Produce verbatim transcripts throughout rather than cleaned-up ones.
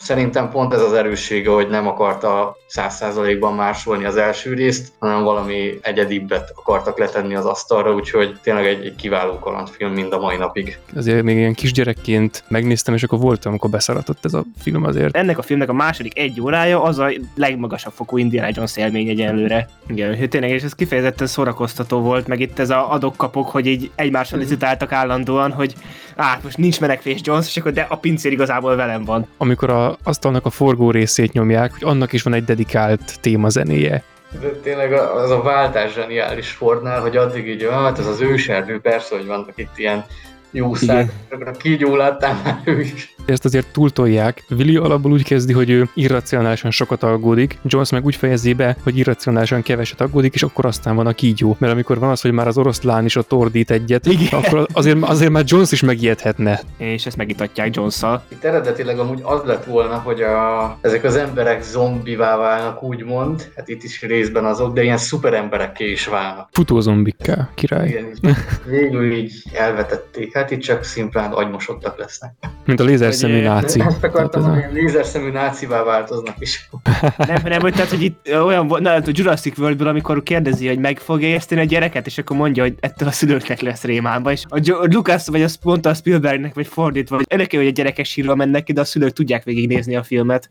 szerintem pont ez az erőssége, hogy nem akarta száz százalékban másolni az első részt, hanem valami egyedibbet akartak letenni az asztalra, úgyhogy tényleg egy, egy kiváló kalandfilm mind a mai napig. Azért még ilyen kisgyerekként megnéztem, és akkor voltam, amikor beszaratott ez a film azért. Ennek a filmnek a második egy órája az a legmagasabb fokú Indiana Jones élmény egyenlőre. Igen, tényleg, és ez kifejezetten szórakoztató volt, meg itt ez a adok-kapok, hogy így egymással licitáltak állandóan, hogy á, most nincs menekvés Jones, és akkor de a pincér igazából velem van. Amikor a asztalnak a forgó részét nyomják, hogy annak is van egy dedikált témazenéje. De tényleg az a váltás zseniális Fordnál, hogy addig így, hát ez az őserdő, persze, hogy vannak itt ilyen jószág, a kígyó láttál már ő is. Ezt azért túltolják. Willy alapból úgy kezdi, hogy ő irracionálisan sokat aggódik, Jones meg úgy fejezi be, hogy irracionálisan keveset aggódik, és akkor aztán van a kígyó. Mert amikor van az, hogy már az oroszlán is ott ordít egyet, igen, akkor azért, azért már Jones is megijedhetne. És ezt megitatják Jones-szal. Itt eredetileg amúgy az lett volna, hogy a, ezek az emberek zombivá válnak, úgymond, hát itt is részben azok, de ilyen szuperemberekké is válnak. Futózombikká, király. Igen, így, végül így elvetették. Hát itt csak szimplán agymosodtak lesznek. Mint a lézerszemű náci. Ezt akartam, hogy ilyen lézerszemű nácivá változnak is. Nem, nem, hogy, tehát, hogy itt olyan volt, na, a Jurassic Worldből, amikor kérdezi, hogy meg fogja érteni a gyereket, és akkor mondja, hogy ettől a szülőknek lesz rémálma, és a Lucas, vagy azt mondta a Spielbergnek, vagy fordítva, hogy örökké, hogy a gyerekek sírva mennek ki, de a szülők tudják végignézni a filmet.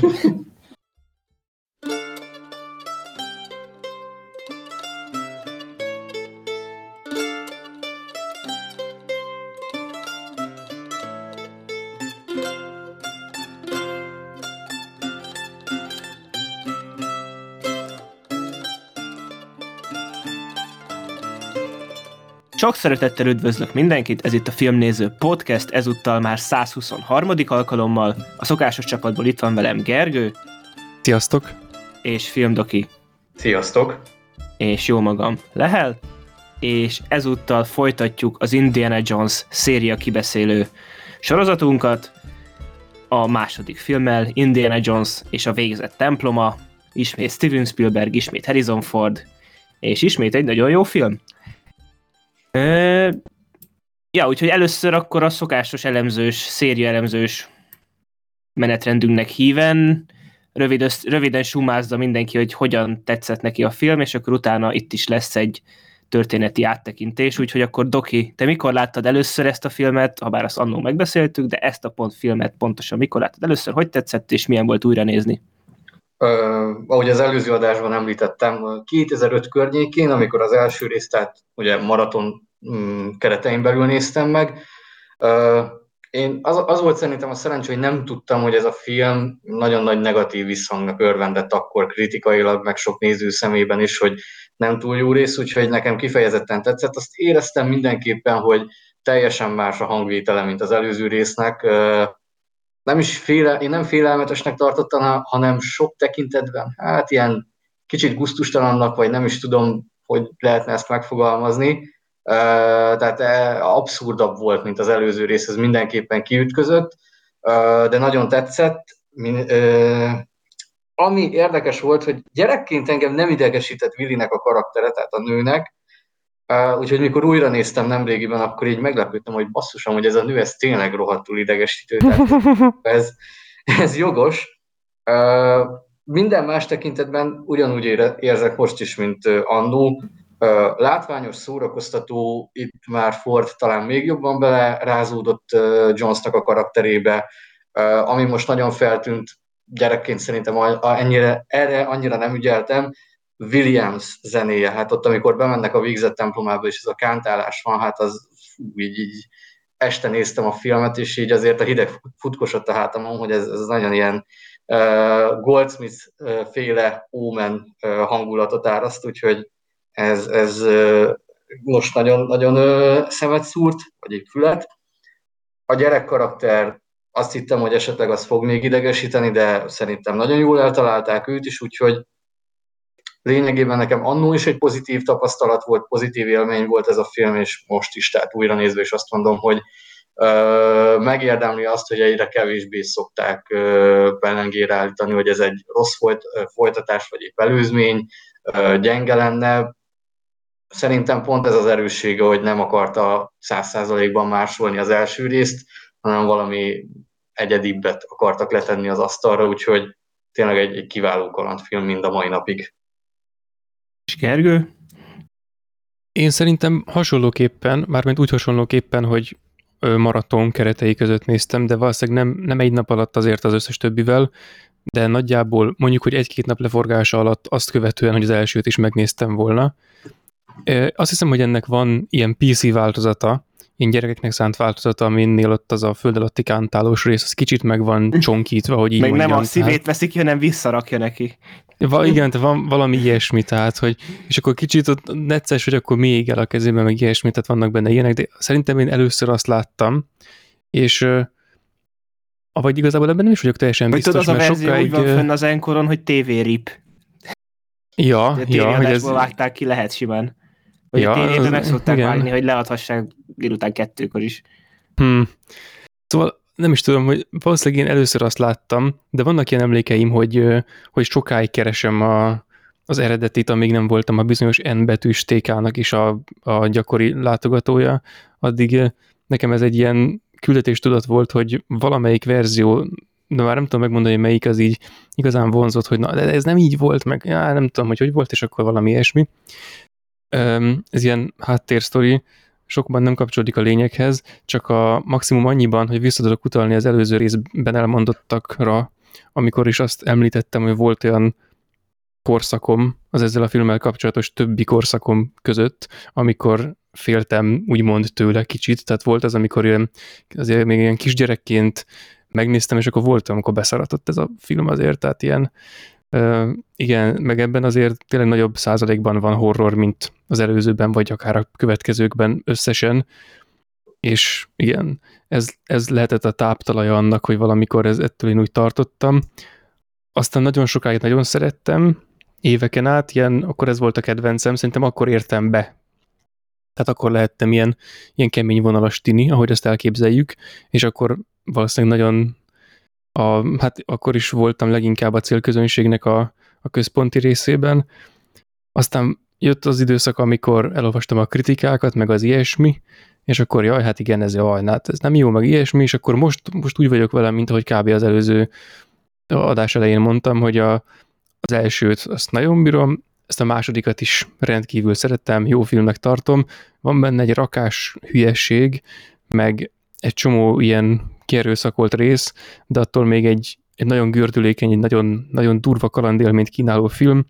Sok szeretettel üdvözlök mindenkit, ez itt a Filmnéző Podcast, ezúttal már száz huszonharmadik alkalommal. A szokásos csapatból itt van velem Gergő. Sziasztok! És Filmdoki. Sziasztok! És jó magam, Lehel. És ezúttal folytatjuk az Indiana Jones széria kibeszélő sorozatunkat a második filmmel, Indiana Jones és a végzett temploma, ismét Steven Spielberg, ismét Harrison Ford, és ismét egy nagyon jó film. Ö, ja, úgyhogy először akkor a szokásos elemzős, széria elemzős menetrendünknek híven rövid össz, röviden sumázza mindenki, hogy hogyan tetszett neki a film, és akkor utána itt is lesz egy történeti áttekintés, úgyhogy akkor Doki, te mikor láttad először ezt a filmet, ha bár azt annól megbeszéltük, de ezt a pont filmet pontosan mikor láttad először, hogy tetszett, és milyen volt újra nézni? Uh, ahogy az előző adásban említettem, kétezer-öt környékén, amikor az első részt, tehát ugye maraton um, keretein belül néztem meg, uh, én az, az volt szerintem a szerencsé, hogy nem tudtam, hogy ez a film nagyon nagy negatív visszhangnak örvendett akkor kritikailag, meg sok néző szemében is, hogy nem túl jó rész, úgyhogy nekem kifejezetten tetszett. Azt éreztem mindenképpen, hogy teljesen más a hangvétele, mint az előző résznek. Uh, Nem is féle, én nem félelmetesnek tartottam, hanem sok tekintetben, hát ilyen kicsit gusztustalannak, vagy nem is tudom, hogy lehetne ezt megfogalmazni. Tehát abszurdabb volt, mint az előző rész, ez mindenképpen kiütközött, de nagyon tetszett. Ami érdekes volt, hogy gyerekként engem nem idegesített Willynek a karaktere, tehát a nőnek, Uh, úgyhogy mikor újra néztem nemrégiben, akkor így meglepődtem, hogy basszusom, hogy ez a nő, ez tényleg rohadtul idegesítő. Tehát ez, ez jogos. Uh, minden más tekintetben ugyanúgy ére, érzek most is, mint uh, annó. Uh, látványos, szórakoztató, itt már Ford talán még jobban belerázódott uh, Jonesnak a karakterébe, uh, ami most nagyon feltűnt gyerekként, szerintem a, a, ennyire, erre annyira nem ügyeltem. Williams zenéje, hát ott, amikor bemennek a végzett templomába, és ez a kántálás van, hát az fú, így, így este néztem a filmet, és így azért a hideg futkosott a hátamon, hogy ez, ez nagyon ilyen uh, Goldsmith-féle Omen uh, hangulatot áraszt, úgyhogy ez, ez uh, most nagyon, nagyon uh, szemet szúrt, vagy egy fület. A gyerek karakter, azt hittem, hogy esetleg az fog még idegesíteni, de szerintem nagyon jól eltalálták őt is, úgyhogy lényegében nekem annó is egy pozitív tapasztalat volt, pozitív élmény volt ez a film, és most is, tehát újra nézve is azt mondom, hogy ö, megérdemli azt, hogy egyre kevésbé szokták ö, pellengére állítani, hogy ez egy rossz folyt, folytatás, vagy épp előzmény, ö, gyenge lenne. Szerintem pont ez az erőssége, hogy nem akarta száz százalékban másolni az első részt, hanem valami egyedibbet akartak letenni az asztalra, úgyhogy tényleg egy, egy kiváló kalandfilm mind a mai napig. És Gergő? Én szerintem hasonlóképpen, mármint úgy hasonlóképpen, hogy maraton keretei között néztem, de valószínűleg nem, nem egy nap alatt azért az összes többivel, de nagyjából mondjuk, hogy egy-két nap leforgása alatt azt követően, hogy az elsőt is megnéztem volna. Azt hiszem, hogy ennek van ilyen pé cé változata, ilyen gyerekeknek szánt változata, aminél ott az a föld alatti kántálós rész, az kicsit meg van csonkítva, hogy így meg mondjam. Nem a szívét tehát... veszik ki, hanem visszarakja neki. Va, igen, tehát van valami ilyesmi, tehát, hogy és akkor kicsit ott necces, hogy akkor még el a kezében, meg ilyesmi, tehát vannak benne ilyenek, de szerintem én először azt láttam, és vagy igazából ebben nem is vagyok teljesen hogy biztos, tudod, az a verzió sokáig... úgy van fönn az Enkoron, hogy té vé rip. Ja, a ja, hogy ez... vágták ki, lehet simán. Vagy ja, a tévében meg szokták igen. vágni, hogy leadhassák délután kettőkor is. Hmm. Szóval nem is tudom, hogy valószínűleg én először azt láttam, de vannak ilyen emlékeim, hogy, hogy sokáig keresem a, az eredetit, amíg nem voltam a bizonyos N betűs té ká-nak is a, a gyakori látogatója. Addig nekem ez egy ilyen küldetéstudat volt, hogy valamelyik verzió, de már nem tudom megmondani, hogy melyik az így igazán vonzott, hogy na, de ez nem így volt, meg já, nem tudom, hogy hogy volt, és akkor valami ilyesmi. Ez ilyen háttérsztori, sokban nem kapcsolódik a lényeghez, csak a maximum annyiban, hogy vissza tudok utalni az előző részben elmondottakra, amikor is azt említettem, hogy volt olyan korszakom az ezzel a filmmel kapcsolatos többi korszakom között, amikor féltem úgymond tőle kicsit, tehát volt az, amikor ilyen, azért még ilyen kisgyerekként megnéztem, és akkor voltam, amikor beszaratott ez a film azért, tehát ilyen Uh, igen, meg ebben azért tényleg nagyobb százalékban van horror, mint az előzőben, vagy akár a következőkben összesen, és igen, ez, ez lehetett a táptalaja annak, hogy valamikor ez, ettől én úgy tartottam. Aztán nagyon sokáig nagyon szerettem, éveken át, ilyen, akkor ez volt a kedvencem, szerintem akkor értem be. Tehát akkor lehettem ilyen, ilyen kemény vonalas tini, ahogy ezt elképzeljük, és akkor valószínűleg nagyon A, hát akkor is voltam leginkább a célközönségnek a, a központi részében. Aztán jött az időszak, amikor elolvastam a kritikákat, meg az ilyesmi, és akkor jaj, hát igen, ez jaj, hát ez nem jó, meg ilyesmi, és akkor most, most úgy vagyok vele, mint ahogy kb. Az előző adás elején mondtam, hogy a, az elsőt azt nagyon bírom, ezt a másodikat is rendkívül szerettem, jó filmnek tartom, van benne egy rakás hülyesség, meg egy csomó ilyen kierőszakolt rész, de attól még egy, egy nagyon gördülékeny, egy nagyon, nagyon durva kalandélményt kínáló film,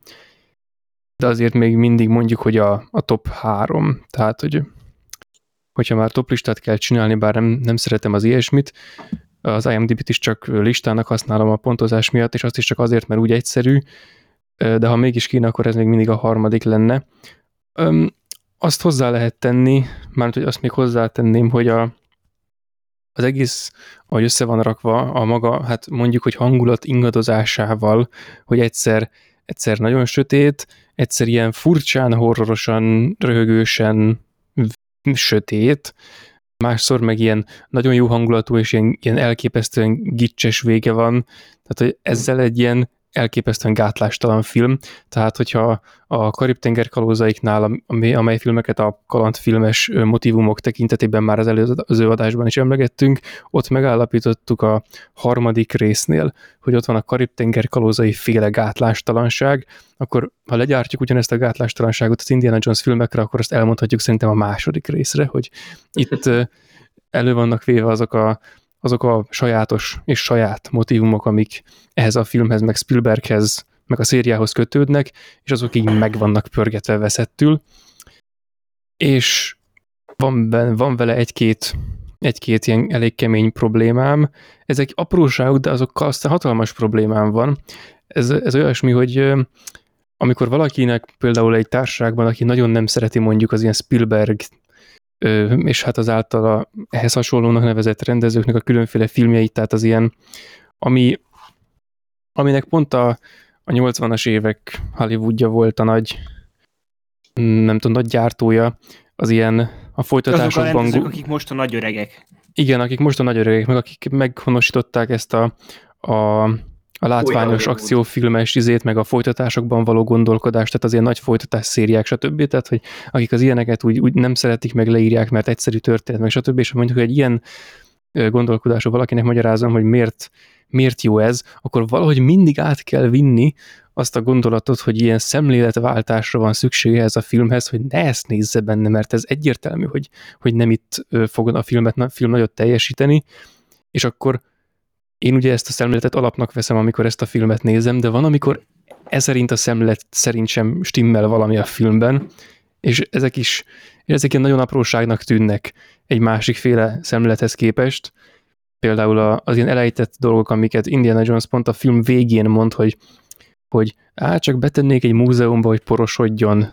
de azért még mindig mondjuk, hogy a, a top három. Tehát, hogy hogyha már top listát kell csinálni, bár nem, nem szeretem az ilyesmit, az I M D B-t is csak listának használom a pontozás miatt, és azt is csak azért, mert úgy egyszerű, de ha mégis kéne, akkor ez még mindig a harmadik lenne. Öm, azt hozzá lehet tenni, mármint, hogy azt még hozzátenném, hogy a az egész, ahogy össze van rakva a maga, hát mondjuk, hogy hangulat ingadozásával, hogy egyszer, egyszer nagyon sötét, egyszer ilyen furcsán, horrorosan, röhögősen sötét, másszor meg ilyen nagyon jó hangulatú, és ilyen, ilyen elképesztően gicses vége van, tehát hogy ezzel egy ilyen elképesztően gátlástalan film, tehát hogyha a Karib-tenger kalózaiknál, amely filmeket a kalandfilmes motívumok tekintetében már az előző adásban is emlegettünk, ott megállapítottuk a harmadik résznél, hogy ott van a Karib-tenger kalózai féle gátlástalanság, akkor ha legyártjuk ugyanezt a gátlástalanságot az Indiana Jones filmekre, akkor azt elmondhatjuk szerintem a második részre, hogy itt elő vannak véve azok a azok a sajátos és saját motívumok, amik ehhez a filmhez, meg Spielberghez, meg a szériához kötődnek, és azok így meg vannak pörgetve veszettül. És van, ben, van vele egy-két, egy-két ilyen elég kemény problémám. Ezek apróságok, de azokkal aztán hatalmas problémám van. Ez, ez olyasmi, hogy amikor valakinek például egy társaságban, aki nagyon nem szereti mondjuk az ilyen Spielberg és hát az általa ehhez hasonlónak nevezett rendezőknek a különféle filmjeit, tehát az ilyen, ami, aminek pont a, a nyolcvanas évek Hollywoodja volt a nagy, nem tudom, nagy gyártója, az ilyen a folytatásokban... Azok a rendezők, akik most a nagy öregek. Igen, akik most a nagy öregek, meg akik meghonosították ezt a, a a látványos akciófilmes izét, meg a folytatásokban való gondolkodást, tehát az ilyen nagy folytatás szériák, stb. Tehát, hogy akik az ilyeneket úgy, úgy nem szeretik, meg leírják, mert egyszerű történet, meg stb. És mondjuk, hogy egy ilyen gondolkodású valakinek magyarázom, hogy miért, miért jó ez, akkor valahogy mindig át kell vinni azt a gondolatot, hogy ilyen szemléletváltásra van szüksége ez a filmhez, hogy ne ezt nézze benne, mert ez egyértelmű, hogy, hogy nem itt fog a filmet, a film nagyot teljesíteni, és akkor én ugye ezt a szemléletet alapnak veszem, amikor ezt a filmet nézem, de van, amikor ez szerint a szemlélet szerint sem stimmel valami a filmben, és ezek is és ezek ilyen nagyon apróságnak tűnnek egy másikféle szemlélethez képest. Például az ilyen elejtett dolgok, amiket Indiana Jones pont a film végén mond, hogy, hogy á, csak betennék egy múzeumba, hogy porosodjon.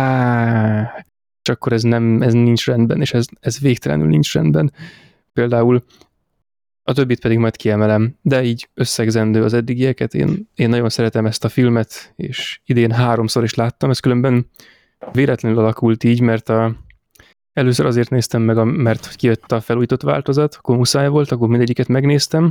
Á, és akkor ez, nem, ez nincs rendben, és ez, ez végtelenül nincs rendben. Például a többit pedig majd kiemelem, de így összegzendő az eddigieket. Én, én nagyon szeretem ezt a filmet, és idén háromszor is láttam, ez különben véletlenül alakult így, mert a, először azért néztem meg, a, mert kijött a felújított változat, akkor muszáj volt, akkor mindegyiket megnéztem,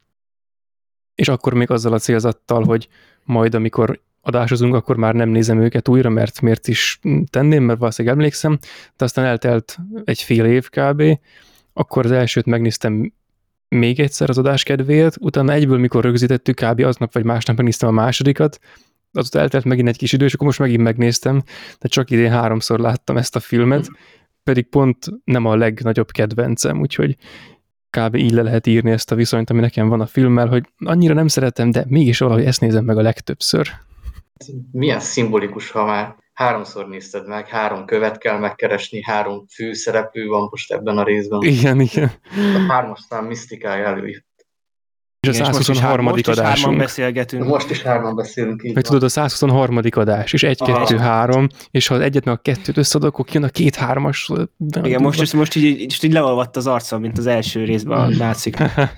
és akkor még azzal a célzattal, hogy majd amikor adásozunk, akkor már nem nézem őket újra, mert miért is tenném, mert valószínűleg emlékszem, de aztán eltelt egy fél év kb. Akkor az elsőt megnéztem még egyszer az adás kedvéért, utána egyből, mikor rögzítettük, kb. Aznap vagy másnap megnéztem a másodikat, azután eltelt megint egy kis idő, és akkor most megint megnéztem, de csak idén háromszor láttam ezt a filmet, pedig pont nem a legnagyobb kedvencem, úgyhogy kb. Így le lehet írni ezt a viszonyt, ami nekem van a filmmel, hogy annyira nem szeretem, de mégis valahogy ezt nézem meg a legtöbbször. Milyen szimbolikus, ha már háromszor nézted meg, három követ kell megkeresni, három főszereplő van most ebben a részben. Igen, igen. A hármas szám misztikája előjött. És a száz huszonharmadik adásunk. Most is hárman beszélgetünk. Most is hárman beszélünk. Így meg tudod, a száz huszonharmadik adás, és egy, kettő, három, és ha az egyet meg a kettőt összeadok, akkor kijön a két hármas. Igen, most, most, most így, így, így leolvadt az arcom, mint az első részben a nácik.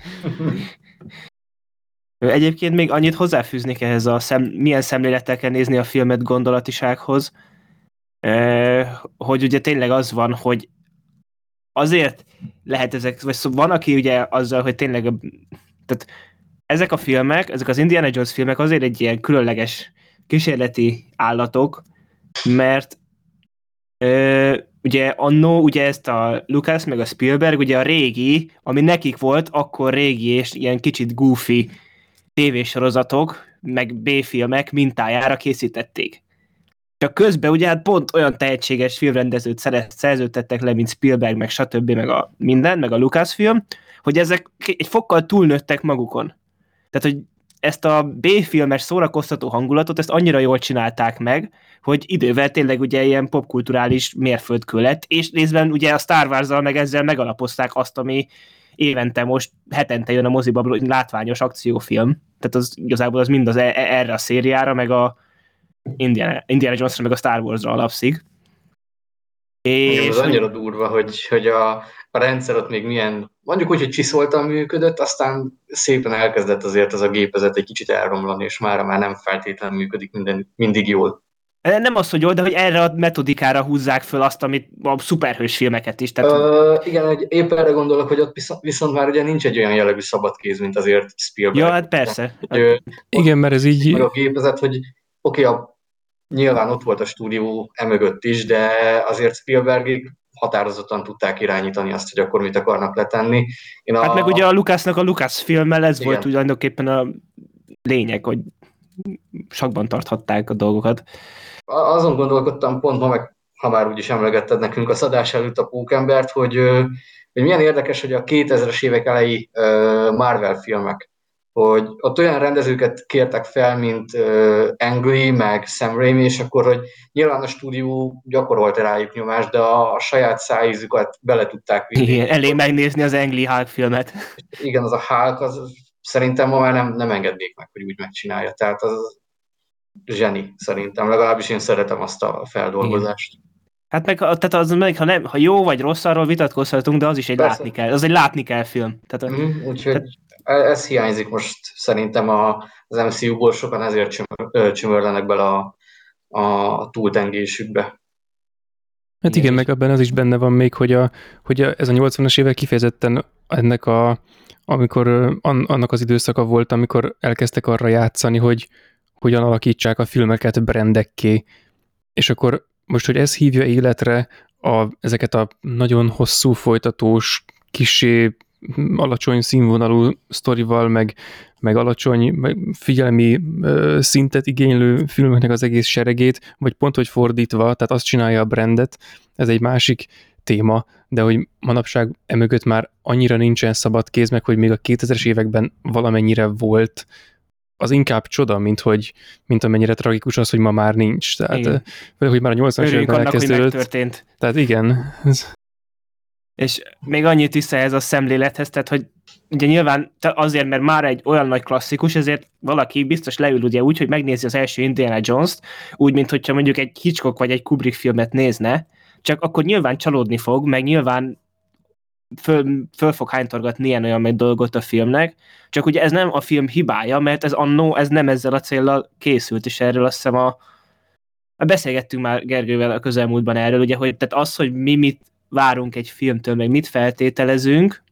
Egyébként még annyit hozzáfűznék ehhez a szem, milyen szemlélettel kell nézni a filmet gondolatisághoz, hogy ugye tényleg az van, hogy azért lehet ezek, vagy szó, van, aki ugye azzal, hogy tényleg tehát ezek a filmek, ezek az Indiana Jones filmek azért egy ilyen különleges kísérleti állatok, mert ö, ugye annó, ugye ezt a Lucas meg a Spielberg, ugye a régi, ami nekik volt, akkor régi és ilyen kicsit goofy tévésorozatok, meg B-filmek mintájára készítették. Csak közben ugye hát pont olyan tehetséges filmrendezőt szerződtettek le, mint Spielberg, meg stb., meg a minden, meg a Lucasfilm, hogy ezek egy fokkal túlnőttek magukon. Tehát, hogy ezt a B-filmes szórakoztató hangulatot, ezt annyira jól csinálták meg, hogy idővel tényleg ugye ilyen popkulturális mérföldkő lett, és részben ugye a Star Wars-zal meg ezzel megalapozták azt, ami évente most hetente jön a moziba látványos akciófilm. Tehát az igazából az mind az e- erre a szériára, meg a Indiana, Indiana Jones-ra, meg a Star Wars-ra alapszik. És igen, az annyira durva, hogy, hogy a, a rendszer ott még milyen, mondjuk úgy, hogy csiszoltan működött, aztán szépen elkezdett azért az a gépezet egy kicsit elromlani, és mára már nem feltétlenül működik minden, mindig jól. Nem az, hogy jól, de hogy erre a metodikára húzzák föl azt, amit a szuperhős filmeket is. Tehát... Ö, igen, hogy épp erre gondolok, hogy ott viszont, viszont már ugye nincs egy olyan jellegű szabadkéz, mint azért Spielberg. Ja, hát persze. Hogy, igen, mert ez így... A gépezet, hogy oké, okay, nyilván ott volt a stúdió emögött is, de azért Spielbergig határozottan tudták irányítani azt, hogy akkor mit akarnak letenni. Én hát a... meg ugye a Lucasnak a Lucas filmmel ez igen. volt tulajdonképpen a lényeg, hogy sakban tarthatták a dolgokat. Azon gondolkodtam pont ma, meg ha már úgyis emlegetted nekünk a szadás előtt a Pókembert, hogy, hogy milyen érdekes, hogy a kétezres évek elejé Marvel filmek, hogy ott olyan rendezőket kértek fel, mint uh, Ang Lee, meg Sam Raimi, és akkor, hogy nyilván a stúdió gyakorolt rájuk nyomást, de a, a saját szájízukat bele tudták vinni. Igen, elég megnézni az Ang Lee Hulk filmet. Igen, az a Hulk, az szerintem ma már nem, nem engednék meg, hogy úgy megcsinálja. Tehát az zseni, szerintem. Legalábbis én szeretem azt a feldolgozást. Igen. Hát meg, tehát az meg, ha, nem, ha jó vagy rossz, arról vitatkozhatunk, de az is egy Persze. látni kell. Az egy látni kell film. Tehát, mm, úgyhogy tehát... ez hiányzik most szerintem az em cé u-ból, sokan ezért csömör, csömörlenek bele a, a túltengésükbe. Hát igen, meg abban az is benne van még, hogy, a, hogy a, ez a nyolcvanas évek kifejezetten ennek a, amikor an, annak az időszaka volt, amikor elkezdtek arra játszani, hogy hogyan alakítsák a filmeket brandekké. És akkor most, hogy ez hívja életre a, ezeket a nagyon hosszú, folytatós, kissé alacsony színvonalú sztorival, meg, meg alacsony meg figyelmi ö, szintet igénylő filmeknek az egész seregét, vagy pont, hogy fordítva, tehát azt csinálja a brandet, ez egy másik téma, de hogy manapság emögött már annyira nincsen szabad kéz, meg hogy még a kétezres években valamennyire volt, az inkább csoda, mint, hogy, mint amennyire tragikus az, hogy ma már nincs. Tehát, vagy hogy már a nyolcvanas években elkezdődött. Tehát igen. És még annyit vissza ez a szemlélethez, tehát, hogy ugye nyilván azért, mert már egy olyan nagy klasszikus, ezért valaki biztos leül ugye úgy, hogy megnézi az első Indiana Jones-t, úgy, mint hogyha mondjuk egy Hitchcock vagy egy Kubrick filmet nézne, csak akkor nyilván csalódni fog, meg nyilván föl, föl fog hánytorgatni ilyen-olyan meg dolgot a filmnek, csak ugye ez nem a film hibája, mert ez annó, ez nem ezzel a céllal készült, és erről azt hiszem a, a beszélgettünk már Gergővel a közelmúltban erről, ugye, hogy tehát az, hogy mi mit várunk egy filmtől, meg mit feltételezünk,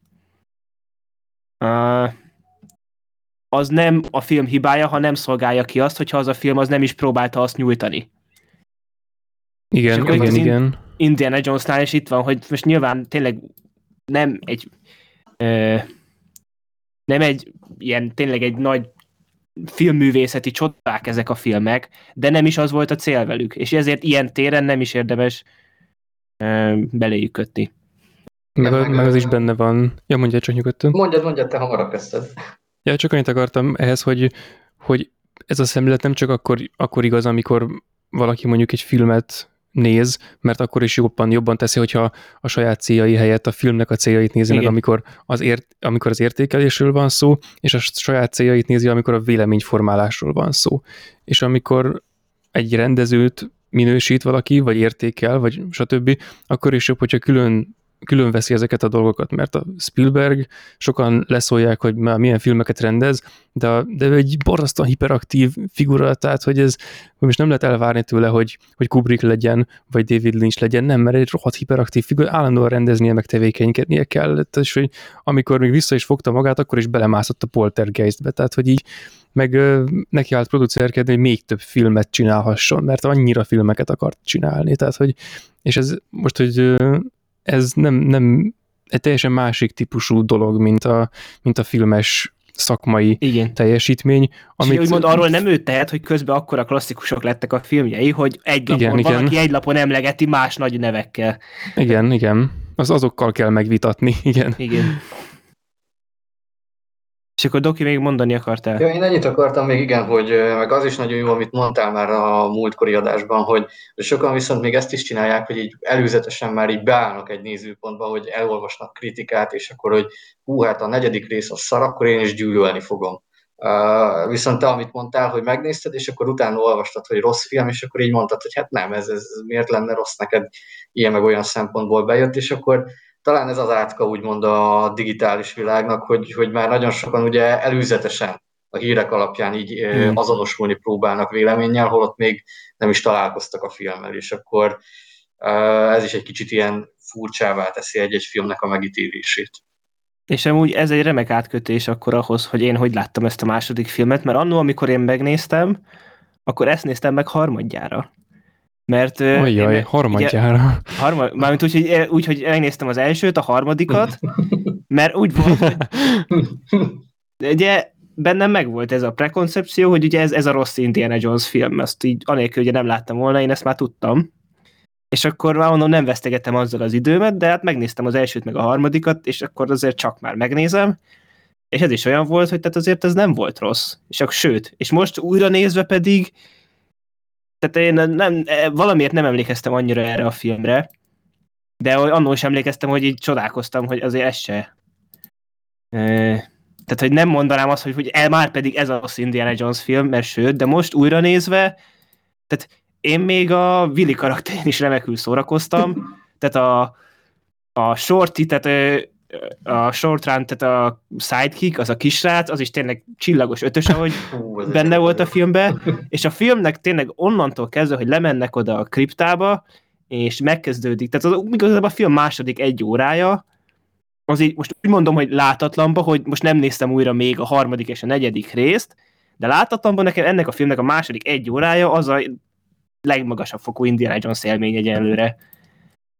uh, az nem a film hibája, ha nem szolgálja ki azt, hogyha az a film az nem is próbálta azt nyújtani. Igen, igen, igen. Indiana Jonesnál is itt van, hogy most nyilván tényleg nem egy ö, nem egy ilyen tényleg egy nagy filmművészeti csodák ezek a filmek, de nem is az volt a cél velük, és ezért ilyen téren nem is érdemes ö, beléjük kötni. Meg, meg, meg az is benne van. Ja, mondjad csak nyugodtan. Mondjad, mondjad, te hamarabb kezdted. Ja, csak annyit akartam ehhez, hogy, hogy ez a szemlélet nem csak akkor, akkor igaz, amikor valaki mondjuk egy filmet néz, mert akkor is jobban, jobban teszi, hogyha a saját céljai helyett a filmnek a céljait nézi meg, amikor az, ért, amikor az értékelésről van szó, és a saját céljait nézi, amikor a véleményformálásról van szó. És amikor egy rendezőt minősít valaki, vagy értékel, vagy stb., akkor is jobb, hogyha külön külön veszi ezeket a dolgokat, mert a Spielberg, sokan leszólják, hogy már milyen filmeket rendez, de, de egy borzasztóan hiperaktív figura, tehát hogy ez hogy most nem lehet elvárni tőle, hogy, hogy Kubrick legyen, vagy David Lynch legyen, nem, mert egy rohadt hiperaktív figura, állandóan rendeznie, meg tevékenykednie kellett, és hogy amikor még vissza is fogta magát, akkor is belemászott a Poltergeistbe, tehát hogy így meg ö, neki állt producerkedni, hogy még több filmet csinálhasson, mert annyira filmeket akart csinálni, tehát hogy, és ez most, hogy ö, ez nem, nem egy teljesen másik típusú dolog, mint a, mint a filmes szakmai igen. teljesítmény. Amit... És úgymond arról nem ő tehet, hogy közben akkora klasszikusok lettek a filmjei, hogy egy lapon igen, valaki igen. egy lapon emlegeti más nagy nevekkel. Igen, igen. Az azokkal kell megvitatni, igen. Igen. És akkor Doki még mondani akartál? Ja, én ennyit akartam még, igen, hogy meg az is nagyon jó, amit mondtál már a múltkori adásban, hogy sokan viszont még ezt is csinálják, hogy így előzetesen már így beállnak egy nézőpontba, hogy elolvasnak kritikát, és akkor, hogy hú, hát a negyedik rész az szar, akkor én is gyűlölni fogom. Uh, viszont te, amit mondtál, hogy megnézted, és akkor utána olvastad, hogy rossz film, és akkor így mondtad, hogy hát nem, ez, ez miért lenne rossz neked, ilyen meg olyan szempontból bejött, és akkor talán ez az átka úgymond a digitális világnak, hogy, hogy már nagyon sokan ugye előzetesen a hírek alapján így hmm. azonosulni próbálnak véleménnyel, holott még nem is találkoztak a filmmel, és akkor ez is egy kicsit ilyen furcsává teszi egy-egy filmnek a megítélését. És amúgy ez egy remek átkötés akkor ahhoz, hogy én hogy láttam ezt a második filmet, mert annó, amikor én megnéztem, akkor ezt néztem meg harmadjára. Mert... Ojjaj, én, harmadjára. Ugye, harmad, mármint úgy, hogy, úgy, hogy megnéztem az elsőt, a harmadikat, mert úgy volt, hogy ugye bennem megvolt ez a prekoncepció, hogy ugye ez, ez a rossz Indiana Jones film, ezt így anélkül ugye nem láttam volna, én ezt már tudtam. És akkor már mondom, nem vesztegettem azzal az időmet, de hát megnéztem az elsőt meg a harmadikat, és akkor azért csak már megnézem, és ez is olyan volt, hogy tehát azért ez nem volt rossz. És akkor sőt, és most újra nézve pedig tehát én nem, valamiért nem emlékeztem annyira erre a filmre, de annól is emlékeztem, hogy így csodálkoztam, hogy azért ez se. Tehát, hogy nem mondanám azt, hogy, hogy el, már pedig ez az Indiana Jones film, mert sőt, de most újra nézve, tehát én még a Willy karakterén is remekül szórakoztam, tehát a, a Shorty, tehát a Short Run, tehát a sidekick, az a kisrác, az is tényleg csillagos ötös, ahogy Hú, benne volt a filmben, és a filmnek tényleg onnantól kezdve, hogy lemennek oda a kriptába, és megkezdődik, tehát az, igazából a film második egy órája, az így most úgy mondom, hogy látatlanba, hogy most nem néztem újra még a harmadik és a negyedik részt, de látatlanban nekem ennek a filmnek a második egy órája az a legmagasabb fokú Indiana Jones élmény egyenlőre.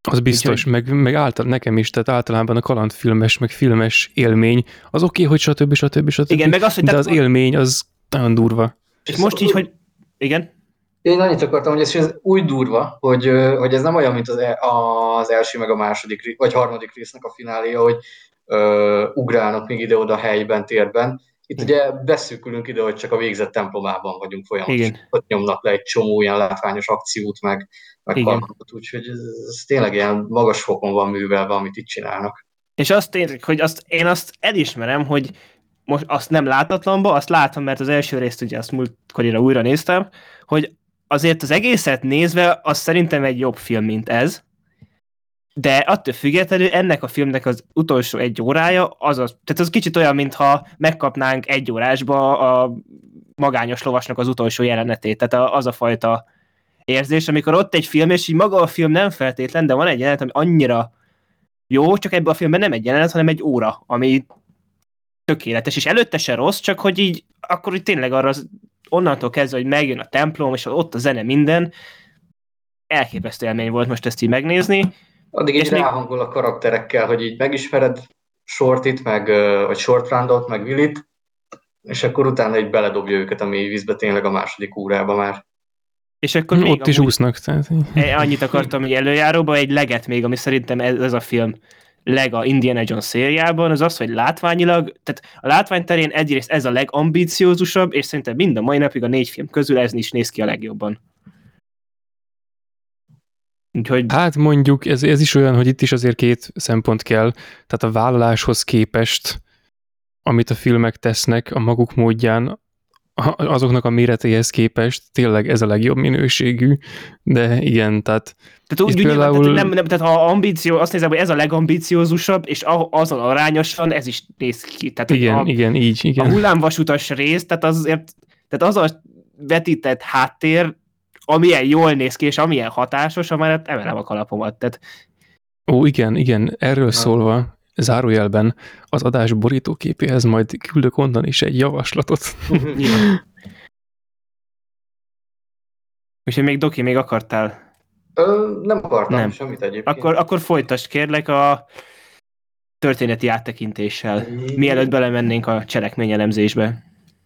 Az biztos, Úgyhogy... meg, meg által, nekem is, tehát általában a kalandfilmes, meg filmes élmény, az oké, okay, hogy stb. stb. stb. Igen, meg az, hogy de tehát... az élmény az nagyon durva. És most így, hogy... Igen? Én annyit akartam, hogy ez, ez úgy durva, hogy, hogy ez nem olyan, mint az, az első meg a második, vagy harmadik résznek a fináléja, hogy uh, ugrálnak még ide-oda helyben, térben. Itt ugye beszűkülünk ide, hogy csak a végzett templomában vagyunk folyamatosan. Igen. Ott nyomnak le egy csomó ilyen látványos akciót, meg, meg kalandot, úgyhogy ez, ez tényleg ilyen magas fokon van művelve, amit itt csinálnak. És azt én, hogy azt, én azt elismerem, hogy most azt nem látatlanba, azt látom, mert az első részt ugye azt múltkorira újra néztem, hogy azért az egészet nézve, az szerintem egy jobb film, mint ez, de attól függetlenül ennek a filmnek az utolsó egy órája, az az, tehát az kicsit olyan, mintha megkapnánk egy órásba a magányos lovasnak az utolsó jelenetét, tehát az a fajta érzés, amikor ott egy film, és így maga a film nem feltétlen, de van egy jelenet, ami annyira jó, csak ebben a filmben nem egy jelenet, hanem egy óra, ami tökéletes, és előtte se rossz, csak hogy így, akkor így tényleg arra az, onnantól kezdve, hogy megjön a templom, és ott a zene minden, elképesztő élmény volt most ezt így megnézni. Addig így ráhangol még... a karakterekkel, hogy így megismered Shortit, meg, vagy Short Roundot, meg Willit, és akkor utána így beledobja őket a mély vízbe tényleg a második órába már. És akkor még még ott amúgy, is úsznak. Tehát... Annyit akartam, hogy előjáróban egy leget még, ami szerintem ez, ez a film leg a Indiana Jones szériában, az az, hogy látványilag, tehát a látvány terén egyrészt ez a legambiciózusabb, és szerintem mind a mai napig a négy film közül ez is néz ki a legjobban. Úgyhogy... Hát mondjuk, ez, ez is olyan, hogy itt is azért két szempont kell, tehát a vállaláshoz képest, amit a filmek tesznek a maguk módján, azoknak a méretéhez képest tényleg ez a legjobb minőségű, de igen, tehát... Tehát úgy például... nyilván, tehát, nem, nem, tehát ha ambíció, azt nézem, hogy ez a legambiciózusabb, és azon arányosan ez is néz ki. Tehát, igen, a, igen, így, igen. A hullámvasutas rész, tehát azért, tehát az a vetített háttér, amilyen jól néz ki, és amilyen hatásos, amellett emelem a kalapomat. Tehát... Ó, igen, igen, erről ha. szólva, zárójelben az adás borítóképéhez majd küldök onnan is egy javaslatot. Úgyhogy még Doki, még akartál? Ö, nem akartam nem. semmit egyébként. Akkor, akkor folytasd kérlek a történeti áttekintéssel, mielőtt belemennénk a cselekményelemzésbe.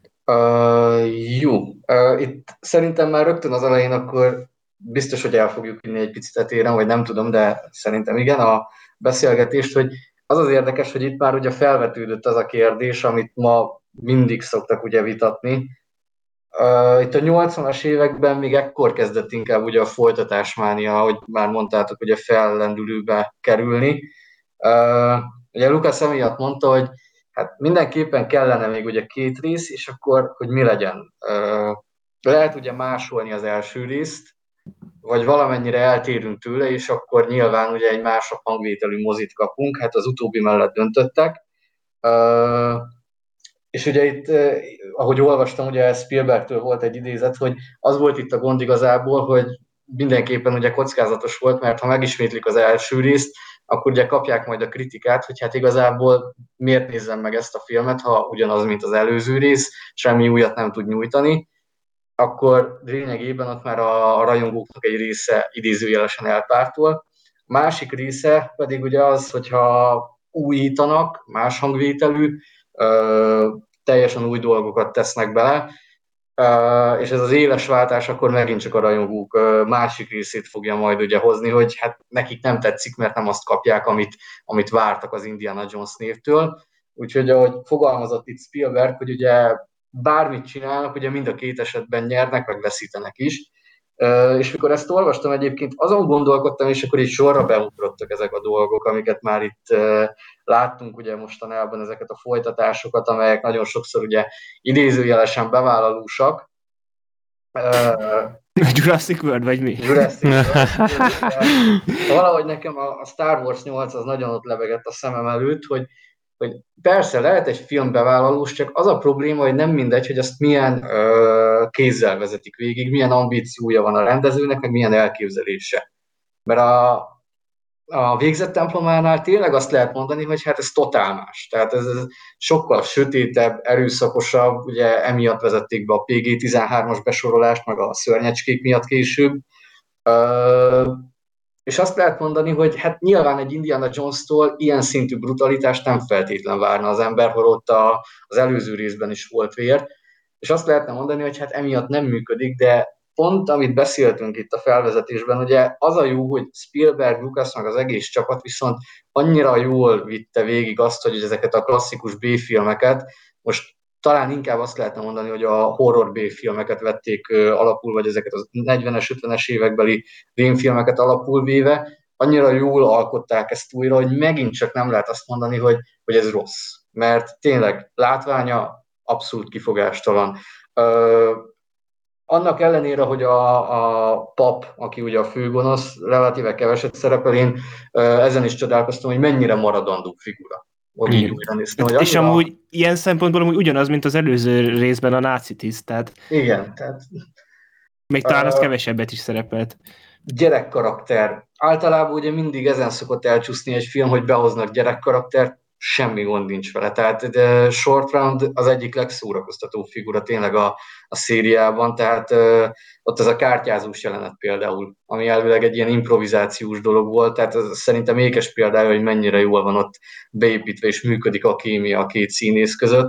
Uh, jó. Uh, itt szerintem már rögtön az elején akkor biztos, hogy el fogjuk vinni egy picit etéren, vagy nem tudom, de szerintem igen, a beszélgetést, hogy az az érdekes, hogy itt már ugye felvetődött az a kérdés, amit ma mindig szoktak ugye vitatni. Uh, itt a nyolcvanas években még ekkor kezdett inkább ugye a folytatásmánia, ahogy már mondtátok, ugye fellendülőbe kerülni. Uh, ugye Lucas emiatt mondta, hogy hát mindenképpen kellene még ugye két rész, és akkor, hogy mi legyen. Uh, lehet ugye másolni az első részt, vagy valamennyire eltérünk tőle, és akkor nyilván ugye egy másabb hangvételű mozit kapunk, hát az utóbbi mellett döntöttek. Uh, és ugye itt, uh, ahogy olvastam, ugye Spielbergtől volt egy idézet, hogy az volt itt a gond igazából, hogy mindenképpen ugye kockázatos volt, mert ha megismétlik az első részt, akkor ugye kapják majd a kritikát, hogy hát igazából miért nézzem meg ezt a filmet, ha ugyanaz, mint az előző rész, semmi újat nem tud nyújtani, akkor lényegében ott már a, a rajongóknak egy része idézőjelesen elpártol. A másik része pedig ugye az, hogyha újítanak, más hangvételű, ö, teljesen új dolgokat tesznek bele, Uh, és ez az éles váltás akkor megint csak a rajongók uh, másik részét fogja majd ugye hozni, hogy hát nekik nem tetszik, mert nem azt kapják, amit, amit vártak az Indiana Jones névtől. Úgyhogy ahogy fogalmazott itt Spielberg, hogy ugye bármit csinálnak, ugye mind a két esetben nyernek, meg veszítenek is. Uh, és mikor ezt olvastam egyébként, azon gondolkodtam, és akkor így sorra beugrottak ezek a dolgok, amiket már itt uh, láttunk ugye mostanában, ezeket a folytatásokat, amelyek nagyon sokszor ugye idézőjelesen bevállalósak. Uh, Jurassic World, vagy mi? Jurassic World. Valahogy nekem a, a Star Wars nyolc az nagyon ott lebegett a szemem előtt, hogy hogy persze lehet egy film bevállalós, csak az a probléma, hogy nem mindegy, hogy azt milyen ö, kézzel vezetik végig, milyen ambíciója van a rendezőnek, meg milyen elképzelése. Mert a, a végzett templománál tényleg azt lehet mondani, hogy hát ez totál más. Tehát ez, ez sokkal sötétebb, erőszakosabb, ugye emiatt vezették be a pé gé tizenhármas besorolást, meg a szörnyecskék miatt később. Ö, És azt lehet mondani, hogy hát nyilván egy Indiana Jones-tól ilyen szintű brutalitást nem feltétlen várna az ember, holott a, az előző részben is volt vér, és azt lehetne mondani, hogy hát emiatt nem működik, de pont amit beszéltünk itt a felvezetésben, ugye az a jó, hogy Spielberg, Lucas meg az egész csapat viszont annyira jól vitte végig azt, hogy ezeket a klasszikus B-filmeket, most talán inkább azt lehetne mondani, hogy a horror B-filmeket vették alapul, vagy ezeket a negyvenes, ötvenes évekbeli rémfilmeket alapul véve, annyira jól alkották ezt újra, hogy megint csak nem lehet azt mondani, hogy, hogy ez rossz. Mert tényleg látványa abszolút kifogástalan. Ö, annak ellenére, hogy a, a pap, aki ugye a főgonosz, relatíve keveset szerepel, én ezen is csodálkoztam, hogy mennyire maradandó figura. Hogy így újra néztem, hogy és annyira... amúgy ilyen szempontból amúgy ugyanaz, mint az előző részben a náci tiszt, tehát... Igen, tehát... Még talán az uh, kevesebbet is szerepelt. Gyerekkarakter. Általában ugye mindig ezen szokott elcsúszni egy film, hogy behoznak gyerekkaraktert, semmi gond nincs vele. Tehát de Short Round az egyik legszórakoztatóbb figura tényleg a, a szériában, tehát uh, ott az a kártyázós jelenet például, ami elvileg egy ilyen improvizációs dolog volt, tehát ez szerintem ékes példája, hogy mennyire jól van ott beépítve és működik a kémia a két színész között.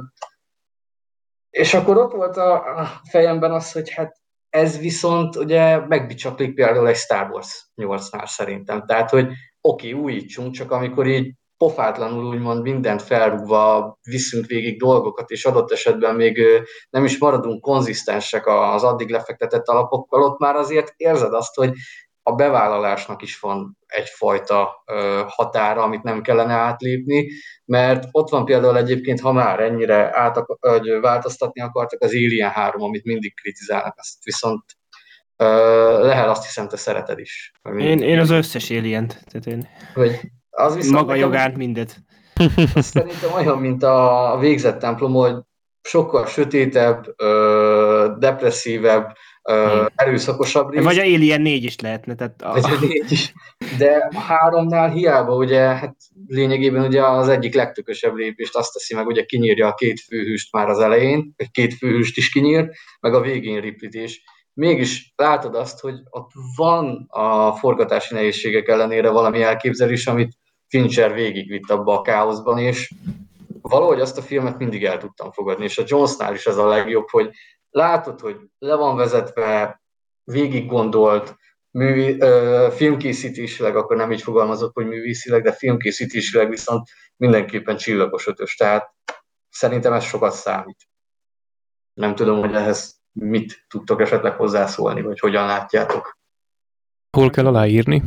És akkor ott volt a, a fejemben az, hogy hát ez viszont ugye megbicsaklik például egy Star Wars nyolcnál szerintem. Tehát, hogy oké, okay, újítsunk, csak amikor így pofátlanul úgymond mindent felrúgva viszünk végig dolgokat, és adott esetben még nem is maradunk konzisztensek az addig lefektetett alapokkal, ott már azért érzed azt, hogy a bevállalásnak is van egyfajta ö, határa, amit nem kellene átlépni, mert ott van például egyébként, ha már ennyire át, ö, változtatni akartak, az Alien három, amit mindig kritizálnak, azt viszont ö, Lehel, azt hiszem, te szereted is. Én, én az összes Alien-t. Tehát én... Hogy az viszont maga nekem, jogán mindet. Szerintem olyan, mint a végzett templom, hogy sokkal sötétebb, ö, depresszívebb, uh, erőszakosabb rész. Vagy a Alien négy is lehetne. Tehát a... Vagy a négy is. De a háromnál hiába, ugye, hát lényegében ugye az egyik legtökösebb lépést azt teszi meg, ugye kinyírja a két főhőst már az elején, vagy két főhőst is kinyír, meg a végén Ripley-t is. Mégis látod azt, hogy ott van a forgatási nehézségek ellenére valami elképzelés, amit Fincher végigvitt abba a káoszban, és valahogy azt a filmet mindig el tudtam fogadni, és a Jonesnál is ez a legjobb, hogy látod, hogy le van vezetve, végig gondolt, művi, ö, filmkészítésileg, akkor nem így fogalmazott, hogy művészileg, de filmkészítésileg viszont mindenképpen csillagos ötös, tehát szerintem ez sokat számít. Nem tudom, hogy ehhez mit tudtok esetleg hozzászólni, vagy hogyan látjátok. Hol kell aláírni?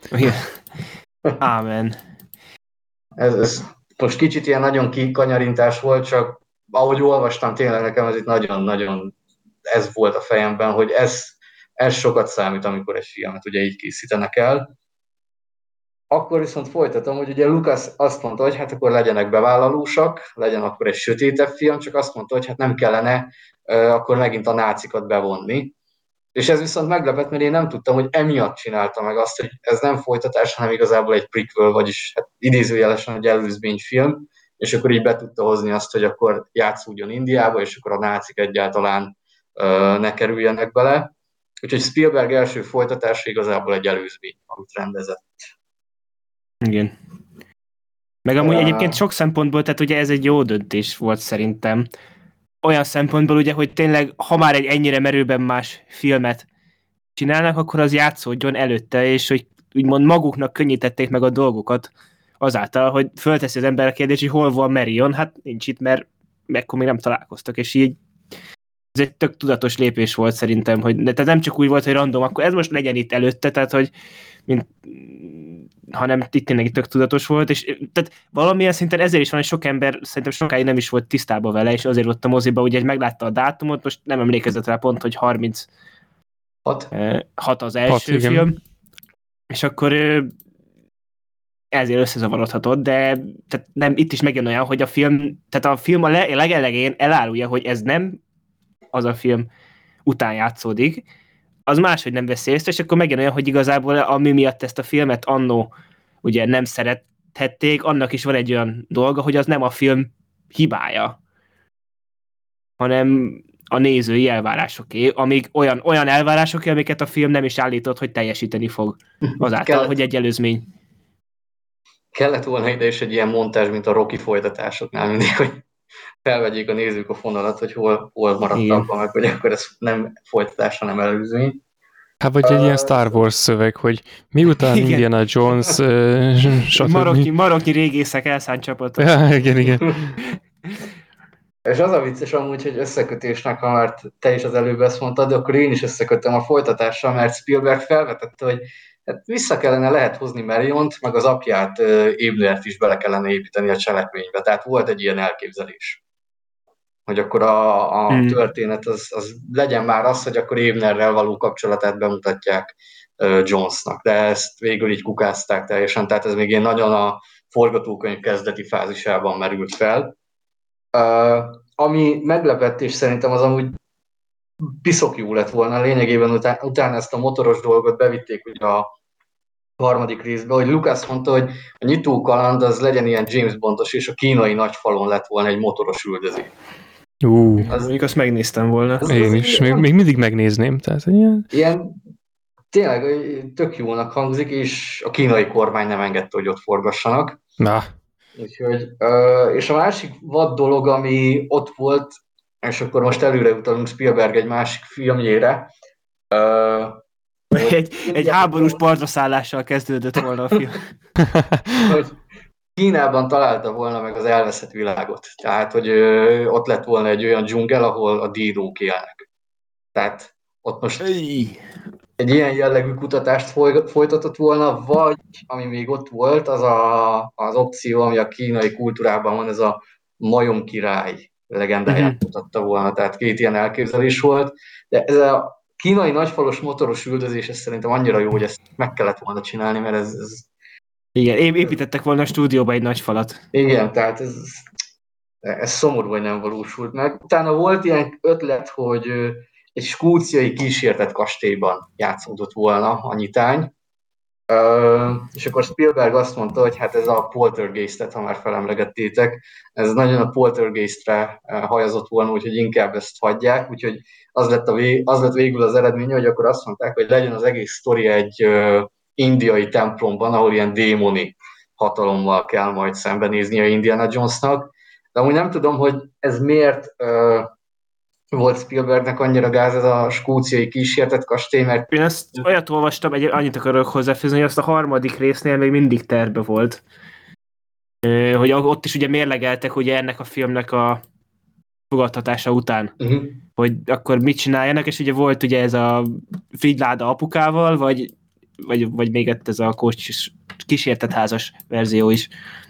Ámen. Ez, ez most kicsit ilyen nagyon kikanyarintás volt, csak ahogy olvastam, tényleg nekem ez itt nagyon-nagyon ez volt a fejemben, hogy ez, ez sokat számít, amikor egy filmet ugye így készítenek el. Akkor viszont folytatom, hogy ugye Lucas azt mondta, hogy hát akkor legyenek bevállalósak, legyen akkor egy sötétebb film, csak azt mondta, hogy hát nem kellene uh, akkor megint a nácikat bevonni. És ez viszont meglepett, mert én nem tudtam, hogy emiatt csinálta meg azt, hogy ez nem folytatás, hanem igazából egy prequel, vagyis hát idézőjelesen egy előzményfilm, és akkor így be tudta hozni azt, hogy akkor játszódjon Indiába, és akkor a nácik egyáltalán uh, ne kerüljenek bele. Úgyhogy Spielberg első folytatása igazából egy előzmény, amit rendezett. Igen. Meg amúgy uh, egyébként sok szempontból, tehát ugye ez egy jó döntés volt szerintem. Olyan szempontból ugye, hogy tényleg, ha már egy ennyire merőben más filmet csinálnak, akkor az játszódjon előtte, és hogy úgymond maguknak könnyítették meg a dolgokat azáltal, hogy fölteszi az ember a kérdést, hogy hol van Marion, hát nincs itt, mert ekkor még nem találkoztak, és így ez egy tök tudatos lépés volt szerintem, hogy de tehát nem csak úgy volt, hogy random, akkor ez most legyen itt előtte, tehát hogy mint, hanem itt tényleg tök tudatos volt, és tehát valamilyen szinten ezért is van, hogy sok ember szerintem sokáig nem is volt tisztában vele, és azért ott a moziba, ugye meglátta a dátumot, most nem emlékezett rá pont, hogy harminc hat az első Hat, film, igen. És akkor ezért összezavarodhatott, de tehát nem, itt is megjön olyan, hogy a film, tehát a film a legelején elárulja, hogy ez nem az a film után játszódik, az máshogy nem veszi észre, és akkor megjön olyan, hogy igazából ami miatt ezt a filmet annó ugye nem szerethették, annak is van egy olyan dolga, hogy az nem a film hibája, hanem a nézői elvárásoké, amíg olyan, olyan elvárásoké, amiket a film nem is állított, hogy teljesíteni fog. Azáltal, Kellett- hogy egy előzmény. Kellett volna ide is egy ilyen montázs, mint a Rocky folytatásoknál mindig, hogy felvegyék a nézők a fonalat, hogy hol, hol maradt Igen. abban, meg hogy akkor ez nem folytatás, hanem előzmény. Hát vagy egy ilyen Star Wars szöveg, hogy miután Igen. Indiana Jones, uh, stb. Maroknyi, maroknyi régészek elszánt csapata. Ja, igen, igen. És az a vicces amúgy, hogy összekötésnek, ha már te is az előbb ezt mondtad, de akkor én is összekötöm a folytatással, mert Spielberg felvetette, hogy hát vissza kellene lehet hozni Mariont, meg az apját, Abnert is bele kellene építeni a cselekménybe. Tehát volt egy ilyen elképzelés. Hogy akkor a, a Hmm. történet az, az legyen már az, hogy akkor Abnerrel való kapcsolatát bemutatják Jonesnak. De ezt végül így kukázták teljesen, tehát ez még ilyen nagyon a forgatókönyv kezdeti fázisában merült fel. Uh, ami meglepett, és szerintem az amúgy piszok jó lett volna, lényegében után, utána ezt a motoros dolgot bevitték ugye a harmadik részbe, hogy Lucas mondta, hogy a nyitó kaland az legyen ilyen James Bondos, és a kínai nagyfalon lett volna egy motoros üldözés. Ú, Az- Mondjuk azt megnéztem volna. az- én is, még, még mindig megnézném. Tehát, hogy ilyen... Ilyen tényleg tök jónak hangzik, és a kínai kormány nem engedte, hogy ott forgassanak. Na, Úgyhogy, uh, és a másik vad dolog, ami ott volt, és akkor most előre utalunk Spielberg egy másik filmjére, uh, Egy, egy háborús partraszállással kezdődött volna a film. hogy Kínában találta volna meg az elveszett világot. Tehát, hogy ö, ott lett volna egy olyan dzsungel, ahol a dinók élnek. Tehát ott most egy ilyen jellegű kutatást foly, folytatott volna, vagy ami még ott volt, az a, az opció, ami a kínai kultúrában van, ez a majom király legendáját Mhm. mutatta volna. Tehát két ilyen elképzelés volt. De ez a kínai nagyfalos motoros üldözés, ez szerintem annyira jó, hogy ezt meg kellett volna csinálni, mert ez, ez Igen, é- építettek volna a stúdióba egy nagy falat. igen, tehát ez, ez szomorú, hogy nem valósult meg. Utána volt ilyen ötlet, hogy ö, egy skóciai kísértett kastélyban játszódott volna a nyitány, Ö, és akkor Spielberg azt mondta, hogy hát ez a Poltergeist-et, ha már felemlegettétek, ez nagyon a Poltergeistre ö, hajazott volna, úgyhogy inkább ezt hagyják, úgyhogy az lett, a vé- az lett végül az eredmény, hogy akkor azt mondták, hogy legyen az egész sztori egy ö, indiai templomban, ahol ilyen démoni hatalommal kell majd szembenéznie Indiana Jonesnak. De amúgy nem tudom, hogy ez miért ö, volt Spielbergnek annyira gáz ez a skóciai kísértett kastély, mert Én ezt olyat olvastam, egy, annyit akarok hozzáfűzni, hogy azt a harmadik résznél még mindig terve volt. Ö, Hogy ott is ugye mérlegeltek ugye ennek a filmnek a fogadtatása után, uh-huh. hogy akkor mit csináljanak, és ugye volt ugye ez a Frigyláda apukával, vagy, vagy, vagy még ott ez a kós kísértett házas verzió is.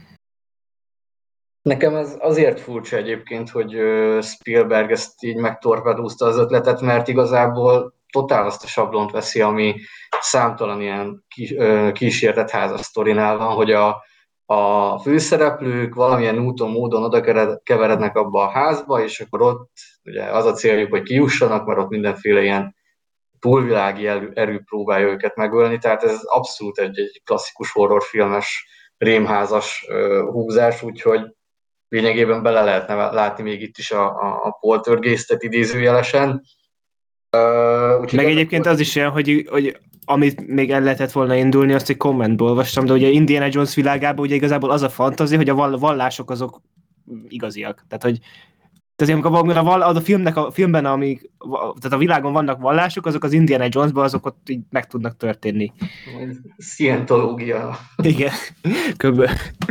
Nekem ez azért furcsa egyébként, hogy ö, Spielberg ezt így megtorpedózta az ötletet, mert igazából totál azt a sablont veszi, ami számtalan ilyen kis, ö, kísértett házas sztorinál van, hogy a, a főszereplők valamilyen úton, módon oda kered- keverednek abba a házba, és akkor ott ugye az a céljuk, hogy kijussanak, mert ott mindenféle ilyen túlvilági erő, erő próbálja őket megölni, tehát ez abszolút egy, egy klasszikus horrorfilmes, rémházas ö, húzás, úgyhogy lényegében bele lehetne látni még itt is a, a, a poltergeistet idézőjelesen. Uh, úgyhogy Meg egyébként az is olyan, hogy, hogy amit még el lehetett volna indulni, azt egy kommentből olvastam, de ugye Indiana Jones világában ugye igazából az a fantazi, hogy a vallások azok igaziak. Tehát, hogy tehát amikor a, vall, a filmnek a filmben, amik, tehát a világon vannak vallások, azok az Indiana Jonesban, azok ott így meg tudnak történni. Scientológia. Igen, köbben.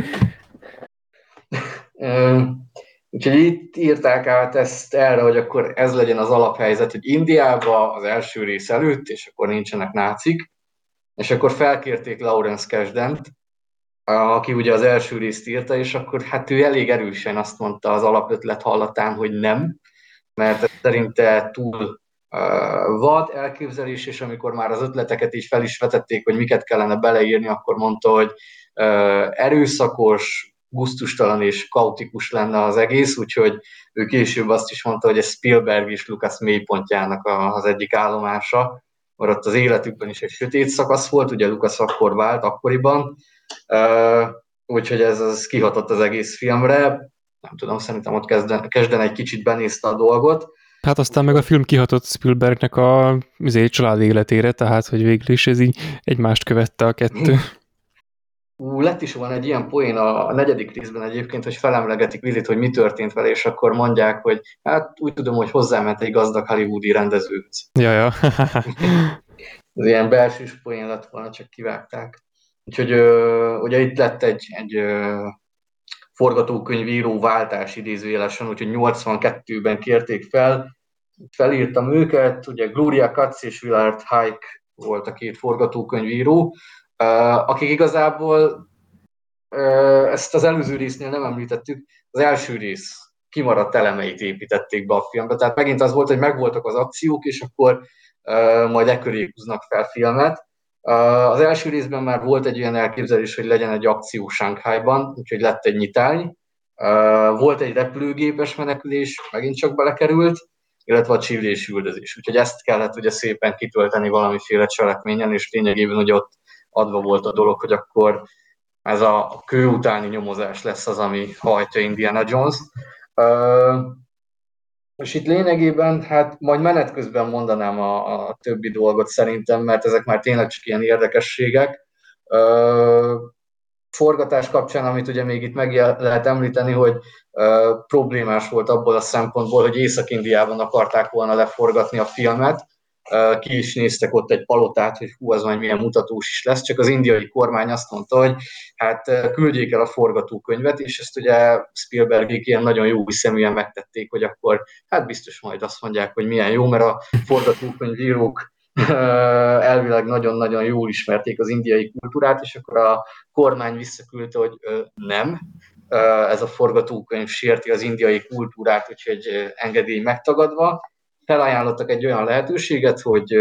Úgyhogy itt írták át ezt erre, hogy akkor ez legyen az alaphelyzet, hogy Indiában az első rész előtt, és akkor nincsenek nácik, és akkor felkérték Lawrence Kasdant, aki ugye az első részt írta, és akkor hát ő elég erősen azt mondta az alapötlet hallatán, hogy nem, mert ez szerinte túl uh, vad elképzelés, és amikor már az ötleteket is fel is vetették, hogy miket kellene beleírni, akkor mondta, hogy uh, erőszakos, gusztustalan és kaotikus lenne az egész, úgyhogy ő később azt is mondta, hogy ez Spielberg és Lucas mélypontjának az egyik állomása, mert ott az életükben is egy sötét szakasz volt, ugye Lucas akkor vált, akkoriban, uh, úgyhogy ez az kihatott az egész filmre, nem tudom, szerintem ott kezden, kezden egy kicsit benézte a dolgot, Hát aztán meg a film kihatott Spielbergnek a izé, családi életére, tehát hogy végül is ez így egymást követte a kettő. Ú, lett is van egy ilyen poén a, a negyedik részben egyébként, hogy felemlegetik Willit, hogy mi történt vele, és akkor mondják, hogy hát úgy tudom, hogy hozzáment egy gazdag hollywoodi rendezőhöz. Ja, ja. Ez ilyen belsős poén lett volna, csak kivágták. Úgyhogy ö, ugye itt lett egy, egy ö, forgatókönyvíró váltás idézőjelesen, úgyhogy nyolcvankettőben kérték fel, felírtam őket, ugye Gloria Katz és Willard Huyck volt a két forgatókönyvíró, akik igazából ezt az előző résznél nem említettük, az első rész kimaradt elemeit építették be a filmbe, tehát megint az volt, hogy megvoltak az akciók, és akkor majd e köré húznak fel filmet. Az első részben már volt egy olyan elképzelés, hogy legyen egy akció Shanghaiban, úgyhogy lett egy nyitány. Volt egy repülőgépes menekülés, megint csak belekerült, illetve a csillés üldözés. Úgyhogy ezt kellett ugye szépen kitölteni valamiféle cselekményen, és lényegében ugye ott adva volt a dolog, hogy akkor ez a kő utáni nyomozás lesz az, ami hajtja Indiana Jones. És itt lényegében, hát majd menet közben mondanám a, a többi dolgot szerintem, mert ezek már tényleg csak ilyen érdekességek. Ö, forgatás kapcsán, amit ugye még itt meg lehet említeni, hogy ö, problémás volt abból a szempontból, hogy Észak-Indiában akarták volna leforgatni a filmet, ö, ki is néztek ott egy palotát, hogy hú, az majd milyen mutatós is lesz, csak az indiai kormány azt mondta, hogy hát küldjék el a forgatókönyvet, és ezt ugye Spielbergék ilyen nagyon jó hiszeműen megtették, hogy akkor hát biztos majd azt mondják, hogy milyen jó, mert a forgatókönyvírók elvileg nagyon-nagyon jól ismerték az indiai kultúrát, és akkor a kormány visszaküldte, hogy nem, ez a forgatókönyv sérti az indiai kultúrát, úgyhogy engedély megtagadva. Felajánlottak egy olyan lehetőséget, hogy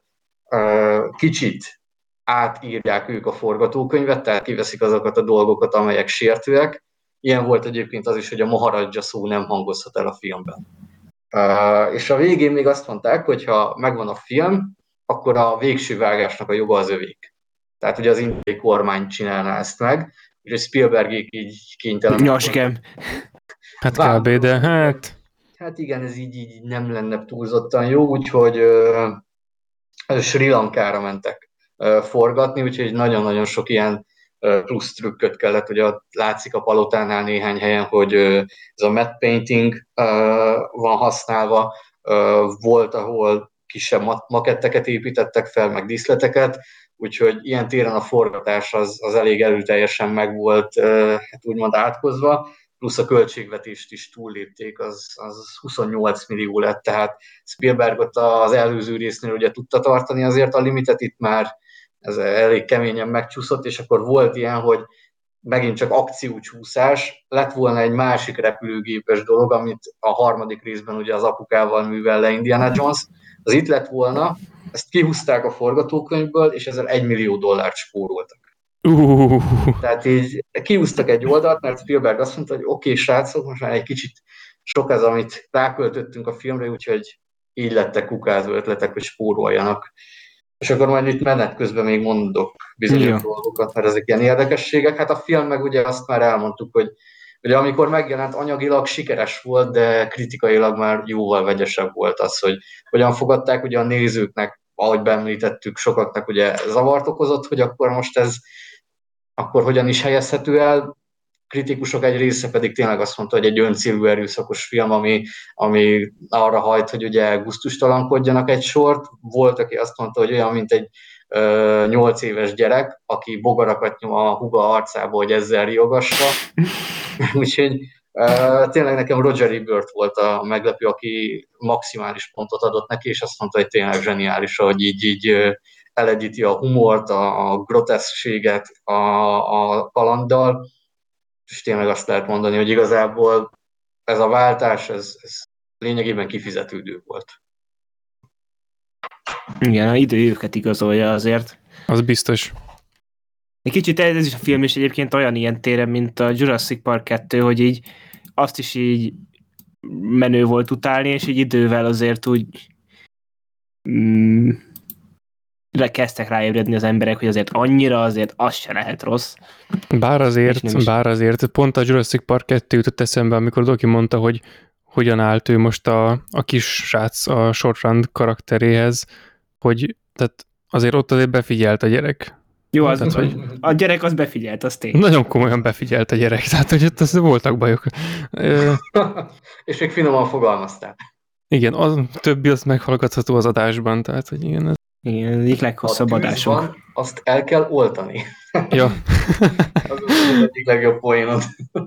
kicsit átírják ők a forgatókönyvet, tehát kiveszik azokat a dolgokat, amelyek sértőek. Ilyen volt egyébként az is, hogy a Maharaja szó nem hangozhat el a filmben. És a végén még azt mondták, hogy ha megvan a film, akkor a végső vágásnak a joga az övék. Tehát ugye az indiai kormány csinálná ezt meg, és Spielbergék így kénytelen. Nyaskem. Hát kb. De hát... Hát igen, ez így, így nem lenne túlzottan jó, úgyhogy uh, Sri Lankára mentek uh, forgatni, úgyhogy nagyon-nagyon sok ilyen uh, plusz trükköt kellett, ugye ott látszik a palotánál néhány helyen, hogy uh, ez a matte painting uh, van használva, uh, volt, ahol kisebb maketteket építettek fel, meg díszleteket, úgyhogy ilyen téren a forgatás az, az elég erőteljesen meg volt uh, hát úgymond átkozva, plusz a költségvetést is túllépték, az, az huszonnyolc millió lett, tehát Spielberg ott az előző résznél ugye tudta tartani azért a limitet, itt már ez elég keményen megcsúszott, és akkor volt ilyen, hogy megint csak akciócsúszás, lett volna egy másik repülőgépes dolog, amit a harmadik részben ugye az apukával művel le Indiana Jones, az itt lett volna, ezt kihúzták a forgatókönyvből, és ezzel egy millió dollárt spóroltak. Uh. Tehát így kiúztak egy oldalt, mert Spielberg azt mondta, hogy oké, okay, srácok, most már egy kicsit sok ez, amit ráköltöttünk a filmre, úgyhogy így lettek kukázó ötletek, hogy spóroljanak. És akkor majd itt menet közben még mondok bizonyos dolgokat, mert ezek ilyen érdekességek. Hát a film meg ugye azt már elmondtuk, hogy ugye amikor megjelent, anyagilag sikeres volt, de kritikailag már jóval vegyesebb volt az, hogy hogyan fogadták ugye a nézőknek, ahogy beemlítettük, sokaknak ugye zavart okozott, hogy akkor most ez akkor hogyan is helyezhető el. Kritikusok egy része pedig tényleg azt mondta, hogy egy öncélú erőszakos film, ami, ami arra hajt, hogy ugye gusztustalankodjanak egy sort. Volt, aki azt mondta, hogy olyan, mint egy nyolc éves gyerek, aki bogarakat nyom a húga arcába, hogy ezzel riogassa. Úgyhogy uh, tényleg nekem Roger Ebert volt a meglepő, aki maximális pontot adott neki, és azt mondta, hogy tényleg zseniális, hogy így, így uh, eledíti a humort, a, a groteszkséget a, a kalanddal, és tényleg azt lehet mondani, hogy igazából ez a váltás, ez, ez lényegében kifizetődő volt. Igen, a idő őket igazolja azért. Az biztos. Egy kicsit ez is a film is egyébként olyan ilyen téren, mint a Jurassic Park kettő, hogy így azt is így menő volt utálni, és így idővel azért úgy mm, kezdtek ráébredni az emberek, hogy azért annyira azért az se lehet rossz. Bár azért, bár azért pont a Jurassic Park kettő jutott eszembe, amikor Doki mondta, hogy hogyan állt ő most a, a kis srác a Short karakteréhez, hogy tehát azért ott azért befigyelt a gyerek. Jó, az, Tehát, hogy a gyerek az befigyelt, az tény. nagyon komolyan befigyelt a gyerek, tehát hogy ott az voltak bajok. És még finoman fogalmaztál. Igen, a többi az meghallgatható az adásban, tehát hogy igen. Ez... Igen, ez egyik leghosszabb adásunk. Van, azt el kell oltani. Ja. Az az egyik legjobb poénod.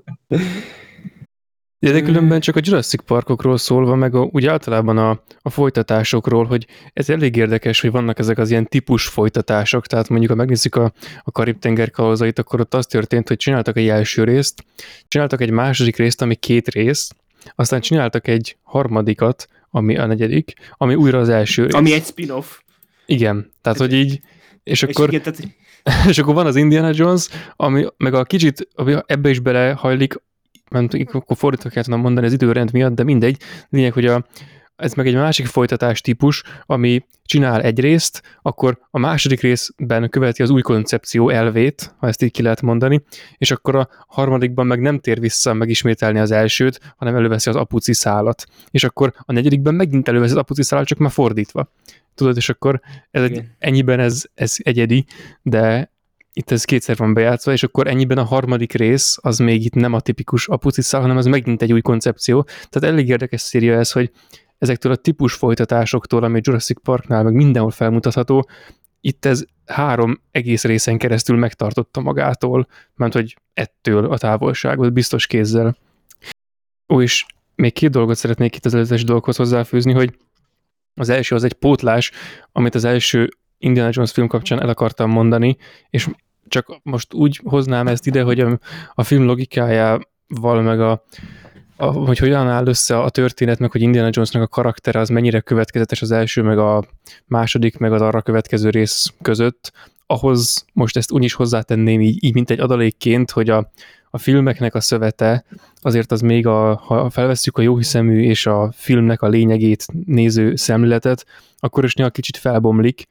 De különben csak a Jurassic Parkokról szólva, meg a, úgy általában a, a folytatásokról, hogy ez elég érdekes, hogy vannak ezek az ilyen típus folytatások, tehát mondjuk ha megnézzük a, a Karib-tenger kalózait, akkor ott az történt, hogy csináltak egy első részt, csináltak egy második részt, ami két rész, aztán csináltak egy harmadikat, ami a negyedik, ami újra az első rész. Ami egy spin-off. Igen, tehát hogy így, és, és akkor... Igen, tehát... és akkor van az Indiana Jones, ami meg a kicsit ami ebbe is belehajlik, mert akkor fordítva kell tudnom mondani az időrend miatt, de mindegy. Lényeg, hogy a, ez meg egy másik folytatás típus, ami csinál egy részt, akkor a második részben követi az új koncepció elvét, ha ezt így ki lehet mondani, és akkor a harmadikban meg nem tér vissza megismételni az elsőt, hanem előveszi az apuci szálat. És akkor a negyedikben megint előveszi az apuci szálat, csak már fordítva. Tudod, és akkor ez egy, ennyiben ez, ez egyedi, de itt ez kétszer van bejátszva, és akkor ennyiben a harmadik rész, az még itt nem a tipikus apuci szál, hanem az megint egy új koncepció. Tehát elég érdekes széria ez, hogy ezektől a típus folytatásoktól, ami Jurassic Parknál meg mindenhol felmutatható, itt ez három egész részen keresztül megtartotta magától, mert hogy ettől a távolságot biztos kézzel. Ó, és még két dolgot szeretnék itt az előzetes dolgokhoz hozzáfűzni, hogy az első az egy pótlás, amit az első Indiana Jones film kapcsán el akartam mondani, és csak most úgy hoznám ezt ide, hogy a, a film logikájával, meg a, a, hogy hogyan áll össze a történet, meg hogy Indiana Jonesnak a karaktere az mennyire következetes az első, meg a második, meg az arra következő rész között, ahhoz most ezt úgy is hozzátenném így, így mint egy adalékként, hogy a, a filmeknek a szövete azért az még, a, ha felvesszük a jóhiszemű és a filmnek a lényegét néző szemléletet, akkor is néha kicsit felbomlik,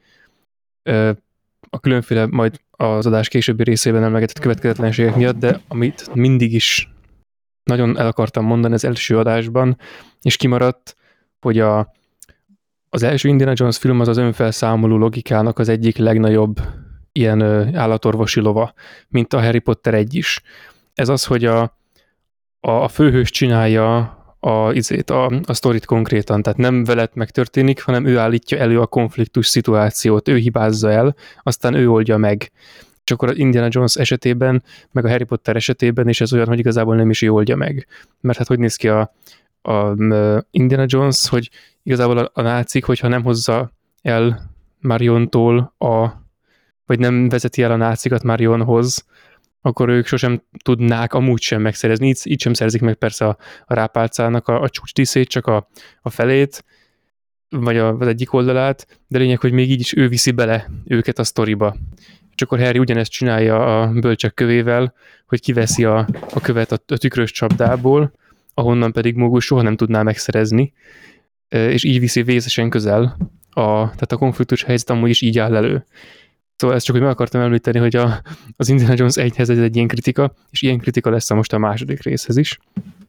a különféle majd az adás későbbi részében emlegetett következetlenségek miatt, de amit mindig is nagyon el akartam mondani az első adásban, és kimaradt, hogy a, az első Indiana Jones film az az önfelszámoló logikának az egyik legnagyobb ilyen állatorvosi lova, mint a Harry Potter egy is. Ez az, hogy a, a, a főhős csinálja a, izét, a, a sztorit konkrétan, tehát nem veled megtörténik, hanem ő állítja elő a konfliktus szituációt, ő hibázza el, aztán ő oldja meg. És akkor az Indiana Jones esetében, meg a Harry Potter esetében is ez olyan, hogy igazából nem is ő oldja meg. Mert hát hogy néz ki a, a Indiana Jones, hogy igazából a, a nácik, hogyha nem hozza el Mariontól a, vagy nem vezeti el a nácikat Marionhoz, akkor ők sosem tudnák amúgy sem megszerezni. Így, így sem szerzik meg persze a, a rápálcának a, a csúcsdíszét, csak a, a felét, vagy a, az egyik oldalát, de lényeg, hogy még így is ő viszi bele őket a sztoriba. És akkor Harry ugyanezt csinálja a bölcsek kövével, hogy kiveszi a, a követ a, a tükrös csapdából, ahonnan pedig Mógus soha nem tudná megszerezni, és így viszi vészesen közel. A, tehát a konfliktus helyzet amúgy is így áll elő. Szóval ezt csak, hogy meg akartam említeni, hogy a, az Indiana Jones egyhez ez egy ilyen kritika, és ilyen kritika lesz a most a második részhez is.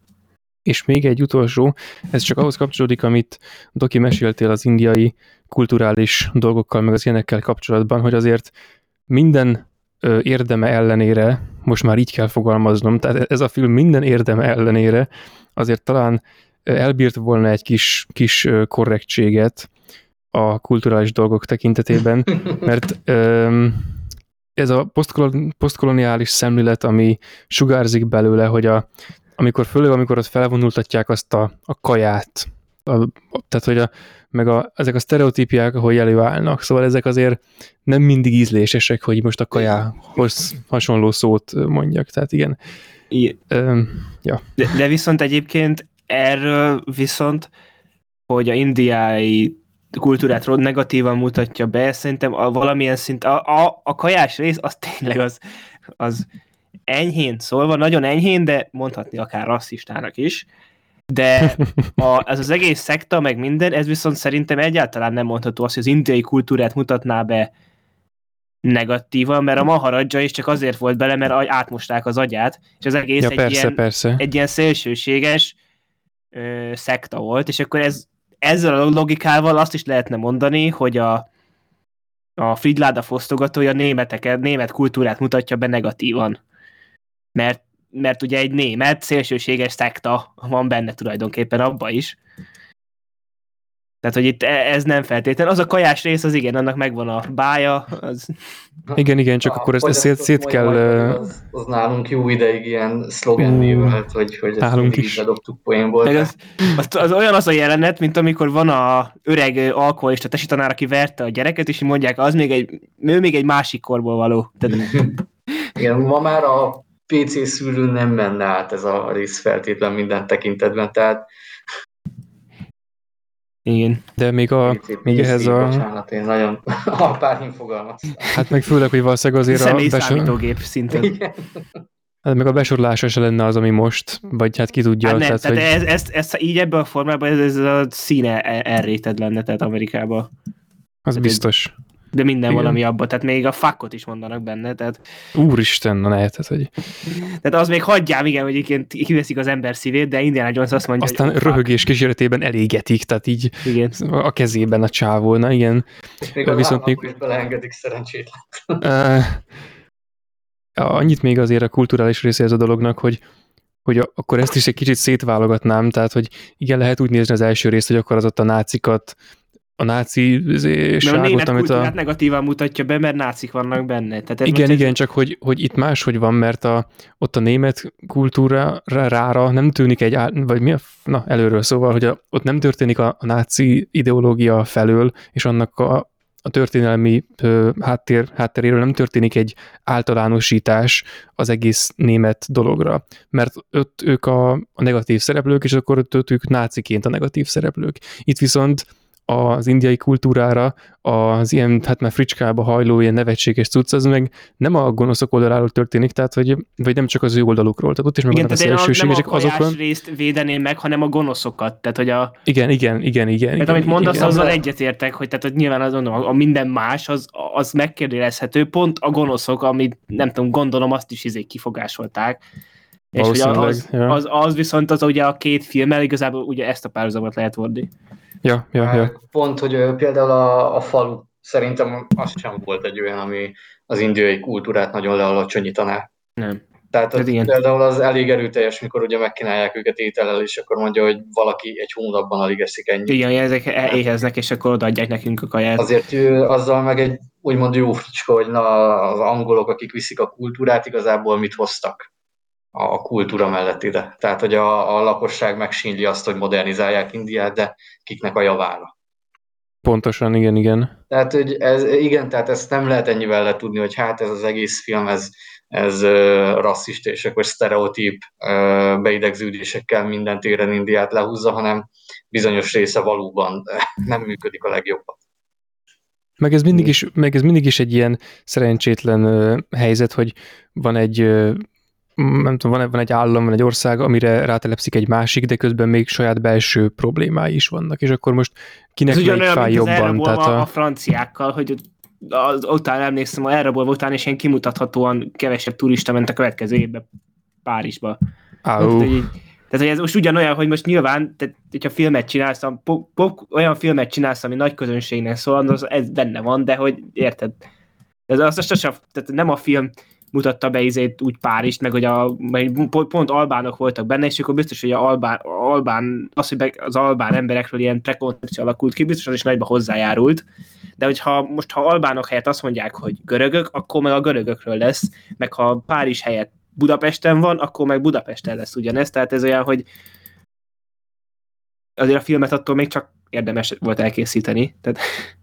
És még egy utolsó, ez csak ahhoz kapcsolódik, amit Doki meséltél az indiai kulturális dolgokkal, meg az ilyenekkel kapcsolatban, hogy azért minden ö, érdeme ellenére, most már így kell fogalmaznom, tehát ez a film minden érdeme ellenére azért talán elbírt volna egy kis, kis korrektséget a kulturális dolgok tekintetében, mert öm, ez a posztkoloniális szemlélet, ami sugárzik belőle, hogy a, amikor főleg, amikor ott felvonultatják azt a, a kaját, a, tehát hogy a, meg a, ezek a sztereotípiák, ahogy előállnak, szóval ezek azért nem mindig ízlésesek, hogy most a kajához hasonló szót mondjak, tehát igen. I- öm, ja. de, de viszont egyébként erről viszont, hogy a indiai kultúrát negatívan mutatja be, szerintem a valamilyen szint, a, a, a kajás rész, az tényleg az, az enyhén szólva, nagyon enyhén, de mondhatni akár rasszistának is, de a, ez az egész szekta, meg minden, ez viszont szerintem egyáltalán nem mondható azt, hogy az indiai kultúrát mutatná be negatívan, mert a Maharaja is csak azért volt bele, mert átmosták az agyát, és az egész ja, egy, persze, ilyen, persze. egy ilyen szélsőséges, ö, szekta volt, és akkor ez, ezzel a logikával azt is lehetne mondani, hogy a, a Fridláda fosztogatója németeket, német kultúrát mutatja be negatívan. Mert, mert ugye egy német szélsőséges szekta van benne tulajdonképpen abba is. Tehát, hogy itt ez nem feltétlenül. Az a kajás rész, az igen, annak megvan a bája. Az... Igen, igen, csak A akkor ezt, ezt szét, szét kell... Az, az nálunk jó ideig ilyen szlogenné Uh, volt, hogy, hogy ezt nálunk mindig is. bedobtuk poénból. Az, az, az olyan az a jelenet, mint amikor van a öreg alkoholista tesitanár, aki verte a gyereket, és mondják, az még egy, ő még egy másik korból való. Tehát... Igen, ma már a pé cé szűrőn nem menne át ez a rész feltétlen minden tekintetben, tehát igen. De még, a, pé cé, még pé cé, ehhez a... Bocsánat, én nagyon alpárhin fogalmaztam. Hát meg főleg, hogy valószínűleg azért a... Személy besor... számítógép szinten. Igen. Hát meg a besorlása se lenne az, ami most, vagy hát ki tudja. Hát nem, tehát, tehát hogy... ez, ez, ez, ez, így ebben a formában ez, ez a színe elréted lenne, tehát Amerikában. Az tehát biztos. De minden Igen. valami abban, tehát még a fuckot is mondanak benne, tehát... Úristen, na ne, tehát, hogy... Tehát az még hagyjám, igen, hogy egyébként kiveszik az ember szívét, de Indiana Jones azt mondja, Aztán hogy oh, röhögés kíséretében elégetik, tehát így igen. a kezében a csávóna, igen. És még az Viszont még... is beleengedik szerencsétlen. Uh, annyit még azért a kulturális része a dolognak, hogy, hogy a, akkor ezt is egy kicsit szétválogatnám, tehát, hogy igen, lehet úgy nézni az első részt, hogy akkor az ott a nácikat, a náci ságot, a német amit kultúrát a... negatívan mutatja be, mert nácik vannak benne. Tehát Igen, igen, egy... csak hogy, hogy itt máshogy van, mert a, ott a német kultúra rára nem tűnik egy, áll, vagy mi a, na előről szóval, hogy a, ott nem történik a, a náci ideológia felől, és annak a, a történelmi ö, háttér, hátteréről nem történik egy általánosítás az egész német dologra, mert ott ők a, a negatív szereplők, és akkor ott ők náciként a negatív szereplők. Itt viszont az indiai kultúrára az ilyen, hát már fricskába hajló, ilyen nevetséges cucc, az meg nem a gonoszok oldaláról történik, tehát, hogy, vagy nem csak az ő oldalukról. Tehát ott is megvan a szélsőség, nem és a azokon... kajás részt védeném meg, hanem a gonoszokat. Tehát, hogy a... Igen, igen, igen, igen. Tehát, igen, amit mondasz, igen. azzal egyetértek, hogy, tehát, hogy nyilván az, mondom, a minden más, az, az megkérdőjelezhető, pont a gonoszok, amit nem tudom, gondolom, azt is izé kifogásolták. És hogy az, ja. az, az viszont az ugye a két filmmel igazából ugye ezt a párhuzamot lehet vonni. Ja, ja, ja. Pont, hogy például a, a falu, szerintem az sem volt egy olyan, ami az indiai kultúrát nagyon lealacsonyítaná. Nem. Tehát az, például az elég erőteljes, mikor ugye megkínálják őket étellel, és akkor mondja, hogy valaki egy hónapban alig eszik ennyit. Igen, ezek éheznek, és akkor odaadják nekünk a kaját. Azért azzal meg egy úgymond jó fricska, hogy na, az angolok, akik viszik a kultúrát, igazából mit hoztak a kultúra mellett ide. Tehát, hogy a, a lakosság megsínli azt, hogy modernizálják Indiát, de kiknek a javára. Pontosan, igen, igen. Tehát, hogy ez, igen, tehát ezt nem lehet ennyivel letudni, hogy hát ez az egész film, ez, ez uh, rasszista, és akkor sztereotíp uh, beidegződésekkel minden téren Indiát lehúzza, hanem bizonyos része valóban nem működik a legjobban. Meg ez mindig is, meg ez mindig is egy ilyen szerencsétlen uh, helyzet, hogy van egy uh, nem tudom, van, van egy állam, van egy ország, amire rátelepszik egy másik, de közben még saját belső problémái is vannak, és akkor most kinek melyik fáj jobban. Tehát a... a franciákkal, hogy az, utána emlékszem, a elrabolva után, és ilyen kimutathatóan kevesebb turista ment a következő évben Párizsba. Tehát, hogy, tehát, hogy ez most ugyanolyan, hogy most nyilván, tehát, hogyha filmet csinálsz, pop, pop, olyan filmet csinálsz, ami nagy közönségnek szól, az ez benne van, de hogy érted? Ez az, az, az, az, tehát nem a film mutatta be izét úgy Párizst, meg hogy a, pont albánok voltak benne, és akkor biztos, hogy a albán, albán, az, hogy az albán emberekről ilyen prekoncepció alakult ki, biztos az is nagyba hozzájárult. De hogyha most, ha albánok helyett azt mondják, hogy görögök, akkor meg a görögökről lesz, meg ha Párizs helyett Budapesten van, akkor meg Budapesten lesz ugyanez. Tehát ez olyan, hogy azért a filmet attól még csak érdemes volt elkészíteni. Tehát...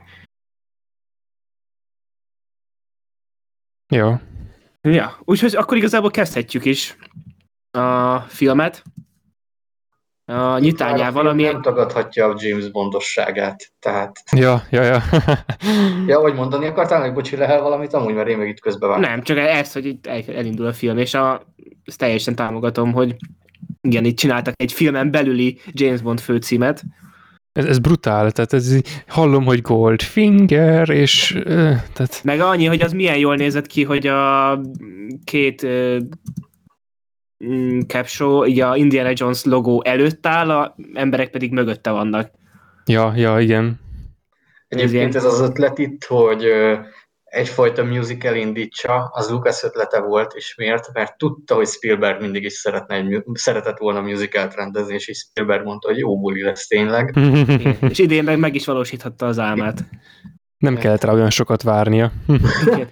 Jó. Ja, úgyhogy akkor igazából kezdhetjük is a filmet. A nyitányával, ami... Nem tagadhatja a James Bondosságát, tehát... Ja, ja, ja. Ja, hogy mondani akartál, hogy bocsi, lehet valamit amúgy, mert én meg itt közbevágtam. Nem, csak ez, hogy itt elindul a film, és a, ezt teljesen támogatom, hogy igen, itt csináltak egy filmen belüli James Bond főcímet. Ez, ez brutál, tehát ez, hallom, hogy Goldfinger, és... Uh, tehát... Meg annyi, hogy az milyen jól nézett ki, hogy a két uh, mm, capsule, így a Indiana Jones logó előtt áll, a emberek pedig mögötte vannak. Ja, ja, igen. Egyébként ez az ötlet itt, hogy egyfajta musical indítsa, az Lucas ötlete volt, és miért? Mert tudta, hogy Spielberg mindig is szeretne egy, szeretett volna musicalt rendezni, és is Spielberg mondta, hogy jó buli lesz tényleg. Igen. És idén meg, meg is valósíthatta az álmát. Nem igen. kellett rá olyan sokat várnia. Igen.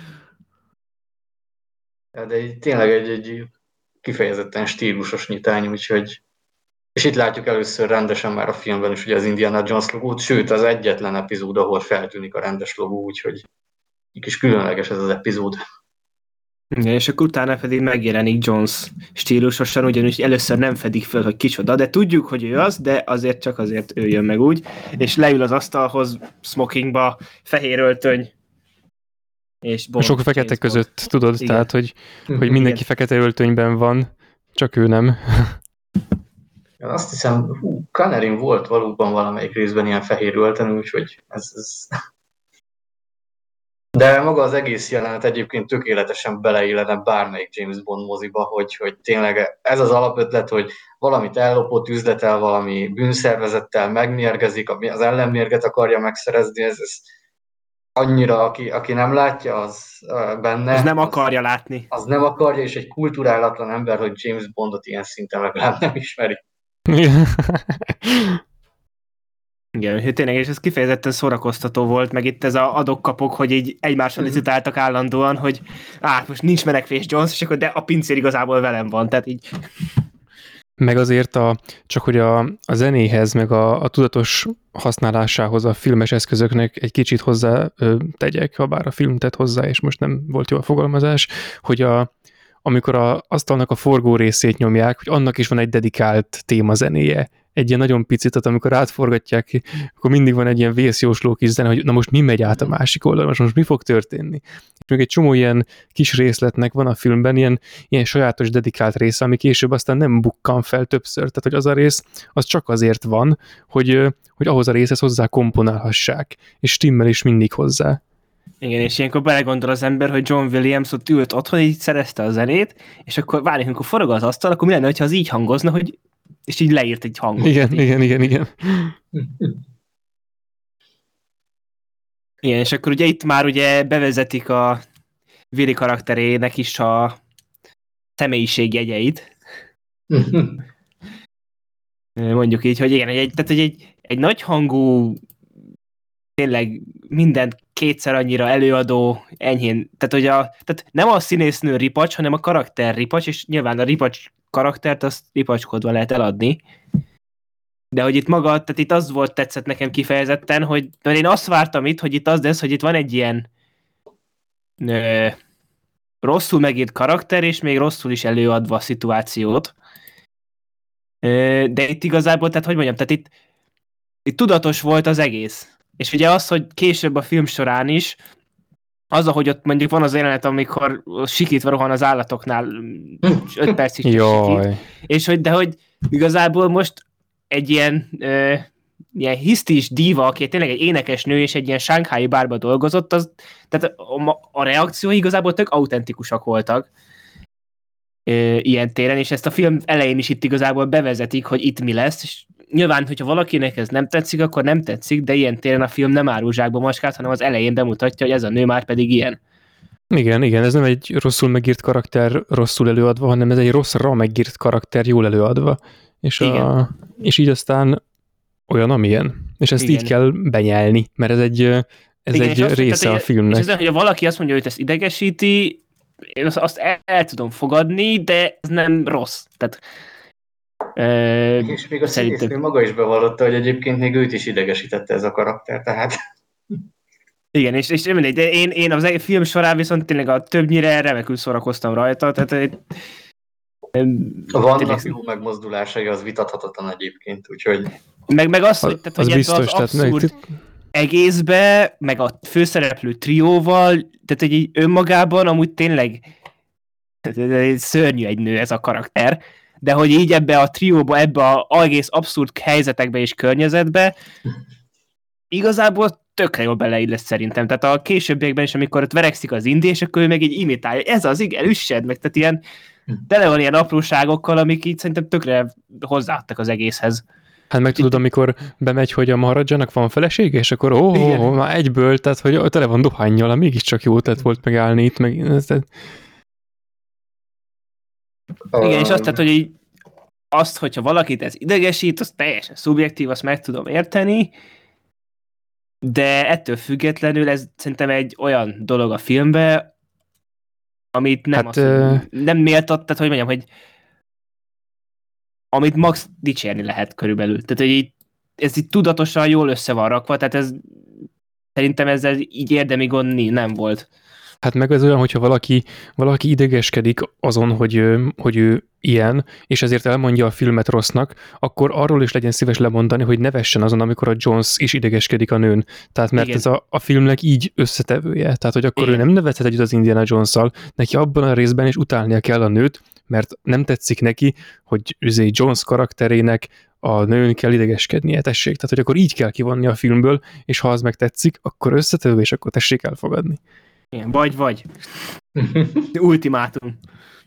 De egy, tényleg egy, egy kifejezetten stílusos nyitány, úgyhogy és itt látjuk először rendesen már a filmben is ugye az Indiana Jones logót, sőt az egyetlen epizód, ahol feltűnik a rendes logó, úgyhogy egy kis különleges ez az epizód. Igen, és akkor utána pedig megjelenik Jones stílusosan, ugyanúgy először nem fedik föl, hogy kicsoda, de tudjuk, hogy ő az, de azért csak azért ő jön meg úgy, és leül az asztalhoz, smokingba, fehér öltöny, és Bond, sok fekete között, Bond. Tudod, igen. Tehát, hogy, hogy mindenki igen. fekete öltönyben van, csak ő nem. Azt hiszem, hú, Connerin volt valóban valamelyik részben ilyen fehér öltöny, úgyhogy ez, ez... De maga az egész jelenet egyébként tökéletesen beleillene bármelyik James Bond moziba, hogy, hogy tényleg ez az alapötlet, hogy valamit ellopott, üzletel, valami bűnszervezettel megmérgezik, az ellenmérget akarja megszerezni, ez, ez annyira, aki, aki nem látja, az benne... Az nem akarja az, látni. Az nem akarja, és egy kulturálatlan ember, hogy James Bondot ilyen szinten legalább nem ismeri. Igen, tényleg, és ez kifejezetten szórakoztató volt, meg itt ez a adok-kapok, hogy így egymással licitáltak állandóan, hogy á, most nincs menekvés Jones, és akkor de a pincér igazából velem van, tehát így... Meg azért a, csak hogy a, a zenéhez, meg a, a tudatos használásához a filmes eszközöknek egy kicsit hozzá ö, tegyek, ha bár a film tett hozzá, és most nem volt jó a fogalmazás, hogy a, amikor a asztalnak a forgó részét nyomják, hogy annak is van egy dedikált témazenéje. Egy ilyen nagyon picit, tehát amikor átforgatják, akkor mindig van egy ilyen vészjósló kis zene, hogy na most mi megy át a másik oldalon, most, most mi fog történni. És még egy csomó ilyen kis részletnek van a filmben, ilyen, ilyen sajátos dedikált része, ami később aztán nem bukkan fel többször. Tehát, hogy az a rész, az csak azért van, hogy, hogy ahhoz a részhez hozzá komponálhassák, és stimmel is mindig hozzá. Igen, és ilyenkor belegondol az ember, hogy John Williams ott ült otthon, így szerezte a zenét, és akkor várjuk, amikor forog az asztal, akkor mi lenne, hogyha az így hangozna, hogy és így leírt egy hangot. Igen, igen, igen, igen. Igen, és akkor ugye itt már ugye bevezetik a Willy karakterének is a személyiségjegyeit. Mondjuk így, hogy igen, egy, tehát egy, egy, egy nagyhangú, tényleg mindent kétszer annyira előadó, enyhén, tehát, hogy a, tehát nem a színésznő ripacs, hanem a karakter ripacs, és nyilván a ripacs karaktert azt ripacskodva lehet eladni. De hogy itt maga, tehát itt az volt tetszett nekem kifejezetten, hogy mert én azt vártam itt, hogy itt az lesz, hogy itt van egy ilyen ö, rosszul megírt karakter, és még rosszul is előadva a szituációt. Ö, de itt igazából, tehát hogy mondjam, tehát itt, itt tudatos volt az egész. És ugye az, hogy később a film során is, az, ahogy ott mondjuk van az jelenet, amikor sikítva rohan az állatoknál öt percig sikít. És hogy, de hogy igazából most egy ilyen, ö, ilyen hisztis díva, aki tényleg egy énekesnő és egy ilyen sánghái bárba dolgozott, az, tehát a, a reakciói igazából tök autentikusak voltak ö, ilyen téren, és ezt a film elején is itt igazából bevezetik, hogy itt mi lesz, és nyilván, hogyha valakinek ez nem tetszik, akkor nem tetszik, de ilyen téren a film nem árul zsákba macskát, hanem az elején bemutatja, hogy ez a nő már pedig ilyen. Igen, igen, ez nem egy rosszul megírt karakter rosszul előadva, hanem ez egy rosszra megírt karakter jól előadva. És, a, és így aztán olyan, amilyen. És ezt igen. Így kell benyelni, mert ez egy, ez igen, egy része azt, tehát, a filmnek. És ez, hogyha valaki azt mondja, hogy ezt idegesíti, én azt el, el tudom fogadni, de ez nem rossz. Tehát Uh, és még a színésznő maga is bevallotta, hogy egyébként még őt is idegesítette ez a karakter, tehát... Igen, és, és mindegy, de én, én az film során viszont tényleg a többnyire remekül szórakoztam rajta, tehát... Vannak tényleg... jó megmozdulásai, az vitathatatlan egyébként, úgyhogy... Meg, meg az, hogy, tehát, az, hogy biztos, az abszurd tehát... egészbe, meg a főszereplő trióval, tehát egy önmagában amúgy tényleg szörnyű egy nő ez a karakter, de hogy így ebbe a trióba, ebbe az egész abszurd helyzetekbe és környezetbe igazából tökre jól beleillesz szerintem. Tehát a későbbiekben is, amikor ott verekszik az indi, és akkor ő meg így imitálja. Ez az, igen, üssed meg. Tehát ilyen, tele van ilyen apróságokkal, amik így szerintem tökre hozzáadtak az egészhez. Hát meg tudod, amikor bemegy, hogy a Maharajának van felesége, és akkor ó, oh, oh, már egyből, tehát hogy tele van dohánnyal, mégiscsak jó tett volt megállni itt, meg... Tehát... Igen, és azt tehát, hogy így azt, hogyha valakit ez idegesít, az teljesen szubjektív, azt meg tudom érteni, de ettől függetlenül ez szerintem egy olyan dolog a filmben, amit nem, hát, azt, uh... nem méltat, tehát hogy mondjam, hogy amit max dicsérni lehet körülbelül. Tehát, hogy így, ez így tudatosan jól össze van rakva, tehát ez szerintem ezzel így érdemi gond nem volt. Hát meg az olyan, hogyha valaki, valaki idegeskedik azon, hogy, hogy ő ilyen, és ezért elmondja a filmet rossznak, akkor arról is legyen szíves lemondani, hogy ne vessen azon, amikor a Jones is idegeskedik a nőn. Tehát mert igen. ez a, a filmnek így összetevője. Tehát, hogy akkor igen. ő nem nevethet együtt az Indiana Jones-szal, neki abban a részben is utálnia kell a nőt, mert nem tetszik neki, hogy üzé Jones karakterének a nőn kell idegeskednie, tessék. Tehát, hogy akkor így kell kivonni a filmből, és ha az meg tetszik, akkor összetevő, és akkor tessék elfogadni. Igen, vagy, vagy. Ultimátum.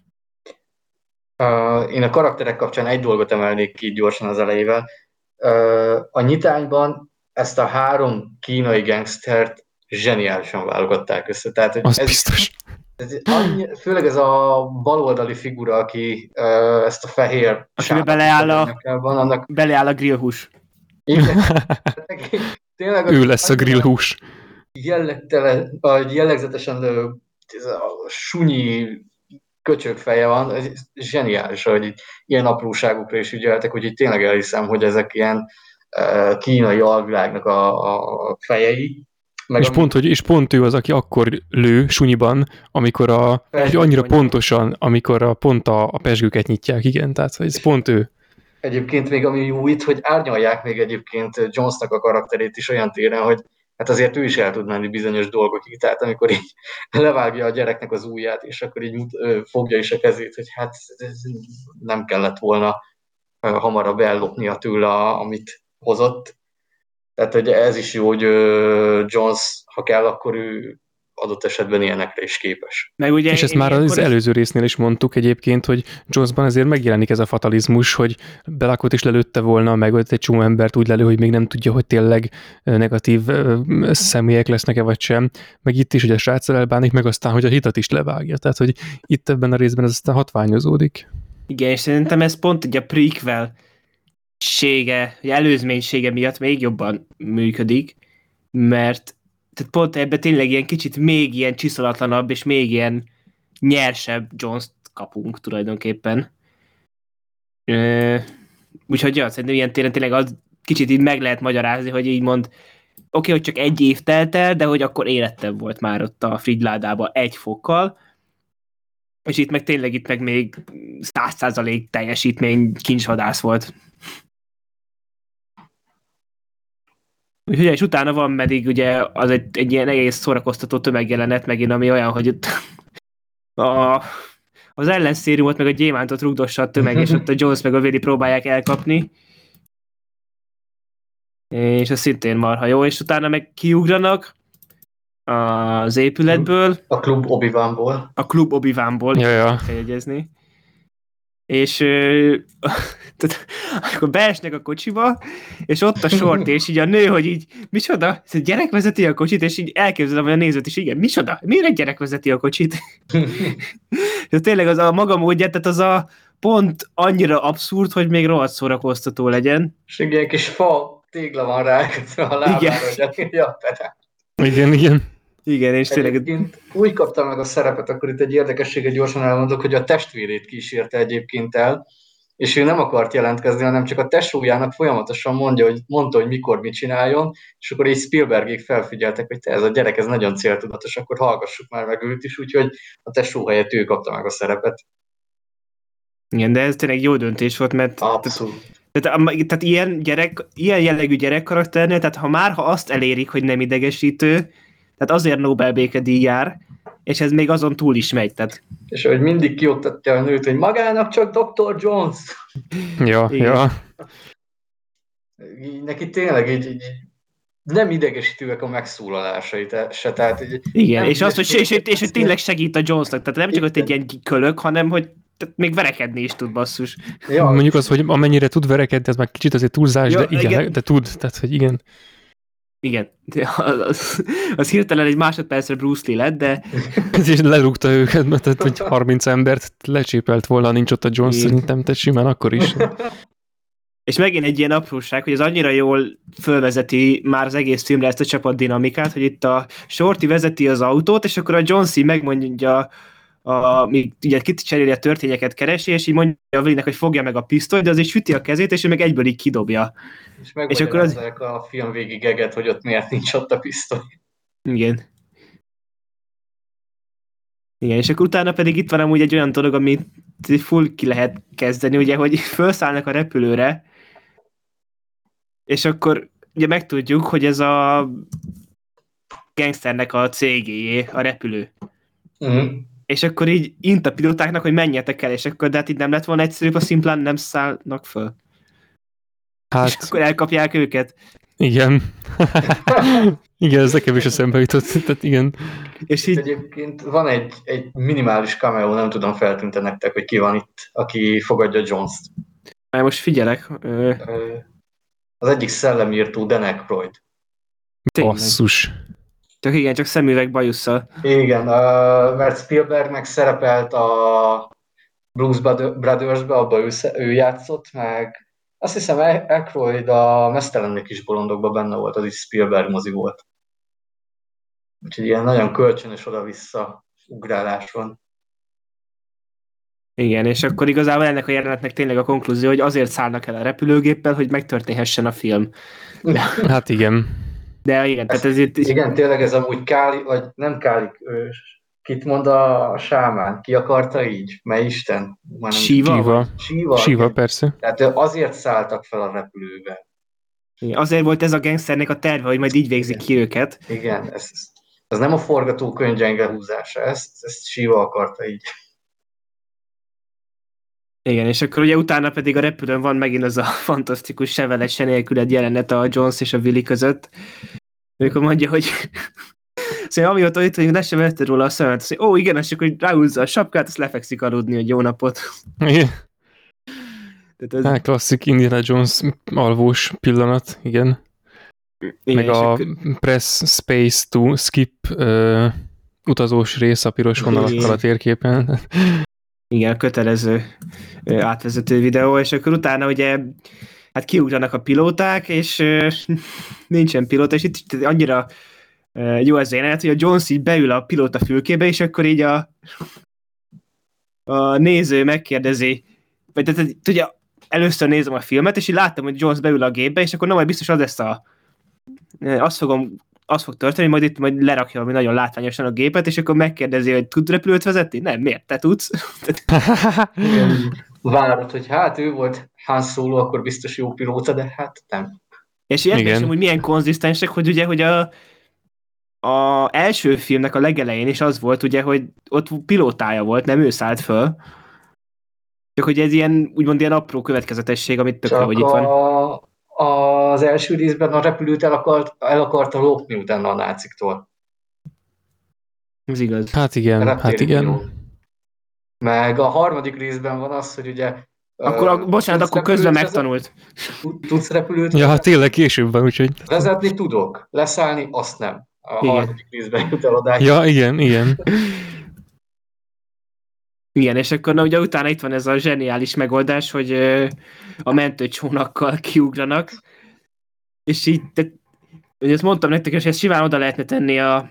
Uh, én a karakterek kapcsán egy dolgot emelnék ki gyorsan az elejével. Uh, a nyitányban ezt a három kínai gangstert zseniálisan válogatták össze. Tehát, hogy az ez, biztos. Ez annyi, főleg ez a baloldali figura, aki uh, ezt a fehér sávot beleáll a, van, annak... beleáll a grillhús. Igen. Tényleg ő lesz a grillhús. Jellegtelen, vagy jellegzetesen ez a sunyi köcsögfeje van, ez zseniális, hogy itt ilyen apróságokra is ügyeltek, hogy itt tényleg elhiszem, hogy ezek ilyen uh, kínai alvilágnak a, a fejei. Meg és, ami... pont, hogy, és pont ő az, aki akkor lő sunyiban, amikor a, annyira mondjam. pontosan, amikor a, pont a, a pezsgőket nyitják, igen, tehát hogy ez pont ő. Egyébként még ami jó itt, hogy árnyalják még egyébként Jonesnak a karakterét is olyan téren, hogy hát azért ő is el tud menni bizonyos dolgokig, tehát amikor így levágja a gyereknek az ujját, és akkor így fogja is a kezét, hogy hát ez nem kellett volna hamarabb ellopnia tőle, amit hozott. Tehát, hogy ez is jó, hogy Jones, ha kell, akkor ő adott esetben ilyenekre is képes. Meg ugye és ezt már az előző résznél is mondtuk egyébként, hogy Jonesban azért megjelenik ez a fatalizmus, hogy Belakot is lelőtte volna, meg ott egy csomó embert úgy lelő, hogy még nem tudja, hogy tényleg negatív személyek lesznek-e vagy sem. Meg itt is, hogy a sráccal elbánik, meg aztán, hogy a hitat is levágja. Tehát, hogy itt ebben a részben ez aztán hatványozódik. Igen, és szerintem ez pont egy a prequel sége, vagy előzménysége miatt még jobban működik, mert tehát pont ebben tényleg ilyen kicsit még ilyen csiszolatlanabb, és még ilyen nyersebb Jones-t kapunk tulajdonképpen. Ö, úgyhogy ja, szerintem ilyen téren tényleg az kicsit így meg lehet magyarázni, hogy így mond, oké, okay, hogy csak egy év telt el, de hogy akkor érettebb volt már ott a frigyládában egy fokkal, és itt meg tényleg itt meg még száz százalék teljesítmény kincsvadász volt. Úgyhogy és utána van pedig ugye az egy, egy ilyen egész szórakoztató tömegjelenet megint, ami olyan, hogy ott a, az ellenszériumot meg a gyémántot rugdossa a tömeg, és ott a Jones meg a Willy próbálják elkapni. És ez szintén marha jó, és utána meg kiugranak az épületből. A klub Obi-Wanból. A klub Obi-Wanból, ja, ja. kell jegyezni. És euh, tehát, akkor beesnek a kocsiba, és ott a sort, és így a nő, hogy így, micsoda? Ez egy gyerek vezeti a kocsit, és így elképzelem, hogy a nézőt is, igen, micsoda? Miért egy gyerek vezeti a kocsit? És tényleg az a maga módja, tehát az a pont annyira abszurd, hogy még rohadt szórakoztató legyen. És egy ilyen kis fa tégla van rá, a lábára, hogy ja, igen, igen. Igen, és tényleg... Úgy kaptam meg a szerepet, akkor itt egy érdekességet gyorsan elmondok, hogy a testvérét kísérte egyébként el, és ő nem akart jelentkezni, hanem csak a tesójának folyamatosan mondja, hogy, mondta, hogy mikor mit csináljon, és akkor így Spielbergék felfigyeltek, hogy te, ez a gyerek, ez nagyon céltudatos, akkor hallgassuk már meg őt is, úgyhogy a tesó helyett ő kapta meg a szerepet. Igen, de ez tényleg jó döntés volt, mert... Abszolút. Tehát, tehát ilyen, gyerek, ilyen jellegű gyerekkarakternél, tehát ha már ha azt elérik, hogy nem idegesítő, tehát azért Nobel békedíj jár, és ez még azon túl is megy. Tehát... És hogy mindig kioktatja a nőt, hogy magának csak doktor Jones. Ja, igen. ja. Neki tényleg így, így nem idegesítőek a megszólalásai se, tehát egy, Igen, nem és azt, hogy, és, és, hogy tényleg segít a Jonesnak, tehát nem csak ott egy ilyen kölök, hanem hogy még verekedni is tud, basszus. Ja, mondjuk az, hogy amennyire tud verekedni, ez már kicsit azért túlzás, ja, de igen, igen, de tud, tehát hogy igen. Igen, az, az hirtelen egy másodpercre Bruce Lee lett, de... És lerúgta őket, mert tehát, hogy harminc embert lecsépelt volna, nincs ott a Jones, Igen. szerintem, te simán akkor is. És megint egy ilyen apróság, hogy az annyira jól fölvezeti már az egész filmre ezt a csapat dinamikát, hogy itt a Shorty vezeti az autót, és akkor a John C. megmondja, a, még ugye kicseréli a történyeket keresi, és így mondja a Willinek, hogy fogja meg a pisztolyt, de azért süti a kezét, és ő meg egyből így kidobja. És megmagyarázzák az... a film végig eget, hogy ott miért nincs ott a pisztoly. Igen. Igen, és akkor utána pedig itt van amúgy egy olyan dolog, amit full ki lehet kezdeni, ugye, hogy felszállnak a repülőre, és akkor ugye megtudjuk, hogy ez a gangsternek a cégéjé, a repülő. Uh-huh. És akkor így int a pilótáknak, hogy menjetek el, és akkor de hát így nem lett volna egyszerűbb, a szimplán nem szállnak föl. Hát... És akkor elkapják őket. Igen. Igen, ez nekem is eszembe jutott. Tehát igen. És így... Egyébként van egy, egy minimális cameo, nem tudom, feltűnte nektek, hogy ki van itt, aki fogadja Jones-t. Már most figyelek. Ö... Az egyik szellemírtó, Dan Aykroyd. Basszus. Csak igen, csak szemüveg bajusszal. Igen, uh, mert Spielberg meg szerepelt a Blues Brothers-be, abban ő, ő játszott, meg azt hiszem Aykroyd a Mesztelennek kis bolondokban benne volt, az is Spielberg mozi volt. Úgyhogy ilyen nagyon kölcsönös oda-vissza ugrálás van. Igen, és akkor igazából ennek a jelenetnek tényleg a konklúzió, hogy azért szállnak el a repülőgéppel, hogy megtörténhessen a film. De... Hát igen. De igen, ez, tehát ez itt... Igen, tényleg ez amúgy Káli, vagy nem Káli, kit mond a sámán? Ki akarta így? Mely Isten? Siva. Siva. Siva, persze. Tehát azért szálltak fel a repülőbe. Igen, azért volt ez a gangsternek a terve, hogy majd így végzik ki őket. Igen, ez, ez nem a forgatókönyv gyenge húzása, ezt, ezt Siva akarta így. Igen, és akkor ugye utána pedig a repülőn van megint az a fantasztikus sevele se nélküled jelenet a Jones és a Willy között. Amikor mondja, hogy szóval amióta itt vagyunk, ne sem vetted róla a szemet, azt mondja, ó igen, és akkor ráhúzza a sapkát, azt lefekszik aludni, hogy jó napot. Igen. Ez... Hát klasszik Indiana Jones alvós pillanat, igen. Igen, meg a akkor... press space to skip uh, utazós rész a piros vonalakkal a térképen. Igen, a kötelező uh, átvezető videó, és akkor utána ugye hát kiugranak a pilóták, és uh, nincsen pilóta, és itt annyira uh, jó ez jelenet, hogy a Jones így beül a pilóta fülkébe, és akkor így a, a néző megkérdezi, vagy tehát ugye először nézem a filmet, és így láttam, hogy Jones beül a gépbe, és akkor nem, majd biztos az lesz a azt fogom, az fog történni, majd itt majd lerakja valami nagyon látványosan a gépet, és akkor megkérdezi, hogy tud repülőt vezetni? Nem, miért? Te tudsz? Várod, hogy hát ő volt Han Solo, akkor biztos jó pilóta, de hát nem. És ilyen hogy milyen konzisztensek, hogy ugye, hogy a, a első filmnek a legelején is az volt, ugye, hogy ott pilótája volt, nem ő szállt föl. Csak hogy ez ilyen, úgymond ilyen apró következetesség, amit tökre, hogy itt van. A... Az első részben a repülőt el, akart, el akarta lopni utána a náciktól. Ez igaz. Hát igen, hát igen. Jó. Meg a harmadik részben van az, hogy ugye... Akkor, uh, bocsánat, akkor közben megtanult. Tudsz repülőt? Ja, hát tényleg később van, úgyhogy... Vezetni tudok, leszállni azt nem. A igen. harmadik részben jut el odáig. Ja, igen, igen. Igen, és akkor na, ugye utána itt van ez a zseniális megoldás, hogy ö, a mentőcsónakkal kiugranak, és így, te, ugye ezt mondtam nektek, és ezt simán oda lehetne tenni a,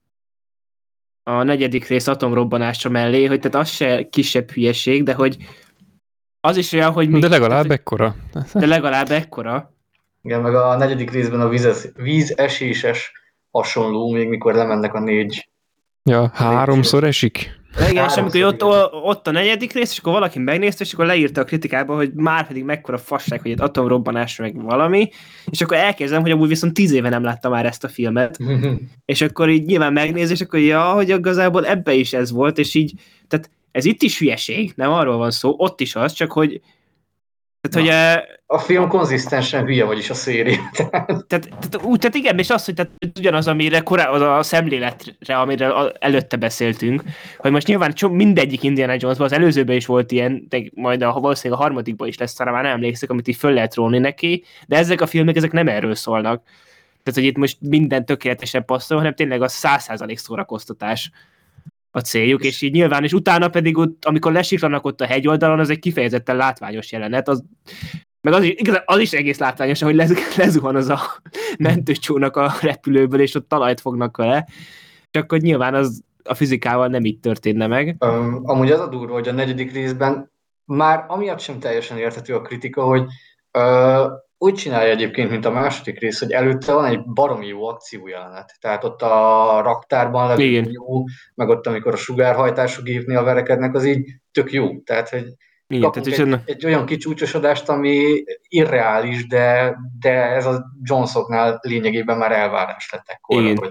a negyedik rész atomrobbanása mellé, hogy tehát az se kisebb hülyeség, de hogy az is olyan, hogy... Mi, de legalább tehát, ekkora. De legalább ekkora. Igen, meg a negyedik részben a vízes, vízeséses hasonló, még mikor lemennek a négy... Ja, háromszor esik. Igen, és amikor ott, ott a negyedik rész, és akkor valaki megnézte, és akkor leírta a kritikába, hogy már pedig mekkora fasság, hogy egy atomrobbanás meg valami, és akkor elkezdem, hogy amúgy viszont tíz éve nem láttam már ezt a filmet. És akkor így nyilván megnéz, és akkor ja, hogy igazából ebbe is ez volt, és így, tehát ez itt is hülyeség, nem arról van szó, ott is az, csak hogy Tehát, hogy... A film konzisztensen hülye, vagyis a széria. Tehát, tehát, úgy, tehát igen, és az, hogy tehát ugyanaz, amire korábban, az a szemléletre, amire előtte beszéltünk, hogy most nyilván mindegyik Indiana Jonesban, az előzőben is volt ilyen, de majd a, valószínűleg a harmadikban is lesz, arra már nem emlékszek, amit így föl lehet rólni neki, de ezek a filmek, ezek nem erről szólnak. Tehát, hogy itt most minden tökéletesen passzol, hanem tényleg a száz százalék szórakoztatás a céljuk, és így nyilván, és utána pedig ott, amikor lesiklanak ott a hegyoldalon, az egy kifejezetten látványos jelenet, az meg az is, igaz, az is egész látványos, hogy lez, lezuhan az a mentőcsónak a repülőből, és ott talajt fognak vele. Csak hogy nyilván az a fizikával nem így történne meg. Um, amúgy az a durva, hogy a negyedik részben már amiatt sem teljesen érthető a kritika, hogy uh, úgy csinálja egyébként, mint a második rész, hogy előtte van egy baromi jó akciójelenet. Tehát ott a raktárban levő jó, meg ott, amikor a sugárhajtású gépnél verekednek, az így tök jó. Tehát, hogy igen, kapunk tehát egy, egy olyan kicsúcsosodást, ami irreális, de, de ez a Jonesoknál lényegében már elvárás lett ekkorra. Hogy...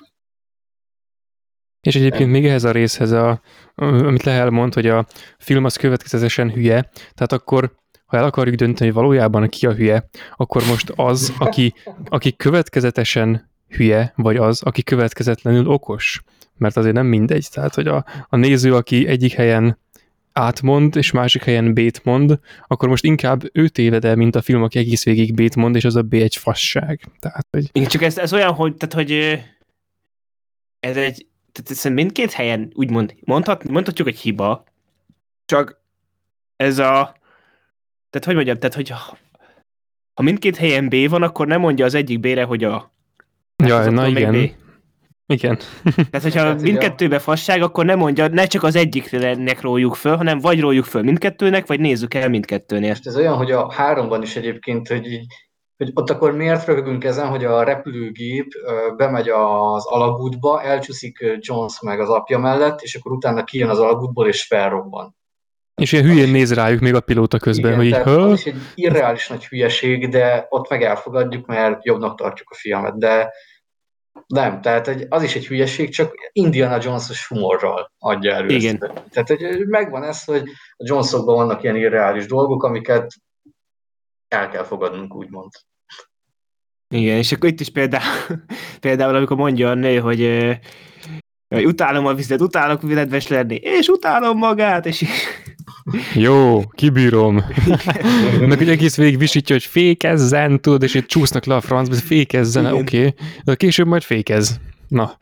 És egyébként még ehhez a részhez, a, amit Lehel mond, hogy a film az következetesen hülye, tehát akkor, ha el akarjuk dönteni, hogy valójában ki a hülye, akkor most az, aki, aki következetesen hülye, vagy az, aki következetlenül okos. Mert azért nem mindegy. Tehát, hogy a, a néző, aki egyik helyen átmond, és másik helyen B-t mond, akkor most inkább ő téved el, mint a film, aki egész végig B-t mond, és az a B egy fasság. Tehát, hogy... Igen, csak ez, ez olyan, hogy, tehát, hogy ez egy, tehát ez mindkét helyen úgymond mondhat, mondhatjuk, hogy hiba, csak ez a, tehát hogy mondjam, tehát hogy ha mindkét helyen B van, akkor nem mondja az egyik B-re, hogy a ja, na igen. B. Igen. Tehát, hogyha hát, mindkettőben fasság, akkor nem mondja, ne csak az egyiknek róljuk föl, hanem vagy róljuk föl mindkettőnek, vagy nézzük el mindkettőnél. Most ez olyan, hogy a háromban is egyébként, hogy, így, hogy ott akkor miért röhögünk ezen, hogy a repülőgép bemegy az alagútba, elcsúszik Jones meg az apja mellett, és akkor utána kijön az alagútból, és felrobban. És ilyen hülyén néz rájuk még a pilóta közben, igen, hogy így... Az is egy irreális nagy hülyeség, de ott meg elfogadjuk, mert jobbnak tartjuk a filmet, de nem, tehát egy, az is egy hülyeség, csak Indiana Jones-os humorral adja elő. Igen. Ezt. Tehát hogy megvan ez, hogy a Jonesokban vannak ilyen irreális dolgok, amiket el kell fogadnunk, úgymond. Igen, és akkor itt is például, például amikor mondja a nő, hogy, hogy utálom a vizet, utálok nedves lenni, és utálom magát, és jó, kibírom. Meg hogy egész végig visítja, hogy fékezzen, tudod, és itt csúsznak le a francba, fékezzen, oké, okay. De később majd fékez. Na.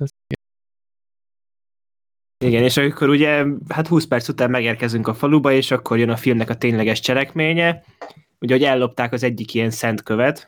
Igen, és akkor ugye, hát húsz perc után megérkezünk a faluba, és akkor jön a filmnek a tényleges cselekménye, ugye, hogy ellopták az egyik ilyen szent követ.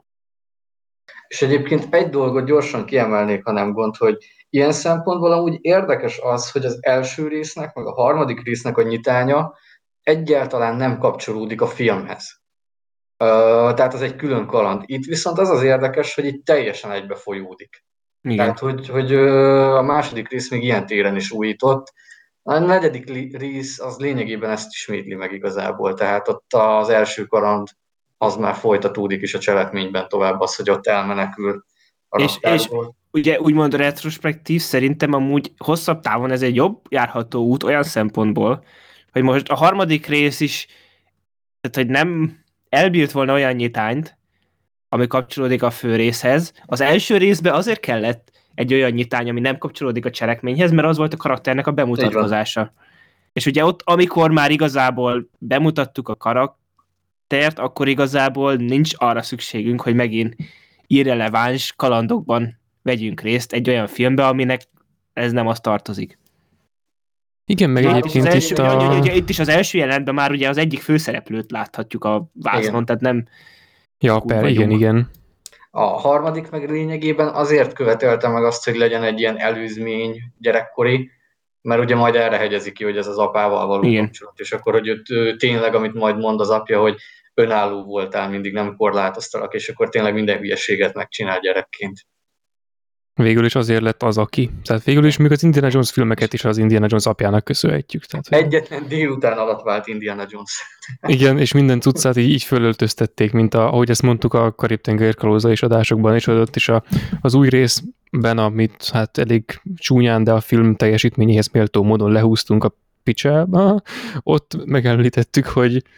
És egyébként egy dolgot gyorsan kiemelnék, ha nem gond, hogy ilyen szempontból amúgy érdekes az, hogy az első résznek, meg a harmadik résznek a nyitánya egyáltalán nem kapcsolódik a filmhez. Uh, tehát az egy külön kaland. Itt viszont az az érdekes, hogy itt teljesen egybefolyódik. Igen. Tehát, hogy, hogy a második rész még ilyen téren is újított. A negyedik rész az lényegében ezt ismétli meg igazából. Tehát ott az első kaland az már folytatódik is a cselekményben tovább az, hogy ott elmenekül a és, és ugye úgymond retrospektív szerintem amúgy hosszabb távon ez egy jobb járható út olyan szempontból, hogy most a harmadik rész is, tehát hogy nem elbírt volna olyan nyitányt, ami kapcsolódik a fő részhez. Az első részben azért kellett egy olyan nyitány, ami nem kapcsolódik a cselekményhez, mert az volt a karakternek a bemutatkozása. És ugye ott, amikor már igazából bemutattuk a karaktert, akkor igazából nincs arra szükségünk, hogy megint irreleváns kalandokban vegyünk részt egy olyan filmbe, aminek ez nem az tartozik. Igen, meg egyébként első, itt a... Ugye, ugye, itt is az első jelentben már ugye az egyik főszereplőt láthatjuk a vásznon, tehát nem... Ja, per, igen, igen. A harmadik meg lényegében azért követelte meg azt, hogy legyen egy ilyen előzmény gyerekkori, mert ugye majd erre hegyezik ki, hogy ez az apával való igen. kapcsolat, és akkor, hogy őt, ő, tényleg, amit majd mond az apja, hogy önálló voltál, mindig nem korlátoztalak, és akkor tényleg minden hülyeséget megcsinál gyerekként. Végül is azért lett az, aki. Tehát végül is még az Indiana Jones filmeket is az Indiana Jones apjának köszönhetjük. Tehát, hogy... Egyetlen délután alatt vált Indiana Jones. Igen, és minden cuccát így, így fölöltöztették, mint a, ahogy ezt mondtuk a Karib-tenger kalózai adásokban, és ott is a, az új részben, amit hát elég csúnyán, de a film teljesítményéhez méltó módon lehúztunk a picsába, ott megemlítettük, hogy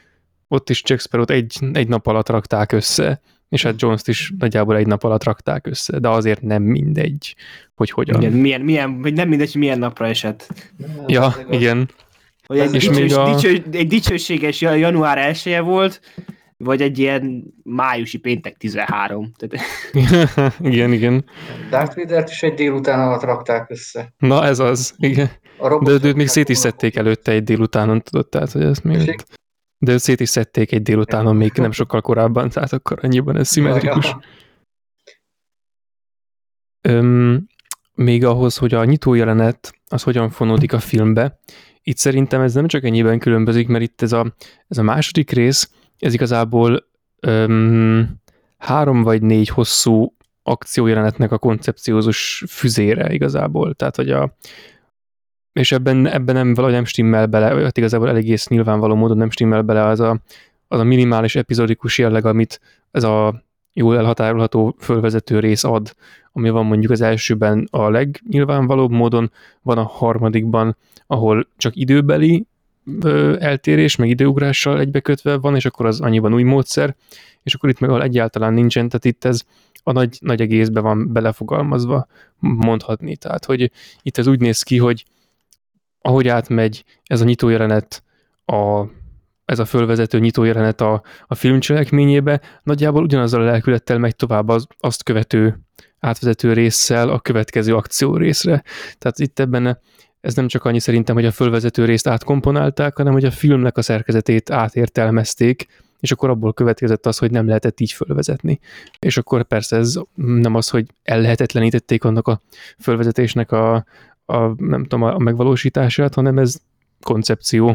ott is Jack Sparrowt egy, egy nap alatt rakták össze, és hát Jones-t is nagyjából egy nap alatt rakták össze, de azért nem mindegy, hogy hogyan. Igen, milyen, milyen, vagy nem mindegy, hogy milyen napra esett. Ja, igen. Vagy egy, És dicsős, még a- dicső, egy dicsőséges ja- január elseje volt, vagy egy ilyen májusi péntek tizenhárom. Tehát, igen, igen. Darth Vader-t is egy délután alatt rakták össze. Na ez az, igen. A robot- De őt még szét is szedték előtte egy délutánon, tudod, tehát, hogy ez még... Tessék? De őt szét is szedték egy délutánon, még nem sokkal korábban, tehát akkor annyiban ez szimmetrikus. Ja, Öm, még ahhoz, hogy a nyitójelenet az hogyan fonódik a filmbe, itt szerintem ez nem csak ennyiben különbözik, mert itt ez a, ez a második rész, ez igazából öm, három vagy négy hosszú akciójelenetnek a koncepciózus füzére igazából. Tehát, hogy a és ebben, ebben nem valahogy nem stimmel bele, hát igazából eléggé nyilvánvaló módon nem stimmel bele az a, az a minimális epizódikus jelleg, amit ez a jól elhatárolható fölvezető rész ad, ami van mondjuk az elsőben a legnyilvánvalóbb módon, van a harmadikban, ahol csak időbeli ö, eltérés, meg időugrással egybekötve van, és akkor az annyiban új módszer, és akkor itt meg ahol egyáltalán nincsen, tehát itt ez a nagy, nagy egészbe van belefogalmazva mondhatni. Tehát, hogy itt ez úgy néz ki, hogy ahogy átmegy ez a nyitójelenet, a, ez a fölvezető nyitójelenet a, a film cselekményébe, nagyjából ugyanazzal a lelkülettel megy tovább az, azt követő átvezető résszel a következő akció részre. Tehát itt ebben ez nem csak annyi szerintem, hogy a fölvezető részt átkomponálták, hanem hogy a filmnek a szerkezetét átértelmezték, és akkor abból következett az, hogy nem lehetett így fölvezetni. És akkor persze ez nem az, hogy ellehetetlenítették annak a fölvezetésnek a, a nem tudom, a megvalósítását, hanem ez koncepció.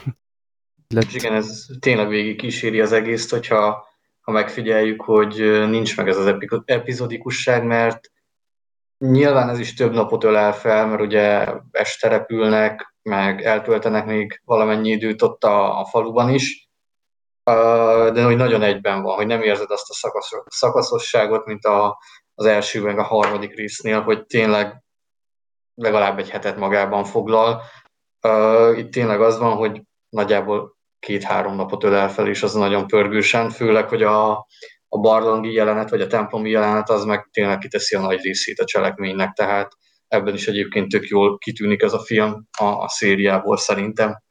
és igen, ez tényleg végig kíséri az egészt, hogyha ha megfigyeljük, hogy nincs meg ez az epi- epizodikusság, mert nyilván ez is több napot ölel fel, mert ugye este repülnek, meg eltöltenek még valamennyi időt ott a, a faluban is, de hogy nagyon egyben van, hogy nem érzed azt a szakaszos, szakaszosságot, mint a, az első, meg a harmadik résznél, hogy tényleg legalább egy hetet magában foglal. Itt tényleg az van, hogy nagyjából két-három napot ölel fel, és az nagyon pörgősen, főleg, hogy a, a barlangi jelenet, vagy a templomi jelenet, az meg tényleg kiteszi a nagy részét a cselekménynek, tehát ebben is egyébként tök jól kitűnik ez a film a, a szériából szerintem.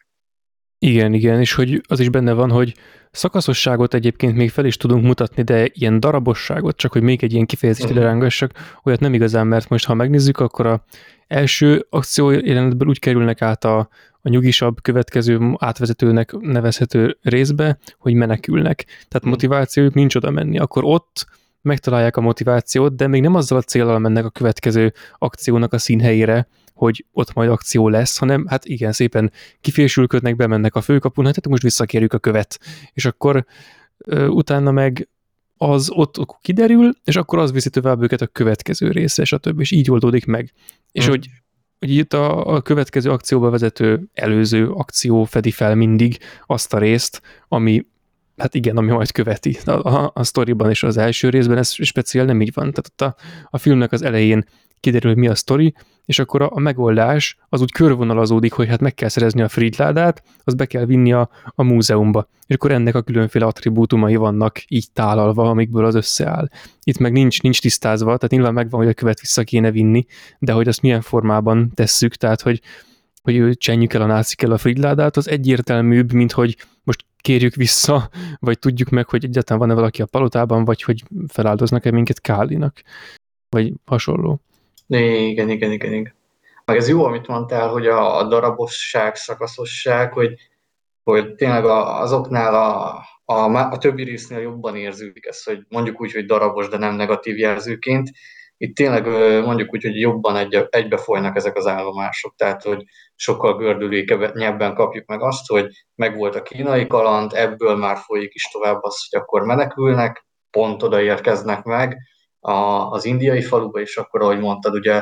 Igen, igen, és hogy az is benne van, hogy szakaszosságot egyébként még fel is tudunk mutatni, de ilyen darabosságot, csak hogy még egy ilyen kifejezést Mhm. ide rángassak, olyat nem igazán, mert most ha megnézzük, akkor a első akció jelenetből úgy kerülnek át a, a nyugisabb következő átvezetőnek nevezhető részbe, hogy menekülnek. Tehát Mhm. motivációjuk nincs oda menni. Akkor ott megtalálják a motivációt, de még nem azzal a céllal mennek a következő akciónak a színhelyére, hogy ott majd akció lesz, hanem hát igen, szépen kifésülködnek, bemennek a főkapun, hát most visszakérjük a követ. És akkor ö, utána meg az ott kiderül, és akkor az viszi tovább őket a következő részre, stb. És így oldódik meg. És Mhm. hogy, hogy itt a, a következő akcióba vezető előző akció fedi fel mindig azt a részt, ami hát igen, ami majd követi. A, a, a sztoriban és az első részben ez speciál nem így van. Tehát ott a, a filmnek az elején kiderül, hogy mi a sztori, és akkor a, a megoldás az úgy körvonalazódik, hogy hát meg kell szerezni a Fridládát, az be kell vinni a, a múzeumba. És akkor ennek a különféle attribútumai vannak így tálalva, amikből az összeáll. Itt meg nincs, nincs tisztázva, tehát nyilván megvan, hogy a követ vissza kéne vinni, de hogy azt milyen formában tesszük, tehát hogy hogy csenjük el a nácik el a Fridládát, az egyértelműbb, mint hogy most kérjük vissza, vagy tudjuk meg, hogy egyáltalán van-e valaki a palotában, vagy hogy feláldoznak-e minket Kálinak, vagy hasonló. Igen, igen, igen, igen. Meg ez jó, amit mondtál, hogy a, a darabosság, szakaszosság, hogy, hogy tényleg a, azoknál a, a, a többi résznél jobban érződik ez, hogy mondjuk úgy, hogy darabos, de nem negatív jelzőként. Itt tényleg mondjuk úgy, hogy jobban egy, egybefolynak ezek az állomások, tehát hogy sokkal gördülékenyebben kapjuk meg azt, hogy megvolt a kínai kaland, ebből már folyik is tovább az, hogy akkor menekülnek, pont oda érkeznek meg a, az indiai faluba, és akkor, ahogy mondtad, ugye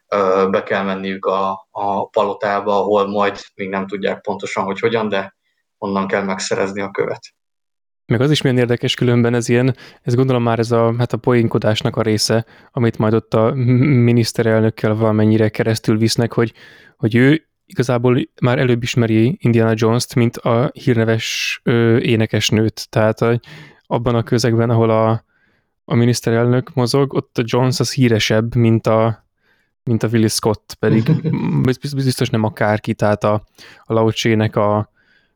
be kell menniük a, a palotába, ahol majd még nem tudják pontosan, hogy hogyan, de onnan kell megszerezni a követ. Meg az is milyen érdekes különben, ez ilyen, ez gondolom már ez a, hát a poénkodásnak a része, amit majd ott a miniszterelnökkel valamennyire keresztül visznek, hogy, hogy ő igazából már előbb ismeri Indiana Jones-t, mint a hírneves ö, énekesnőt. Tehát a, abban a közegben, ahol a, a miniszterelnök mozog, ott a Jones az híresebb, mint a, mint a Willis Scott, pedig biztos nem akárki, tehát a, a Lao Che-nek a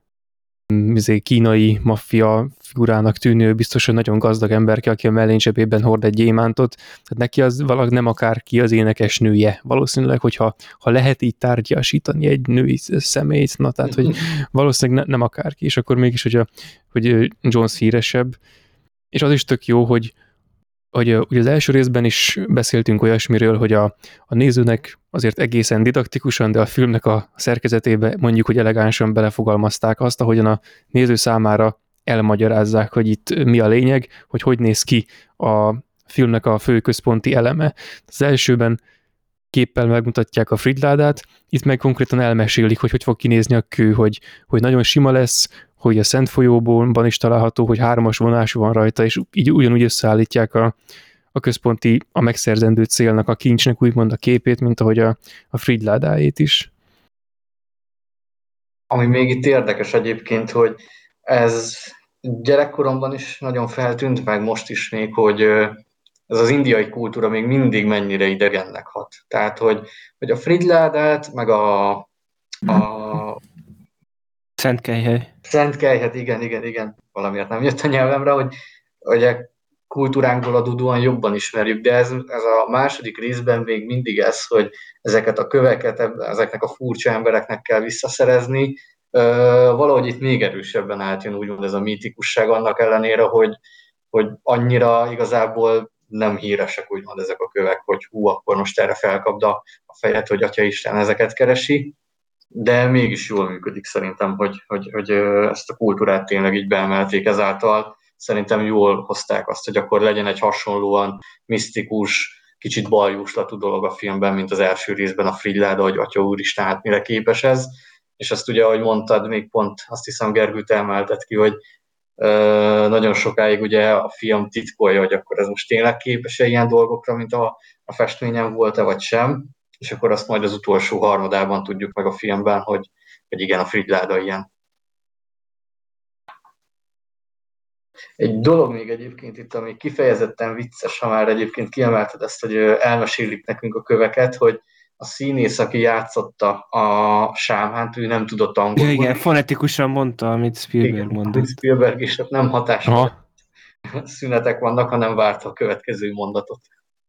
kínai maffia figurának tűnő, biztos, hogy nagyon gazdag emberke, aki a mellényzsebében hord egy gyémántot, tehát neki az valahogy nem akárki az énekesnője. Valószínűleg, hogyha ha lehet így tárgyasítani egy női személyt, na tehát, hogy valószínűleg ne, nem akárki, és akkor mégis, hogy, a, hogy Jones híresebb, és az is tök jó, hogy hogy ugye az első részben is beszéltünk olyasmiről, hogy a, a nézőnek azért egészen didaktikusan, de a filmnek a szerkezetébe mondjuk, hogy elegánsan belefogalmazták azt, ahogyan a néző számára elmagyarázzák, hogy itt mi a lényeg, hogy hogy néz ki a filmnek a fő központi eleme. Az elsőben képpel megmutatják a Fridládát, itt meg konkrétan elmesélik, hogy hogy fog kinézni a kő, hogy, hogy nagyon sima lesz, hogy a Szent folyóban is található, hogy hármas vonás van rajta, és így ugyanúgy összeállítják a, a központi, a megszerzendő célnak, a kincsnek úgymond a képét, mint ahogy a, a Fridládáét is. Ami még itt érdekes egyébként, hogy ez gyerekkoromban is nagyon feltűnt, meg most is még, hogy ez az indiai kultúra még mindig mennyire idegennek hat. Tehát, hogy, hogy a Fridládát, meg a, a Szentkelyhely. Szentkelyhet, igen, igen, igen, valamiért nem jött a nyelvemre, hogy, hogy a kultúránkból adódóan jobban ismerjük, de ez, ez a második részben még mindig ez, hogy ezeket a köveket, ezeknek a furcsa embereknek kell visszaszerezni, valahogy itt még erősebben átjön úgymond ez a mítikusság annak ellenére, hogy, hogy annyira igazából nem híresek úgymond ezek a kövek, hogy hú, akkor most erre felkapd a fejed, hogy Atya Isten ezeket keresi, de mégis jól működik szerintem, hogy, hogy, hogy ezt a kultúrát tényleg így beemelték ezáltal. Szerintem jól hozták azt, hogy akkor legyen egy hasonlóan misztikus, kicsit baljúslatú dolog a filmben, mint az első részben a Fridláda, hogy Atya Úristen, hát mire képes ez. És azt ugye, ahogy mondtad, még pont azt hiszem Gergőt emeltet ki, hogy ö, nagyon sokáig ugye a film titkolja, hogy akkor ez most tényleg képes-e ilyen dolgokra, mint a, a festményen volt-e, vagy sem. És akkor azt majd az utolsó harmadában tudjuk meg a filmben, hogy, hogy igen, a Fridláda ilyen. Egy dolog még egyébként itt, ami kifejezetten vicces, ha már egyébként kiemelted ezt, hogy elmesélik nekünk a köveket, hogy a színész, aki játszotta a Sámhánt, ő nem tudott angolul. Igen, fonetikusan mondta, amit Spielberg mondott. Igen, Spielberg is, nem hatásos szünetek vannak, hanem várta a következő mondatot.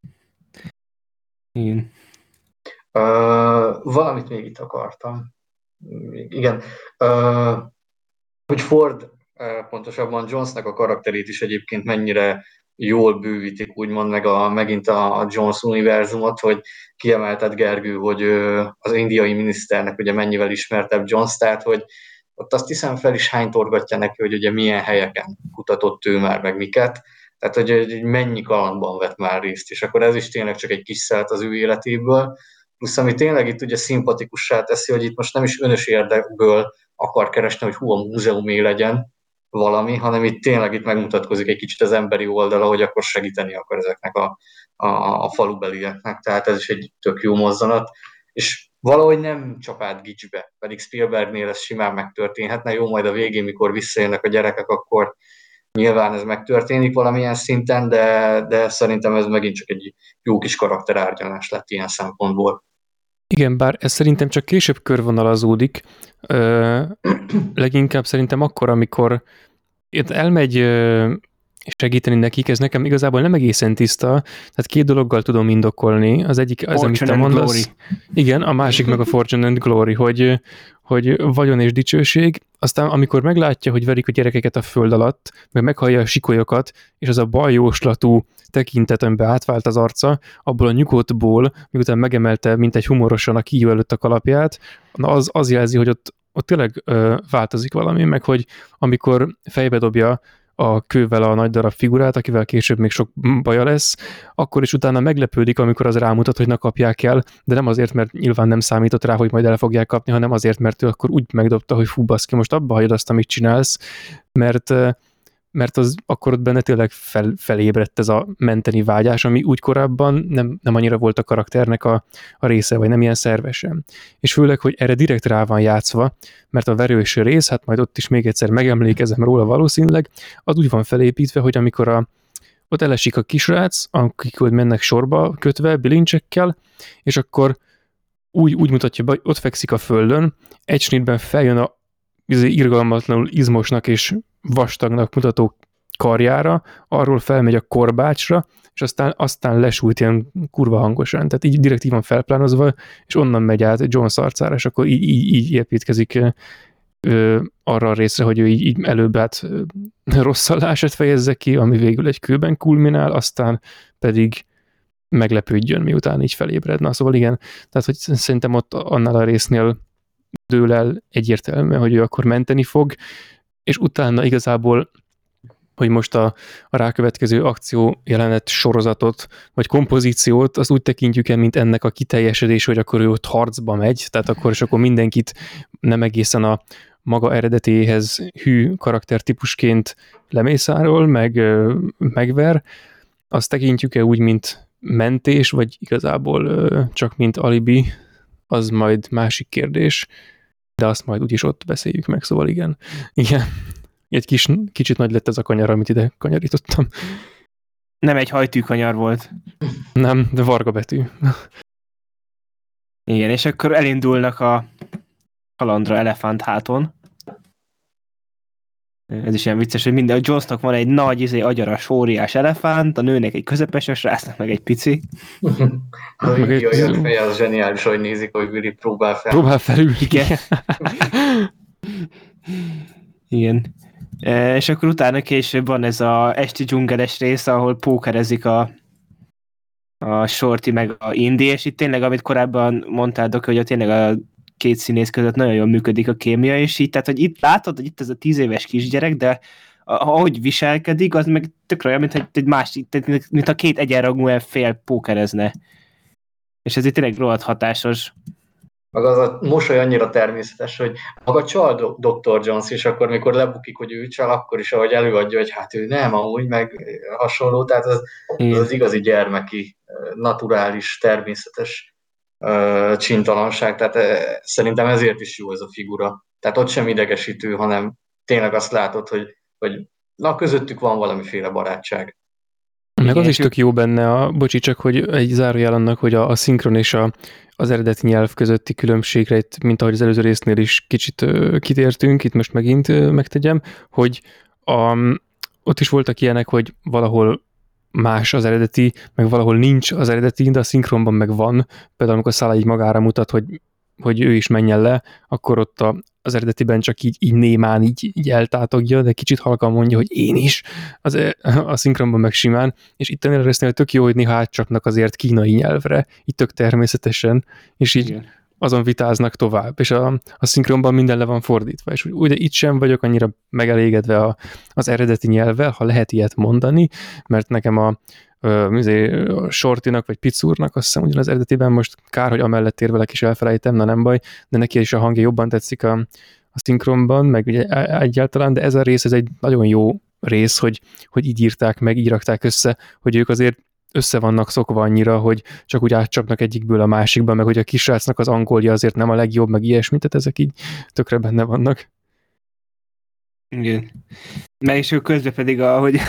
Igen. Uh, valamit még itt akartam. Igen. Uh, hogy Ford, uh, pontosabban Jonesnak a karakterét is egyébként mennyire jól bővítik, úgymond meg a, megint a, a Jones univerzumot, hogy kiemelted Gergő, hogy uh, az indiai miniszternek ugye mennyivel ismertebb Jones, tehát hogy ott azt hiszem fel is hánytorgatja neki, hogy ugye milyen helyeken kutatott ő már, meg miket, tehát hogy, hogy mennyi kalandban vett már részt, és akkor ez is tényleg csak egy kis szelt az ő életéből. Plusz, ami tényleg itt ugye szimpatikussá teszi, hogy itt most nem is önös érdekből akar keresni, hogy hú, a múzeumé legyen valami, hanem itt tényleg itt megmutatkozik egy kicsit az emberi oldala, hogy akkor segíteni akar ezeknek a, a, a falubelieknek. Tehát ez is egy tök jó mozzanat. És valahogy nem csap át gicsbe, pedig Spielbergnél ez simán megtörténhetne. Jó, majd a végén, mikor visszajönnek a gyerekek, akkor nyilván ez megtörténik valamilyen szinten, de, de szerintem ez megint csak egy jó kis karakterárgyalás lett ilyen szempontból. Igen, bár ez szerintem csak később körvonalazódik, ö, leginkább szerintem akkor, amikor itt elmegy ö, segíteni nekik, ez nekem igazából nem egészen tiszta, tehát két dologgal tudom indokolni. Az egyik, az, amit te mondasz, igen, a másik meg a Fortune and Glory, hogy, hogy vagyon és dicsőség, aztán amikor meglátja, hogy verik a gyerekeket a föld alatt, meg meghallja a sikolyokat, és az a baljóslatú tekintet, amiben átvált az arca, abból a nyugodtból, miután megemelte, mint egy humorosan a kígyó előtt a kalapját, az, az jelzi, hogy ott, ott tényleg ö, változik valami, meg hogy amikor fejbe dobja a kővel a nagy darab figurát, akivel később még sok baja lesz, akkor is utána meglepődik, amikor az rámutat, hogy ne kapják el, de nem azért, mert nyilván nem számított rá, hogy majd el fogják kapni, hanem azért, mert ő akkor úgy megdobta, hogy fú, baszki, most abba hagyod azt, amit csinálsz, mert mert az akkor ott benne tényleg fel, felébredt ez a menteni vágyás, ami úgy korábban nem, nem annyira volt a karakternek a, a része, vagy nem ilyen szervesen. És főleg, hogy erre direkt rá van játszva, mert a verős rész, hát majd ott is még egyszer megemlékezem róla valószínűleg, az úgy van felépítve, hogy amikor a, ott elesik a kisrác, akik ott mennek sorba kötve, bilincsekkel, és akkor úgy, úgy mutatja be, hogy ott fekszik a földön, egy snitben feljön a irgalmatlanul izmosnak és vastagnak mutató karjára, arról felmegy a korbácsra, és aztán, aztán lesújt ilyen kurva hangosan. Tehát így direkt így van felplánozva, és onnan megy át Jones arcára, és akkor így, így, így építkezik ö, arra a részre, hogy ő így, így előbb át rosszallását fejezze ki, ami végül egy kőben kulminál, aztán pedig meglepődjön, miután így felébred. Na, szóval igen, tehát hogy szerintem ott annál a résznél dől el egyértelműen, hogy ő akkor menteni fog, és utána igazából, hogy most a, a rákövetkező akció jelenet sorozatot, vagy kompozíciót, azt úgy tekintjük el, mint ennek a kiteljesedés, hogy akkor ő ott harcba megy, tehát akkor és akkor mindenkit nem egészen a maga eredetéhez hű karaktertípusként lemészárol, meg megver, azt tekintjük-e úgy, mint mentés, vagy igazából csak mint alibi, az majd másik kérdés, de azt majd úgyis ott beszéljük meg, szóval igen. Igen. Egy kis, kicsit nagy lett ez a kanyar, amit ide kanyarítottam. Nem egy hajtűkanyar volt. Nem, de varga betű. Igen, és akkor elindulnak a kalandra elefánt háton. Ez is ilyen vicces, hogy minden, a Jonesnak van egy nagy, izé, agyaras, óriás elefánt, a nőnek egy közepes, a srácnak meg egy pici. A Willy olyan feje, az zseniális, hogy nézik, hogy Willy próbál fel. Próbál felül. Igen. Igen. E, és akkor utána később van ez a esti dzsungeles rész, ahol pókerezik a, a Shorty meg a Indy, és itt tényleg, amit korábban mondtál, Doki, hogy tényleg a két színész között nagyon jól működik a kémia, és így, tehát, hogy itt látod, hogy itt ez a tíz éves kisgyerek, de ahogy viselkedik, az meg tökre olyan, mint egy másik, mint a két egyenrangú fél pókerezne. És ez itt tényleg rohadt hatásos. Maga az a mosoly annyira természetes, hogy maga csal doktor Jones, és akkor, mikor lebukik, hogy ő csal, akkor is, ahogy előadja, hogy hát ő nem, amúgy meg hasonló, tehát az az, az igazi gyermeki, naturális, természetes uh, csintalanság, tehát uh, szerintem ezért is jó ez a figura. Tehát ott sem idegesítő, hanem tényleg azt látod, hogy, hogy na, közöttük van valamiféle barátság. Meg az is tök jó benne, a, bocsi, csak hogy egy zárójel annak, hogy a, a szinkron és a, az eredeti nyelv közötti különbségre, itt, mint ahogy az előző résznél is kicsit uh, kitértünk, itt most megint uh, megtegyem, hogy a, ott is voltak ilyenek, hogy valahol más az eredeti, meg valahol nincs az eredeti, de a szinkronban meg van. Például amikor Szála így magára mutat, hogy, hogy ő is menjen le, akkor ott a, az eredetiben csak így, így némán így, így eltátogja, de kicsit halkan mondja, hogy én is, az, a szinkronban meg simán, és itt ennél a résznél tök jó, hogy néha átcsapnak azért kínai nyelvre, így tök természetesen, és így igen, azon vitáznak tovább, és a, a szinkronban minden le van fordítva, és úgy, de itt sem vagyok annyira megelégedve a, az eredeti nyelvvel, ha lehet ilyet mondani, mert nekem a, a, a Shortynak vagy Picurnak, azt hiszem ugyanaz eredetiben, most kár, hogy amellett érvelek is elfelejtem, na nem baj, de neki is a hangja jobban tetszik a, a szinkronban, meg ugye egyáltalán, de ez a rész, ez egy nagyon jó rész, hogy, hogy így írták meg, így rakták össze, hogy ők azért össze vannak szokva annyira, hogy csak úgy átcsapnak egyikből a másikba, meg hogy a kisrácnak az angolja azért nem a legjobb, meg ilyesmit, tehát ezek így tökre benne vannak. Igen. Meg és ő közben pedig, ahogy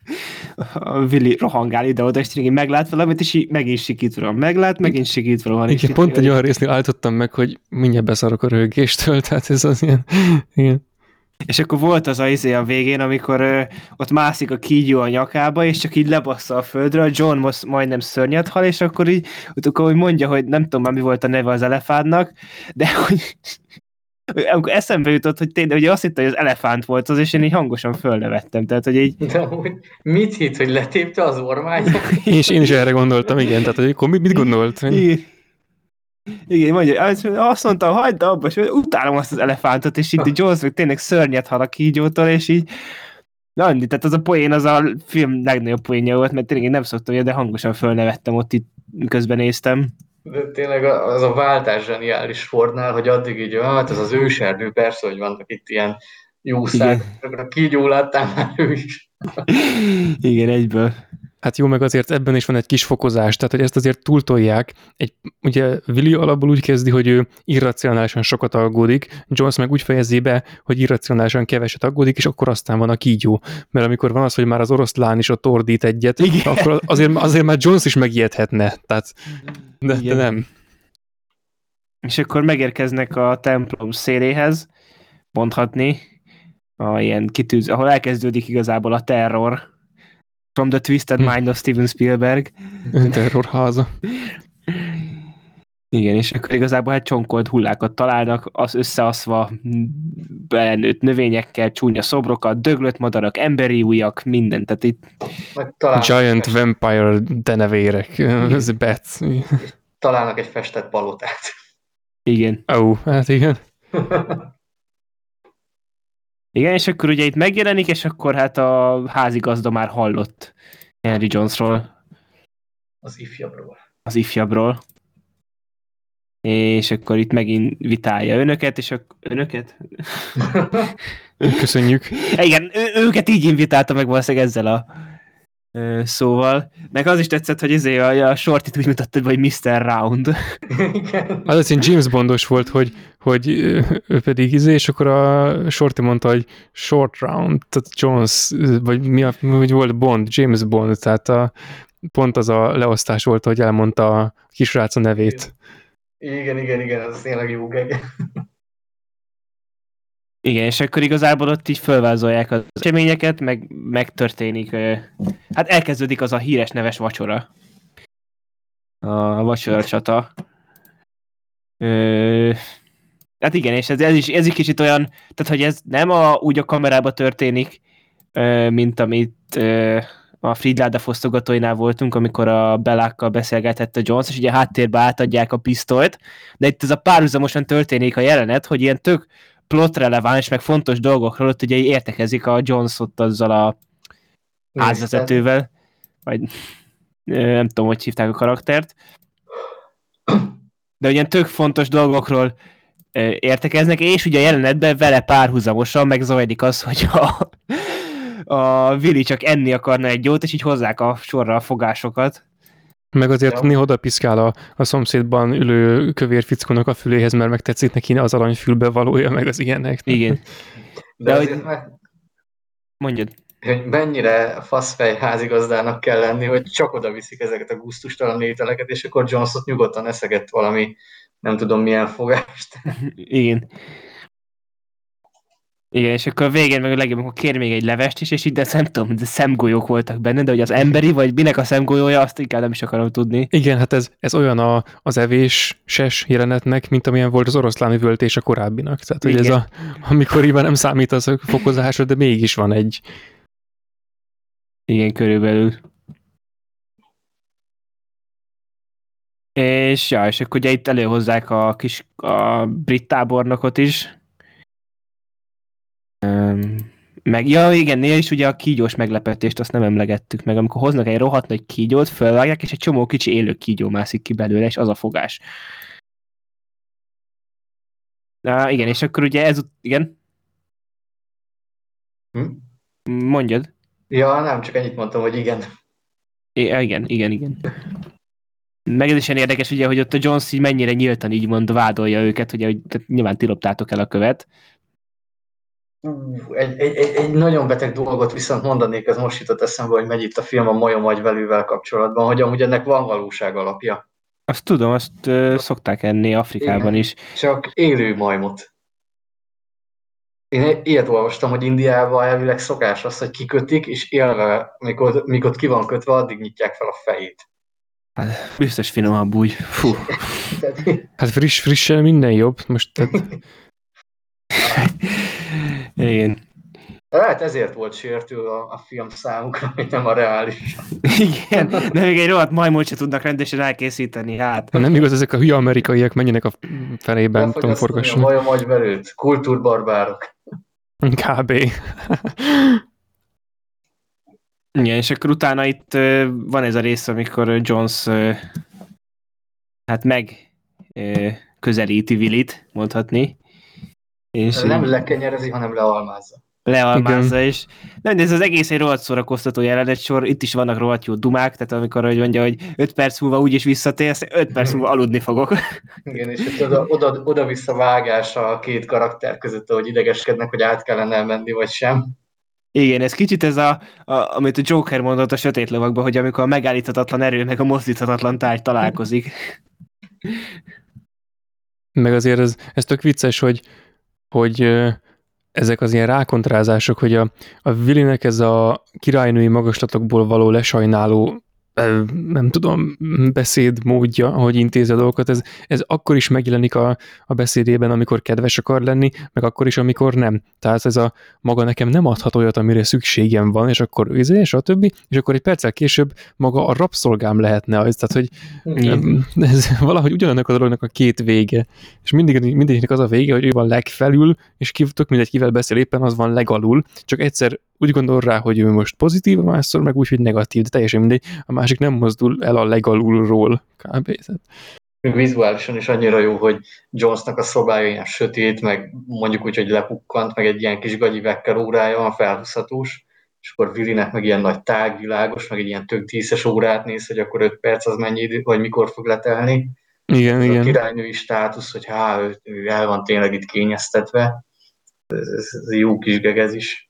a Willy rohangál ide-oda, és tényleg meglát valamit, és így megint sikít van. Meglát, megint sikít van. Igen, pont egy olyan résznél állítottam meg, hogy mindjárt beszarok a röhögéstől, tehát ez az ilyen, igen. És akkor volt az a izé a végén, amikor ö, ott mászik a kígyó a nyakába, és csak így lebassza a földre, a John most majdnem szörnyet hal, és akkor így akkor hogy mondja, hogy nem tudom már mi volt a neve az elefántnak, de hogy amikor eszembe jutott, hogy tényleg, hogy azt hitte, hogy az elefánt volt az, és én így hangosan fölnevettem, tehát hogy így... De hogy mit hitt, hogy letépte az ormányt? És én is erre gondoltam, igen, tehát hogy akkor mit gondolt? Igen, igen, mondja, azt mondtam, hagyd abba, és utálom azt az elefántot, és így Jones meg tényleg szörnyet hal a kígyótól, és így na, tehát az a poén, az a film legnagyobb poénja volt, mert tényleg én nem szoktam, de hangosan fölnevettem ott itt, közben néztem. De tényleg az a váltás zseniális Fordnál, hogy addig így, hát ez az őserdő, persze, hogy vannak itt ilyen jó szág. A kígyó láttál már ő is. Igen, egyből. Hát jó, meg azért ebben is van egy kis fokozás, tehát hogy ezt azért túltolják. Egy, ugye Willy alapból úgy kezdi, hogy ő irracionálisan sokat aggódik, Jones meg úgy fejezi be, hogy irracionálisan keveset aggódik, és akkor aztán van a kígyó. Mert amikor van az, hogy már az oroszlán is ott ordít egyet, igen, akkor azért, azért már Jones is megijedhetne. Tehát, de, de nem. És akkor megérkeznek a templom széléhez, mondhatni, a ilyen kitűz, ahol elkezdődik igazából a terror. From the Twisted Mind of Steven Spielberg. Terrorháza. Igen, és akkor igazából hát csonkolt hullákat találnak, az összeaszva belenőtt növényekkel, csúnya szobrokat, döglött madarak, emberi ujjak, mindent. Tehát itt... Giant egy vampire denevérek. Ez bats. Találnak egy festett palotát. Igen. Ó, oh, hát igen. Igen, és akkor ugye itt megjelenik, és akkor hát a házigazda már hallott Henry Jonesról. Az ifjabbról. Az ifjabbról. És akkor itt megint vitálja önöket, és akkor... Önöket? Köszönjük. Igen, ő, őket így invitálta meg valószínűleg ezzel a ö, szóval. Meg az is tetszett, hogy izé a, a Shortit úgy mutattad, hogy miszter Round. Igen. Az az James Bondos volt, hogy, hogy ő pedig izé, és akkor a Shorty mondta, hogy Short Round, tehát Jones, vagy mi a, hogy volt Bond, James Bond, tehát a, pont az a leosztás volt, hogy elmondta a kisrác a nevét. Igen, igen, igen, ez tényleg jó geg. Igen, és akkor igazából ott így fölvázolják az eseményeket, meg megtörténik, hát elkezdődik az a híres neves vacsora. A vacsora csata. Ö, hát igen, és ez, ez, is, ez is kicsit olyan, tehát hogy ez nem a, úgy a kamerába történik, mint amit a Fridláda fosztogatóinál voltunk, amikor a Bellákkal beszélgetett a Jones, és ugye a háttérbe átadják a pisztolyt, de itt ez a párhuzamosan történik a jelenet, hogy ilyen tök plot releváns, meg fontos dolgokról ott ugye értekezik a Jones ott azzal a házvezetővel, vagy nem tudom, hogy hívták a karaktert, de ugyan tök fontos dolgokról értekeznek, és ugye a jelenetben vele párhuzamosan megzajlik az, hogy a, a Willy csak enni akarna egy jót, és így hozzák a sorra a fogásokat. Meg azért néha oda piszkál a, a szomszédban ülő kövér fickónak a füléhez, mert megtetszik neki az aranyfülbe valója, meg az ilyenek. Igen. De, De azért hogy... meg... Mondjad. Hogy mennyire faszfej házigazdának kell lenni, hogy csak oda viszik ezeket a gusztustalan ételeket, és akkor Jones-ot nyugodtan eszegett valami, nem tudom milyen fogást. Igen. Igen, és akkor a végén meg a legjobb, akkor kér még egy levest is, és így, de nem tudom, de szemgolyók voltak benne, de hogy az emberi, vagy minek a szemgolyója, azt inkább nem is akarom tudni. Igen, hát ez, ez olyan a, az evés-ses jelenetnek, mint amilyen volt az oroszlán üvöltés a korábbinak. Tehát, hogy ez a, amikor így nem számít az a fokozásra, de mégis van egy. Igen, körülbelül. És ja, és akkor ugye itt előhozzák a kis a brit tábornokot is. Um, meg, ja igen, néha is ugye a kígyós meglepetést azt nem emlegettük meg, amikor hoznak egy rohadt nagy kígyót, felvágják, és egy csomó kicsi élő kígyó mászik ki belőle, és az a fogás. Na, igen, és akkor ugye ez, igen? Hm? Mondjad. Ja, nem, csak ennyit mondtam, hogy igen. I- igen, igen, igen. Meg ez is ilyen érdekes, ugye, hogy ott a Jones így mennyire nyíltan így mond, vádolja őket, ugye, hogy nyilván ti loptátok el a követ. Uh, egy, egy, egy, egy nagyon beteg dolgot viszont mondanék, ez most jutott eszembe, hogy megy itt a film a majom agyvelővel kapcsolatban, hogy amúgy ennek van valóság alapja. Azt tudom, azt uh, szokták enni Afrikában Igen, is. csak élő majmot. Én ilyet olvastam, hogy Indiában elvileg szokás az, hogy kikötik, és élve, mikor, mikor ki van kötve, addig nyitják fel a fejét. Hát, biztos finomabb úgy. Fú. Hát friss, frissen minden jobb. Most tehát... Igen. Lehet ezért volt sértő a, a film számukra, hogy nem a reális. Igen, de még egy rohadt majmot se tudnak rendesen elkészíteni, hát. Nem igaz, ezek a hülye amerikaiak menjenek a felében, tudom forgasson. A majom agyvelőt, kultúrbarbárok. Kb. Igen, és akkor utána itt uh, van ez a rész, amikor Jones uh, hát meg uh, közelíti Willyt, mondhatni, És Nem így lekenyerezi, hanem lealmázza. lealmázza, Igen. és nem, de ez az egész egy rohadt szórakoztató jelenet sor, itt is vannak rohadt jó dumák, tehát amikor hogy mondja, hogy öt perc múlva úgyis visszatérsz, öt perc múlva aludni fogok. Igen, és ott oda, oda, oda-vissza vágás a két karakter között, hogy idegeskednek, hogy át kellene menni, vagy sem. Igen, ez kicsit ez a, a amit a Joker mondott a Sötét Lovagban, hogy amikor a megállíthatatlan erő meg a mozdíthatatlan tárgy találkozik. Meg azért ez, ez tök vicces, hogy, hogy ö, ezek az ilyen rákontrázások, hogy a, a Willinek ez a királynői magaslatokból való lesajnáló ö, nem tudom, beszéd módja, hogy intézi a dolgokat, ez, ez akkor is megjelenik a, a beszédében, amikor kedves akar lenni, meg akkor is, amikor nem. Tehát ez a maga nekem nem adhat olyat, amire szükségem van, és akkor izé, és a többi, és akkor egy perccel később maga a rabszolgám lehetne az. Tehát, hogy Igen. ez valahogy ugyanannak a dolognak a két vége. És mindig, mindegyiknek az a vége, hogy ő van legfelül, és ki, tök mindegy, kivel beszél éppen, az van legalul. Csak egyszer úgy gondol rá, hogy ő most pozitív, másszor meg úgy, hogy negatív, de teljesen mindegy. A másik nem mozdul el a legalulról. Kb. Vizuálisan is annyira jó, hogy Jonesnak a szobája ilyen sötét, meg mondjuk úgy, hogy lepukkant, meg egy ilyen kis gagyi vekker órája van, felhúzhatós, és akkor Willinek meg ilyen nagy tágvilágos, meg egy ilyen tök díszes órát néz, hogy akkor öt perc az mennyi idő, vagy mikor fog letelni. Igen, Ez igen. a királynői státusz, hogy há, ő, ő el van tényleg itt kényeztetve. Ez, ez, ez jó kis gegez is.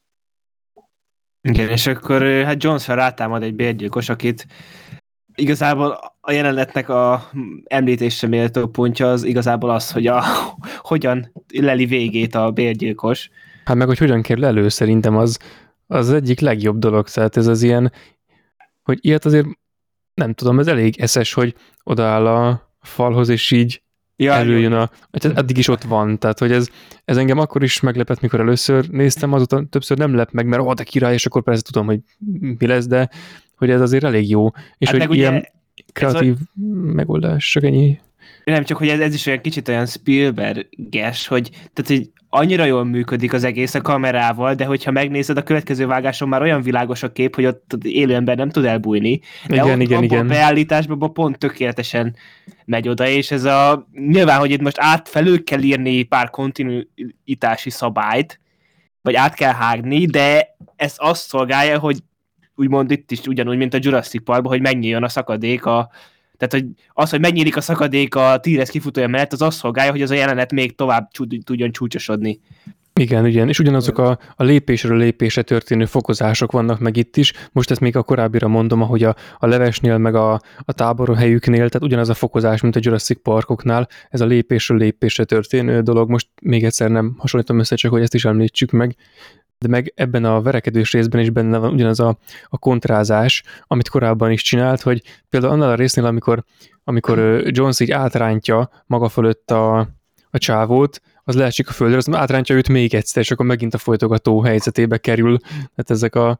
Igen, és akkor hát Jones rátámad egy bérgyilkos, akit igazából a jelenetnek a említésre méltó pontja az igazából az, hogy a, hogyan leli végét a bérgyilkos. Hát meg, hogy hogyan kerül elő, szerintem az az egyik legjobb dolog. Tehát ez az ilyen, hogy ilyet azért nem tudom, ez elég eszes, hogy odaáll a falhoz, és így Ja, előjön a... Tehát eddig is ott van, tehát hogy ez, ez engem akkor is meglepett, mikor először néztem, azután többször nem lep meg, mert ó, de király, és akkor persze tudom, hogy mi lesz, de hogy ez azért elég jó. És Hát hogy meg ilyen ugye kreatív a... megoldás, csak ennyi. Nem, csak hogy ez, ez is olyan kicsit olyan Spielberg-es, hogy, tehát, hogy annyira jól működik az egész a kamerával, de hogyha megnézed, a következő vágáson már olyan világos a kép, hogy ott élő ember nem tud elbújni. De Igen, ott, igen, igen. a beállításban pont tökéletesen megy oda, és ez a... Nyilván, hogy itt most át felül kell írni pár kontinuitási szabályt, vagy át kell hágni, de ez azt szolgálja, hogy úgymond itt is ugyanúgy, mint a Jurassic Parkban, hogy megnyíljon a szakadék a Tehát, hogy az, hogy megnyílik a szakadék a T-Rex kifutója mellett, az azt szolgálja, hogy az a jelenet még tovább csú- tudjon csúcsosodni. Igen, igen, és ugyanazok a, a lépésről lépésre történő fokozások vannak meg itt is. Most ezt még a korábbira mondom, ahogy a, a levesnél, meg a, a táborhelyüknél, tehát ugyanaz a fokozás, mint a Jurassic Parkoknál, ez a lépésről lépésre történő dolog. Most még egyszer nem hasonlítom össze, csak hogy ezt is említsük meg. De meg ebben a verekedős részben is benne van ugyanaz a, a kontrázás, amit korábban is csinált, hogy például annál a résznél, amikor, amikor Jones így átrántja maga fölött a, a csávót, az leesik a földre, az átrántja őt még egyszer, és akkor megint a folytogató helyzetébe kerül. Tehát ezek a,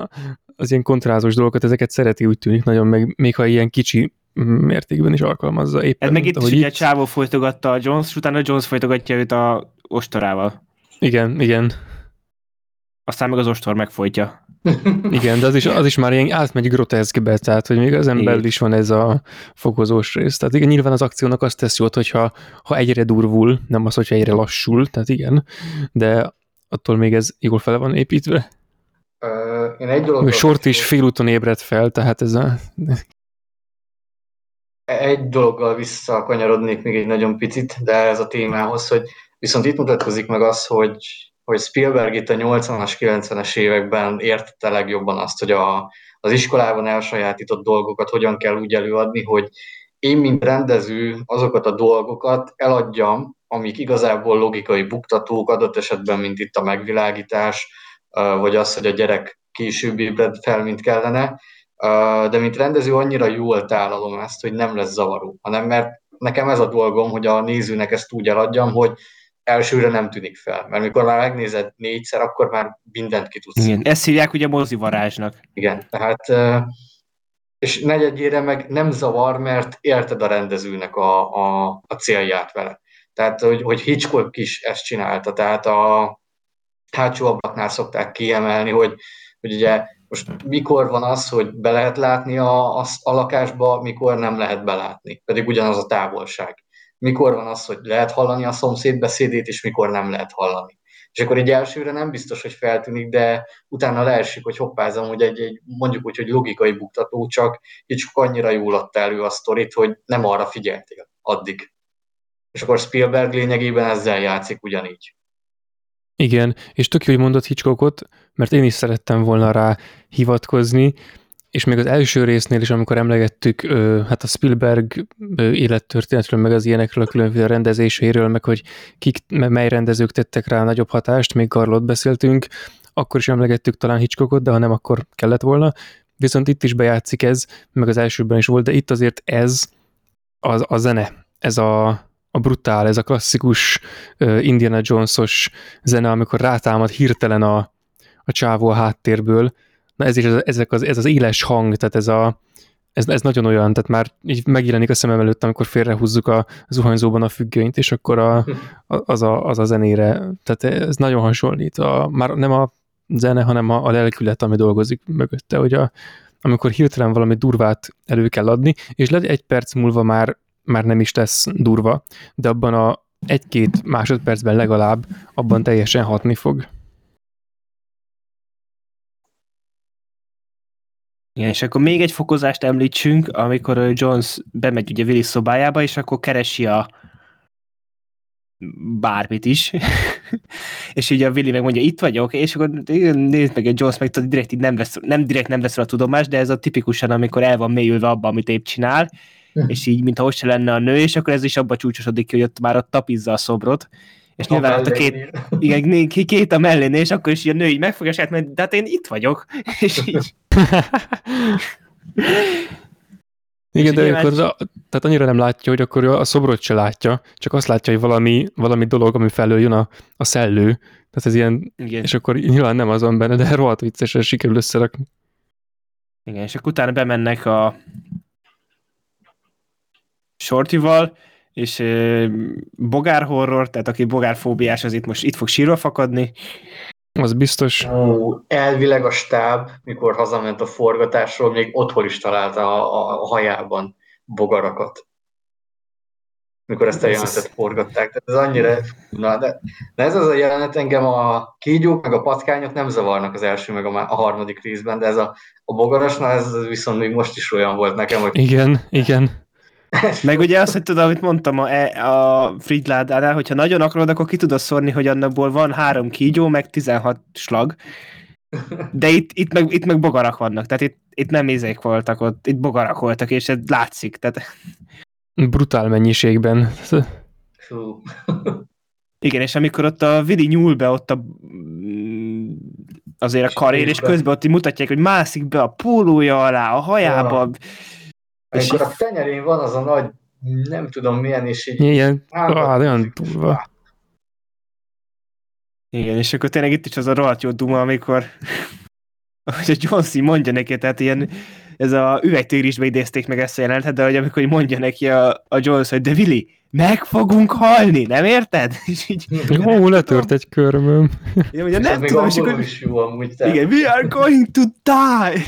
az ilyen kontrázós dolgokat, ezeket szereti, úgy tűnik nagyon, meg még ha ilyen kicsi mértékben is alkalmazza éppen. Ez meg itt is ugye itt... a csávó folytogatta a Jones, és utána Jones folytogatja őt a ostorával. Igen, igen. Aztán meg az ostor megfojtja. Igen, de az is, az is már ilyen átmegy groteszkbe, tehát hogy még az emberrel is van ez a fokozós rész. Tehát igen, nyilván az akciónak azt tesz jót, hogyha ha egyre durvul, nem az, hogyha egyre lassul, tehát igen, de attól még ez jól fel van építve. Uh, én egy dolog... A sort is félúton ébredt fel, tehát ez a... Egy dologgal visszakanyarodnék még egy nagyon picit, de ez a témához, hogy viszont itt mutatkozik meg az, hogy hogy Spielberg itt a nyolcvanas, kilencvenes években értette legjobban azt, hogy a, az iskolában elsajátított dolgokat hogyan kell úgy előadni, hogy én, mint rendező, azokat a dolgokat eladjam, amik igazából logikai buktatók, adott esetben, mint itt a megvilágítás, vagy az, hogy a gyerek később ébred fel, mint kellene, de mint rendező annyira jól tálalom ezt, hogy nem lesz zavaró, hanem mert nekem ez a dolgom, hogy a nézőnek ezt úgy eladjam, hogy elsőre nem tűnik fel, mert mikor már megnézed négyszer, akkor már mindent ki tudsz. Igen, ezt hívják ugye mozivarázsnak. Igen, tehát és negyedjére meg nem zavar, mert érted a rendezőnek a, a, a célját vele. Tehát, hogy, hogy Hitchcock is ezt csinálta, tehát a hátsó ablaknál szokták kiemelni, hogy, hogy ugye most mikor van az, hogy be lehet látni a, a, a lakásba, mikor nem lehet belátni, pedig ugyanaz a távolság. mikor van az, hogy lehet hallani a szomszéd beszédét, és mikor nem lehet hallani. És akkor egy elsőre nem biztos, hogy feltűnik, de utána leesik, hogy hoppázom, hogy egy, egy mondjuk úgy, hogy logikai buktató, csak így csak annyira jól adta elő a sztorit, hogy nem arra figyeltél addig. És akkor Spielberg lényegében ezzel játszik ugyanígy. Igen, és tök jó, hogy mondott Hitchcockot, mert én is szerettem volna rá hivatkozni, és még az első résznél is, amikor emlegettük ö, hát a Spielberg ö, élettörténetről, meg az ilyenekről, a különféle rendezéseiről, meg hogy kik, mely rendezők tettek rá nagyobb hatást, még Garlot beszéltünk, akkor is emlegettük talán Hitchcockot, de ha nem, akkor kellett volna. Viszont itt is bejátszik ez, meg az elsőben is volt, de itt azért ez az, a zene, ez a, a brutál, ez a klasszikus uh, Indiana Jones-os zene, amikor rátámad hirtelen a, a csávó a háttérből. Na ez is az, ezek az, ez az éles hang, tehát ez, a, ez, ez nagyon olyan, tehát már így megjelenik a szemem előtt, amikor félrehúzzuk a zuhanyzóban a függönyt, és akkor a, a, az, a, az a zenére, tehát ez nagyon hasonlít. A, már nem a zene, hanem a, a lelkület, ami dolgozik mögötte, hogy a, amikor hirtelen valami durvát elő kell adni, és lehet egy perc múlva már, már nem is lesz durva, de abban a egy-két másodpercben legalább abban teljesen hatni fog. Igen, és akkor még egy fokozást említsünk, amikor Jones bemegy ugye Willis szobájába, és akkor keresi a bármit is, és így a Willy megmondja, itt vagyok, és akkor nézd meg, a Jones meg tudod, direkt így nem, vesz, nem direkt nem vesz a tudomást, de ez a tipikusan, amikor el van mélyülve abban, amit épp csinál, és így, mintha ott se lenne a nő, és akkor ez is abba csúcsosodik ki, hogy ott már ott tapizza a szobrot, és a nyilván ott a két, igen, két a mellénél, és akkor is így a nő így megfogja saját, mert de hát én itt vagyok, és így. Igen, de akkor, tehát annyira nem látja, hogy akkor a szobrot se látja, csak azt látja, hogy valami, valami dolog, ami felől jön a, a szellő. Tehát ez ilyen, igen. És akkor nyilván nem az van benne, de rohadt viccesen sikerül összerakni. Igen, és akkor utána bemennek a Shortyval, és e, bogár horror, tehát aki bogárfóbiás, az itt most itt fog sírva fakadni. Az biztos. Ó, elvileg a stáb, mikor hazament a forgatásról, még otthon is találta a, a hajában bogarakat. Mikor ezt a jelenetet forgatták. Tehát ez annyira... Na, de, de ez az a jelenet, engem a kígyók, meg a patkányok nem zavarnak az első, meg a, a harmadik részben, de ez a, a bogarasnál ez viszont még most is olyan volt nekem, hogy... Igen, igen. Meg ugye azt, hogy tudom, amit mondtam a, a Fridládánál, hogyha nagyon akarod, akkor ki tudod szórni, hogy annakból van három kígyó, meg tizenhat slag. De itt, itt, meg, itt meg bogarak vannak, tehát itt, itt nem izék voltak ott, itt bogarak voltak, és ez látszik. Tehát... Brutál mennyiségben. Hú. Igen, és amikor ott a Willy nyúl be ott a azért a karér, és közben ott mutatják, hogy mászik be a pólója alá, a hajába. Ja. És amikor a tenyerén van az a nagy, nem tudom milyen, és így... Igen, ah, olyan durva. Igen, és akkor tényleg itt is az a rohadt jó duma, amikor hogy a John C. mondja neki, tehát ilyen ez a üvegtégrisbe idézték meg ezt a jelenetet, de hogy amikor mondja neki a, a Jones, hogy de Willy, meg fogunk halni, nem érted? És így, ó, letört egy körmöm. Ja, ugye, nem tudom, és akkor... is jó amúgy. Igen, we are going to die!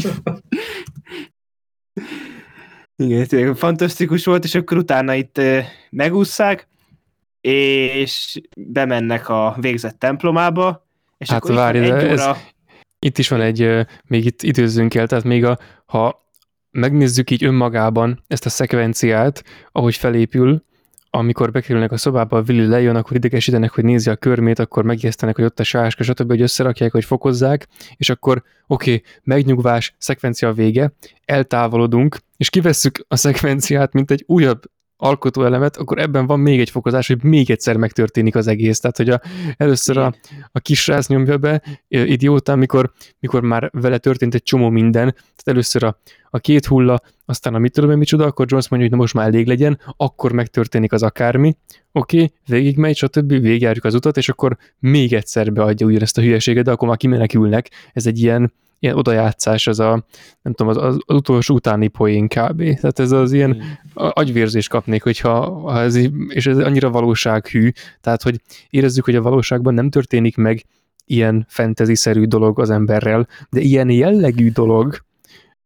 Igen, tényleg fantasztikus volt, és akkor utána itt uh, megússzák, és bemennek a végzett templomába, és hát akkor várj, itt, ez, óra... ez, itt is van egy, uh, még itt időzzünk el, tehát még a, ha megnézzük így önmagában ezt a szekvenciát, ahogy felépül, amikor bekerülnek a szobába, a Willy lejön, akkor idegesítenek, hogy nézi a körmét, akkor megijesztenek, hogy ott a sáska, stb., hogy összerakják, hogy fokozzák, és akkor oké, okay, megnyugvás, szekvencia a vége, eltávolodunk, és kivesszük a szekvenciát, mint egy újabb alkotóelemet, akkor ebben van még egy fokozás, hogy még egyszer megtörténik az egész. Tehát, hogy a, először a, a kisrác nyomja be, idiótán, mikor, mikor már vele történt egy csomó minden, tehát először a, a két hulla, aztán a mit tudom én micsoda, akkor Jones mondja, hogy na most már elég legyen, akkor megtörténik az akármi, oké, okay, végigmegy, stb., végigjárjuk az utat, és akkor még egyszer beadja ugyanezt a hülyeséget, de akkor már kimenekülnek. Ez egy ilyen ilyen odajátszás, az a, nem tudom, az, az utolsó utáni poén kb. Tehát ez az ilyen agyvérzést kapnék, hogyha ha ez, és ez annyira valósághű, tehát hogy érezzük, hogy a valóságban nem történik meg ilyen fantasy-szerű dolog az emberrel, de ilyen jellegű dolog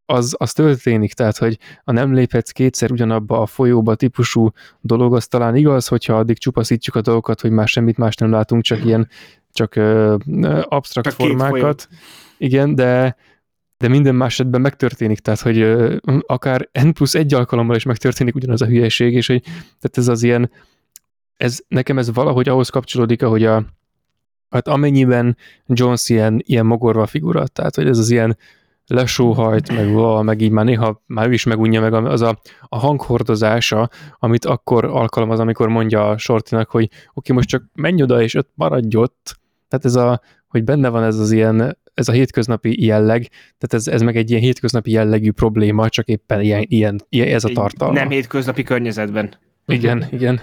az, az történik, tehát, hogy a nem léphetsz kétszer ugyanabba a folyóba típusú dolog, az talán igaz, hogyha addig csupaszítjuk a dolgokat, hogy már semmit más nem látunk, csak ilyen csak ö, absztrakt Csak két formákat. Igen, de de minden más esetben megtörténik, tehát, hogy ö, akár N plusz egy alkalommal is megtörténik ugyanaz a hülyeség, és hogy tehát ez az ilyen, ez, nekem ez valahogy ahhoz kapcsolódik, ahogy a, hát amennyiben Jones ilyen, ilyen mogorva figura, tehát, hogy ez az ilyen lesóhajt, meg, val, meg így már néha már ő is megunja meg az a, a hanghordozása, amit akkor alkalmaz, amikor mondja a Shortynak, hogy oké, okay, most csak menj oda, és ott maradj ott. Tehát ez a, hogy benne van ez az ilyen, ez a hétköznapi jelleg, tehát ez, ez meg egy ilyen hétköznapi jellegű probléma, csak éppen ilyen, ilyen, ilyen ez a tartalma. Nem hétköznapi környezetben. Igen, igen.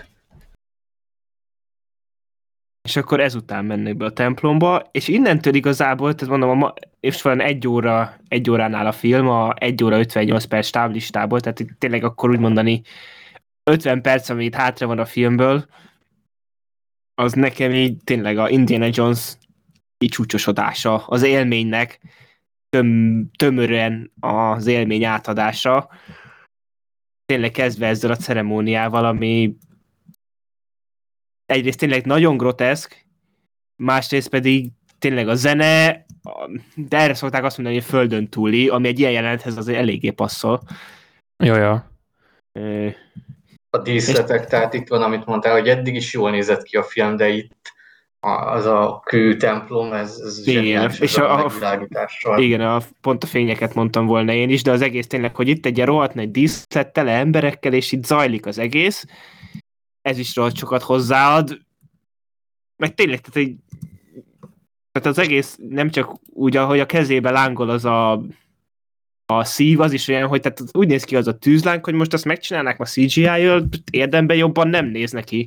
És akkor ezután mennek be a templomba, és innentől igazából, tehát mondom, a ma, és van egy óra, egy óránál a film, a egy óra ötvennyolc perc táblistából, tehát itt tényleg akkor úgy mondani ötven perc, ami itt hátra van a filmből, az nekem így tényleg a Indiana Jones így csúcsosodása, az élménynek töm, tömören az élmény átadása, tényleg kezdve ezzel a ceremóniával, ami egyrészt tényleg nagyon groteszk, másrészt pedig tényleg a zene, de erre szokták azt mondani, hogy földön túli, ami egy ilyen jelenethez azért eléggé passzol. Jaja. A díszletek, tehát itt van, amit mondtál, hogy eddig is jól nézett ki a film, de itt az a kő templom, ez, ez zseniális, és a, a megvilágítással. Igen, a, pont a fényeket mondtam volna én is, de az egész tényleg, hogy itt egy ilyen rohadt nagy díszlet tele emberekkel, és itt zajlik az egész, ez is rohadt sokat hozzáad, meg tényleg, tehát, egy, tehát az egész nem csak úgy, ahogy a kezébe lángol az a, a szív, az is olyan, hogy tehát úgy néz ki az a tűzláng, hogy most azt megcsinálnák ma cé gé í-jal, érdemben jobban nem néz neki.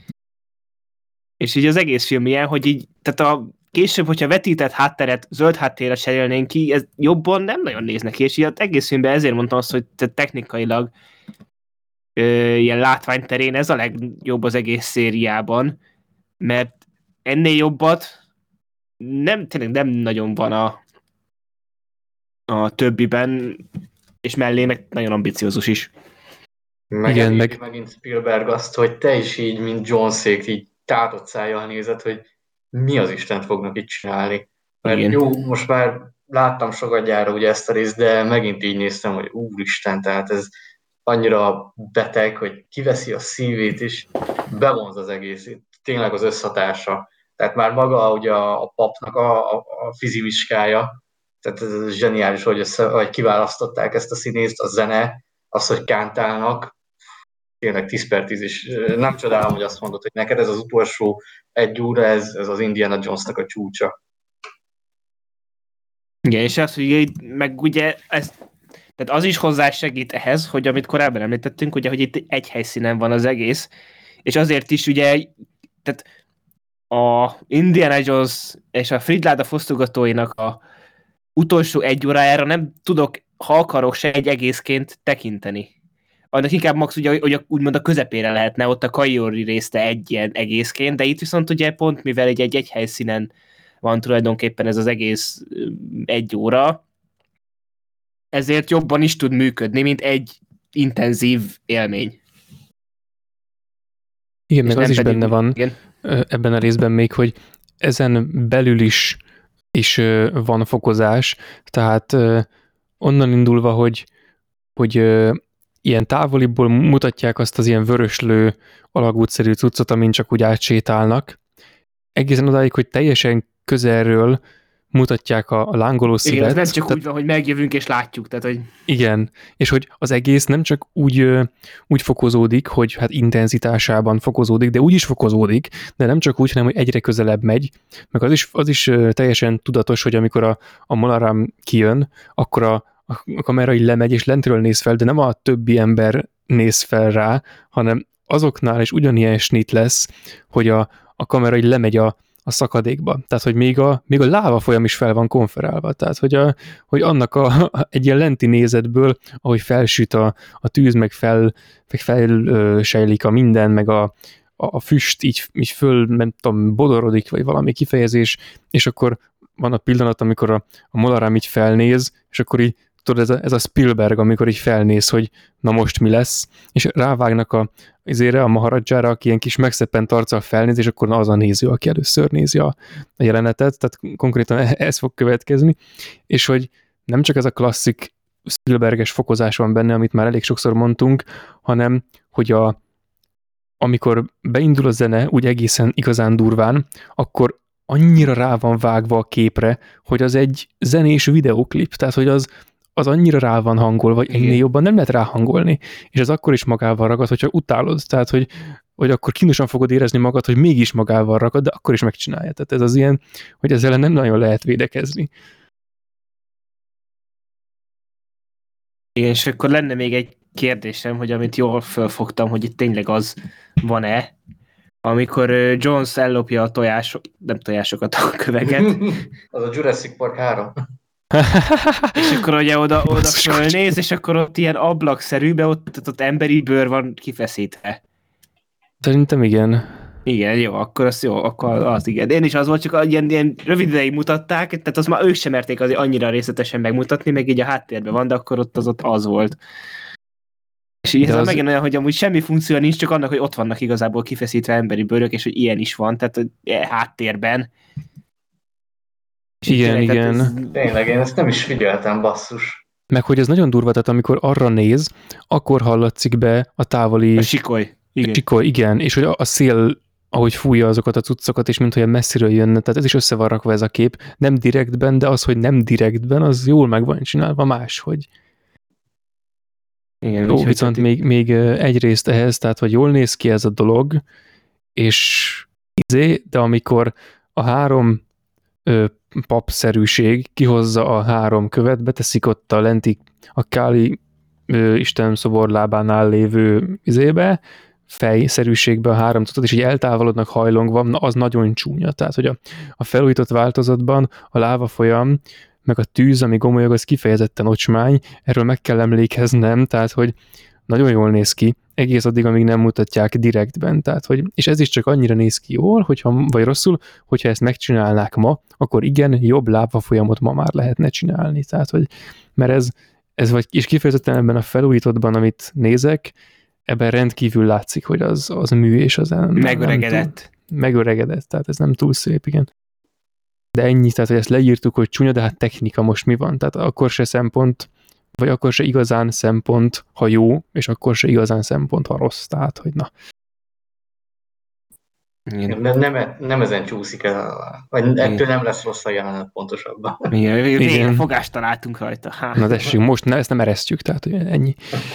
És így az egész film ilyen, hogy így, tehát a később, hogyha vetített hátteret zöld háttérre cserélnénk ki, ez jobban nem nagyon néz neki, és így az egész filmben ezért mondtam azt, hogy technikailag ö, ilyen látványterén ez a legjobb az egész szériában, mert ennél jobbat nem, tényleg nem nagyon van a, a többiben, és mellé meg nagyon ambiciózus is. Meg igen, meg... megint Spielberg azt, hogy te is így, mint Jones-ék, így tátott szájjal nézed, hogy mi az Istent fognak itt csinálni. Mert igen. Jó, most már láttam sokat ugye ezt a részt, de megint így néztem, hogy úristen, tehát ez annyira beteg, hogy kiveszi a szívét, és bevonz az egész, tényleg az összhatása. Tehát már maga ugye a, a papnak a, a, a fizimiskája, tehát ez zseniális, hogy, össze, hogy kiválasztották ezt a színészt, a zene, az, hogy kántálnak, tényleg tíz per tíz, és nem csodálom, hogy azt mondod, hogy neked ez az utolsó egy óra, ez, ez az Indiana Jonesnak a csúcsa. Igen, és az, hogy meg ugye ez, tehát az is hozzásegít ehhez, hogy amit korábban említettünk, ugye, hogy itt egy helyszínen van az egész, és azért is ugye, tehát a Indiana Jones és a Fridláda fosztogatóinak a utolsó egy órájára nem tudok, ha akarok, se egy egészként tekinteni. Annak inkább max ugye, hogy úgymond a közepére lehetne, ott a Kaiori részte egy ilyen egészként, de itt viszont ugye pont, mivel egy, egy, egy helyszínen van tulajdonképpen ez az egész egy óra, ezért jobban is tud működni, mint egy intenzív élmény. Igen, meg az is pedig, benne van igen. Ebben a részben még, hogy ezen belül is, is van fokozás, tehát onnan indulva, hogy, hogy ilyen távoliból mutatják azt az ilyen vöröslő alagútszerű cuccot, amin csak úgy átsétálnak, egészen odáig, hogy teljesen közelről mutatják a, a lángoló szívet. Igen, ez nem csak tehát, úgy van, hogy megjövünk és látjuk. Tehát, hogy... Igen, és hogy az egész nem csak úgy, úgy fokozódik, hogy hát intenzitásában fokozódik, de úgy is fokozódik, de nem csak úgy, hanem hogy egyre közelebb megy, meg az is, az is teljesen tudatos, hogy amikor a, a Monorail kijön, akkor a, a kamera így lemegy, és lentről néz fel, de nem a többi ember néz fel rá, hanem azoknál is ugyanilyen snit lesz, hogy a, a kamera így lemegy a a szakadékba. Tehát, hogy még a, még a láva folyam is fel van konferálva. Tehát, hogy, a, hogy annak a, a, egy ilyen lenti nézetből, ahogy felsüt a, a tűz, meg, fel, meg felsejlik a minden, meg a, a, a füst így, így föl, nem tudom, bodorodik, vagy valami kifejezés, és akkor van a pillanat, amikor a, a Monorail így felnéz, és akkor így tudod, ez a, ez a Spielberg, amikor így felnéz, hogy na most mi lesz, és rávágnak a, izére, a Maharadzsára, aki ilyen kis megszeppent arccal felnéz, és akkor na az a néző, aki először nézi a, a jelenetet, tehát konkrétan ez fog következni, és hogy nem csak ez a klasszik Spielberges fokozás van benne, amit már elég sokszor mondtunk, hanem, hogy a, amikor beindul a zene úgy egészen igazán durván, akkor annyira rá van vágva a képre, hogy az egy zenés videóklip, tehát hogy az, az annyira rá van hangolva, vagy ennél jobban nem lehet ráhangolni, és ez akkor is magával ragad, hogyha utálod, tehát hogy, hogy akkor kínosan fogod érezni magad, hogy mégis magával ragad, de akkor is megcsinálja. Tehát ez az ilyen, hogy ezzel nem nagyon lehet védekezni. Igen, és akkor lenne még egy kérdésem, hogy amit jól fölfogtam, hogy itt tényleg az van-e, amikor Jones ellopja a tojások, nem tojásokat, a köveket. Az a Jurassic Park három. És akkor ugye oda, oda fölnéz, és akkor ott ilyen ablakszerűbe, ott, ott, ott emberi bőr van kifeszítve. Szerintem igen. Igen, jó, akkor az jó, akkor az igen. Én is az volt, csak ilyen, ilyen rövid ideig mutatták, tehát az már ők sem merték azért annyira részletesen megmutatni, meg így a háttérben van, de akkor ott az ott az volt. És így ez az... megint olyan, hogy amúgy semmi funkció nincs, csak annak, hogy ott vannak igazából kifeszítve emberi bőrök, és hogy ilyen is van, tehát háttérben. És igen, tényleg, igen. Ez... Tényleg, én ezt nem is figyeltem, basszus. Meg hogy ez nagyon durva, tehát amikor arra néz, akkor hallatszik be a távoli... A sikoly. Igen. A sikoly, igen, és hogy a, a szél, ahogy fújja azokat a cuccokat, és mint olyan messziről jönne, tehát ez is össze van rakva ez a kép. Nem direktben, de az, hogy nem direktben, az jól meg van csinálva máshogy. Igen, jó, viszont még, még egyrészt ehhez, tehát hogy jól néz ki ez a dolog, és izé, de amikor a három ö, papszerűség kihozza a három követ, beteszik ott a lenti, a Káli ö, Isten szoborlábánál lévő izébe, fejszerűségbe a három cuccot, és így eltávolodnak hajlongva, na az nagyon csúnya. Tehát, hogy a, a felújított változatban a láva folyam, meg a tűz, ami gomolyog, az kifejezetten ocsmány, erről meg kell emlékeznem, tehát, hogy nagyon jól néz ki, egész addig, amíg nem mutatják direktben, tehát, hogy, és ez is csak annyira néz ki jól, hogyha, vagy rosszul, hogyha ezt megcsinálnák ma, akkor igen, jobb láva folyamot ma már lehetne csinálni, tehát, hogy, mert ez, ez vagy, és kifejezetten ebben a felújítottban, amit nézek, ebben rendkívül látszik, hogy az, az mű, és az nem, megöregedett. Túl, megöregedett, tehát ez nem túl szép, igen. De ennyi, tehát hogy ezt leírtuk, hogy csúnya, de hát technika most mi van, tehát akkor se szempont, vagy akkor se igazán szempont, ha jó, és akkor se igazán szempont, ha rossz, tehát hogy na. Nem, nem, nem ezen csúszik el, vagy ettől nem lesz rossz a jelenet pontosabban. Igen, igen. Fogást találtunk rajta. Há. Na tessünk, most ne, ezt nem eresztjük, tehát hogy ennyi.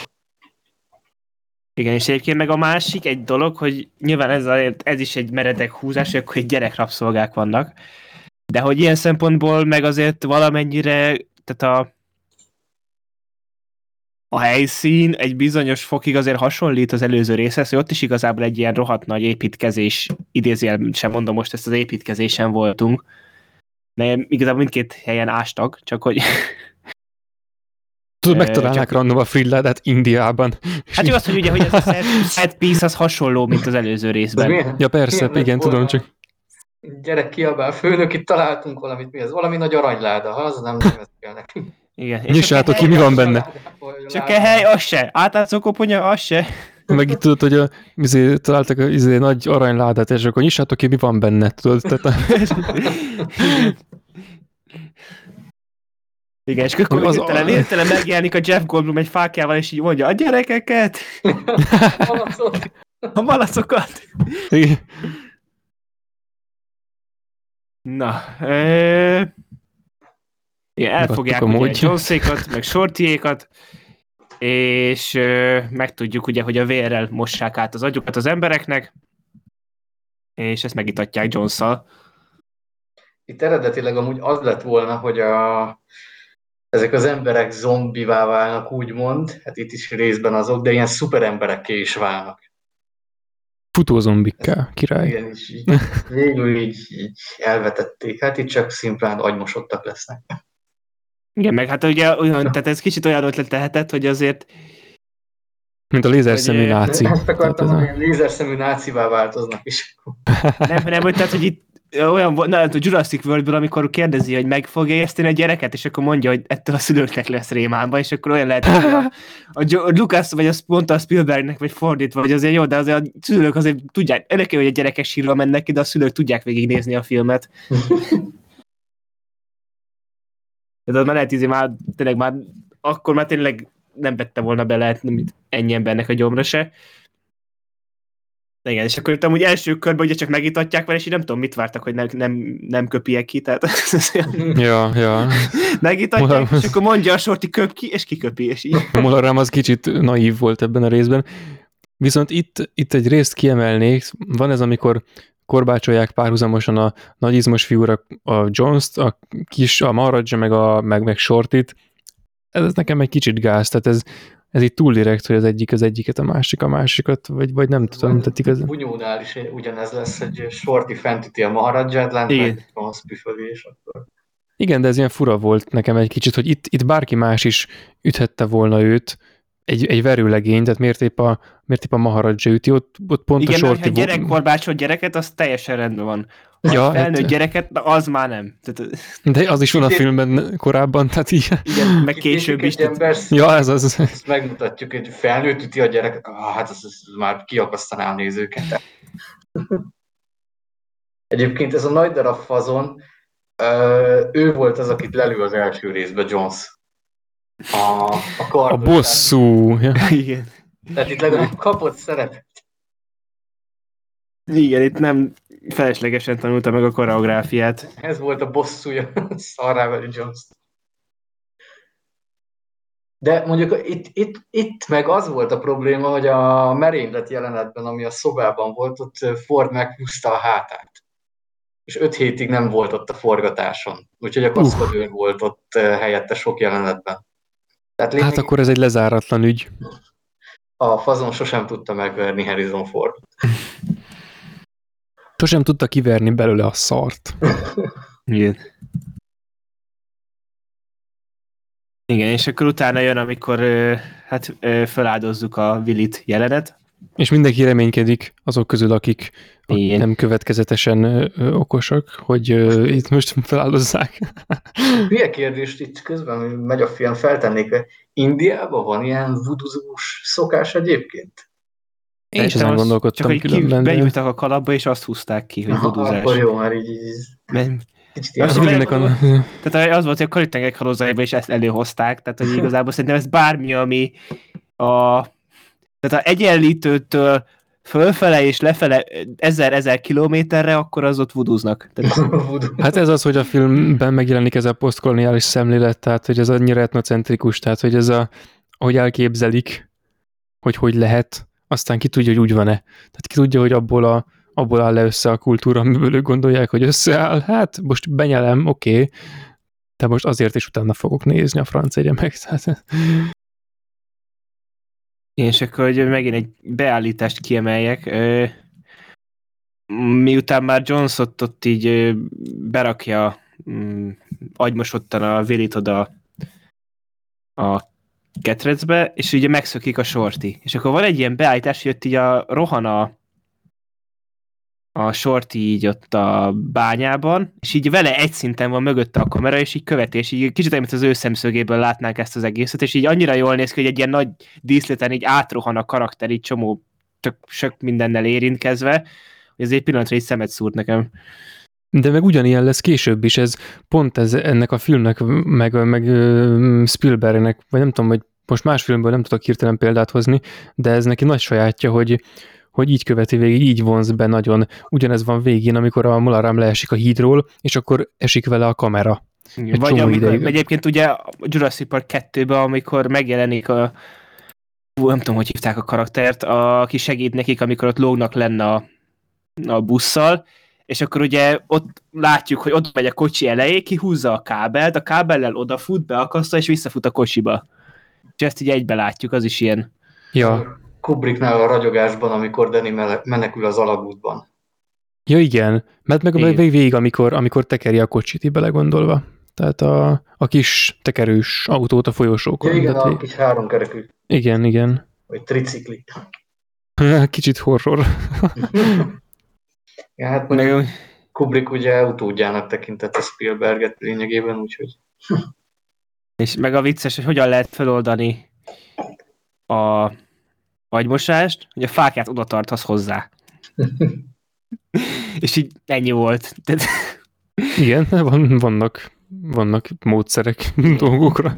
Igen, és egyébként meg a másik egy dolog, hogy nyilván ez, a, ez is egy meredek húzás, hogy akkor gyerekrabszolgák vannak, de hogy ilyen szempontból meg azért valamennyire, tehát a, a helyszín egy bizonyos fokig azért hasonlít az előző részhez, hogy ott is igazából egy ilyen rohadt nagy építkezés, idézőjel sem mondom, most ezt az építkezésen voltunk, de igazából mindkét helyen ástak, csak hogy... Tudod, megtalálnák csak... random a Frilládát Indiában. Hát jó az, hogy ugye, hogy ez a set, set piece az hasonló, mint az előző részben. Milyen, ja persze, igen, tudom, csak... Gyerek kiabál, főnök, itt találtunk valamit, mi ez? Valami nagy aranyláda, ha az nem, nem ezt kell nekünk. Igen. Nyissátok ki, mi van benne? Csak e hely, az se. Átlátszó koponya, az se. Meg itt tudod, hogy a, izé, találtak a izé, nagy aranyládát, és akkor nyissátok ki, mi van benne, tudod? Tehát a... Igen, és akkor az hirtelen, hirtelen megjelenik a Jeff Goldblum egy fákjával, és így mondja, a gyerekeket! A malacokat! Igen. Na, e... igen, elfogják ugye Johnsékat, meg Shortyékat, és e, megtudjuk ugye, hogy a vérrel mossák át az agyukat az embereknek, és ezt megitatják Jones-szal. Itt eredetileg amúgy az lett volna, hogy a ezek az emberek zombivá válnak, úgymond, hát itt is részben azok, de ilyen szuperemberekké is válnak. Futózombikká, király. Igen, és így, végül így, így elvetették. Hát itt csak szimplán agymosottak lesznek. Igen, meg hát ugye olyan, tehát ez kicsit olyan ötlet lehetett, hogy azért... Mint a lézerszemű náci. Ezt akartam, hogy a lézerszemű nácivá változnak is. Nem, nem, hogy tehát, hogy itt olyan volt, na, a Jurassic Worldből, amikor kérdezi, hogy meg fogja érteni a gyereket, és akkor mondja, hogy ettől a szülőknek lesz rémálma, és akkor olyan lehet, hogy a, a, a Lucas, vagy azt mondta a Spielbergnek, vagy fordítva, vagy azért jó, de azért a szülők azért tudják, örökké, hogy a gyerekek sírva mennek ki, de a szülők tudják végignézni a filmet. De az már lehet ízni, már tényleg már, akkor már tényleg nem vette volna bele ennyi embernek a gyomra se. Igen, és akkor utána úgy első körben ugye csak megitatják vele, és így nem tudom, mit vártak, hogy nem, nem, nem köpiek ki, tehát ja, ja. megitatják, és akkor mondja a sorti, köp ki, és kiköpi, és így. Molaram az kicsit naív volt ebben a részben. Viszont itt, itt egy részt kiemelnék, van ez, amikor korbácsolják párhuzamosan a nagyizmos fiúra a Jones-t, a kis, a Maharaja, meg, a, meg, meg Shortit. Ez, ez nekem egy kicsit gáz, tehát ez Ez így túl direkt, hogy az egyik az egyiket, a másik a másikat, vagy, vagy nem tudom. Tehát igaz... Bunyónál is ugyanez lesz, hogy Shorty fent üti a Maharaját, lent meg Jones püföli, és akkor... Igen, de ez ilyen fura volt nekem egy kicsit, hogy itt, itt bárki más is üthette volna őt, egy, egy verőlegény, tehát miért épp a, miért épp a Maharaja üti, ott, ott pont igen, a Shorty... Igen, ha gyerek korbácsol gyereket, az teljesen rendben van. Ha ja, felnőtt hát... gyereket, az már nem. Tehát... De az is van a filmben korábban, tehát így... Igen, meg később is. Tehát... Ja, ez az. Ezt megmutatjuk, hogy felnőtt üti a gyerek, ah, hát az, az már kiakasztaná a nézőket. Egyébként ez a nagy darab fazon, ő volt az, akit lelő az első részbe, Jones. A, a, a bosszú. Ja. Igen. Tehát itt legalább kapott szerepet. Igen, itt nem feleslegesen tanulta meg a koreográfiát. Ez volt a bosszúja, szarráveli Jones. De mondjuk itt, itt, itt meg az volt a probléma, hogy a merénylet jelenetben, ami a szobában volt, ott Ford meghúzta a hátát. És öt hétig nem volt ott a forgatáson. Úgyhogy a kaszkadőr uh. volt ott helyette sok jelenetben. Tehát lényeg... Hát akkor ez egy lezáratlan ügy. A fazon sosem tudta megverni Harrison Fordot. Sosem tudta kiverni belőle a szart. Igen. Igen, és akkor utána jön, amikor hát feláldozzuk a Willit jelenet. És mindenki reménykedik azok közül, akik Igen. nem következetesen ö, okosak, hogy ö, itt most feláldozzák. Hülye kérdést itt közben, megy a film, feltennék, Indiában van ilyen vuduzós szokás egyébként? Én is ezen gondolkodtam csak, különben. Csak benyújtak a kalapba, és azt húzták ki, hogy vuduzás. Akkor jó, már így... így... Men... Az a... Tehát az volt, hogy a Karib-tenger kalózaiban is ezt előhozták, tehát hogy igazából szerintem ez bármi, ami a... Tehát ha egyenlítőtől fölfele és lefele ezer-ezer kilométerre, akkor az ott vuduznak. Tehát... Hát ez az, hogy a filmben megjelenik ez a posztkoloniális szemlélet, tehát hogy ez annyira etnocentrikus, tehát hogy ez a, ahogy elképzelik, hogy hogy lehet, aztán ki tudja, hogy úgy van-e. Tehát ki tudja, hogy abból, a, abból áll le össze a kultúra, amiből ők gondolják, hogy összeáll. Hát most benyelem, oké, okay, de most azért is utána fogok nézni a francia meg. Tehát... És akkor, hogy megint egy beállítást kiemeljek, miután már Jones ott, ott így berakja agymosottan a Willit oda a ketrecbe, és ugye megszökik a Shorty. És akkor van egy ilyen beállítás, hogy ott így a rohan a, a Shorty így ott a bányában, és így vele egy szinten van mögötte a kamera, és így követi, és így kicsit olyan, mint az ő szemszögéből látnánk ezt az egészet, és így annyira jól néz ki, hogy egy ilyen nagy díszleten így átrohan a karakter, így csomó tök sok mindennel érintkezve, hogy ez egy pillanatra így szemet szúrt nekem. De meg ugyanilyen lesz később is, ez pont ez ennek a filmnek, meg, meg Spielbergnek, vagy nem tudom, hogy most más filmből nem tudok hirtelen példát hozni, de ez neki nagy sajátja, hogy hogy így követi végig, így vonz be nagyon. Ugyanez van végén, amikor a Molaram leesik a hídról, és akkor esik vele a kamera. Egy vagy amikor, egyébként ugye a Jurassic Park kettőben, amikor megjelenik a nem tudom, hogy hívták a karaktert, aki segít nekik, amikor ott lógnak lenne a, a busszal, és akkor ugye ott látjuk, hogy ott megy a kocsi elejé, kihúzza a kábelt, a kábellel odafut, beakasztja, és visszafut a kocsiba. És ezt így egybe látjuk, az is ilyen. Ja. Kubricknál a ragyogásban, amikor Danny menekül az alagútban. Ja igen, mert meg a végig, amikor, amikor tekeri a kocsit, így belegondolva. Tehát a, a kis tekerős autót a folyosókon. Ja, igen, a kis háromkerekű. Igen, igen. Vagy tricikli. Kicsit horror. Ja, hát mondjuk, Kubrick ugye utódjának tekintette Spielberget lényegében, úgyhogy... És meg a vicces, hogy hogyan lehet feloldani a agymosást, hogy a fákját oda tartasz hozzá. És így ennyi volt. Tehát... Igen, van, vannak, vannak módszerek dolgokra.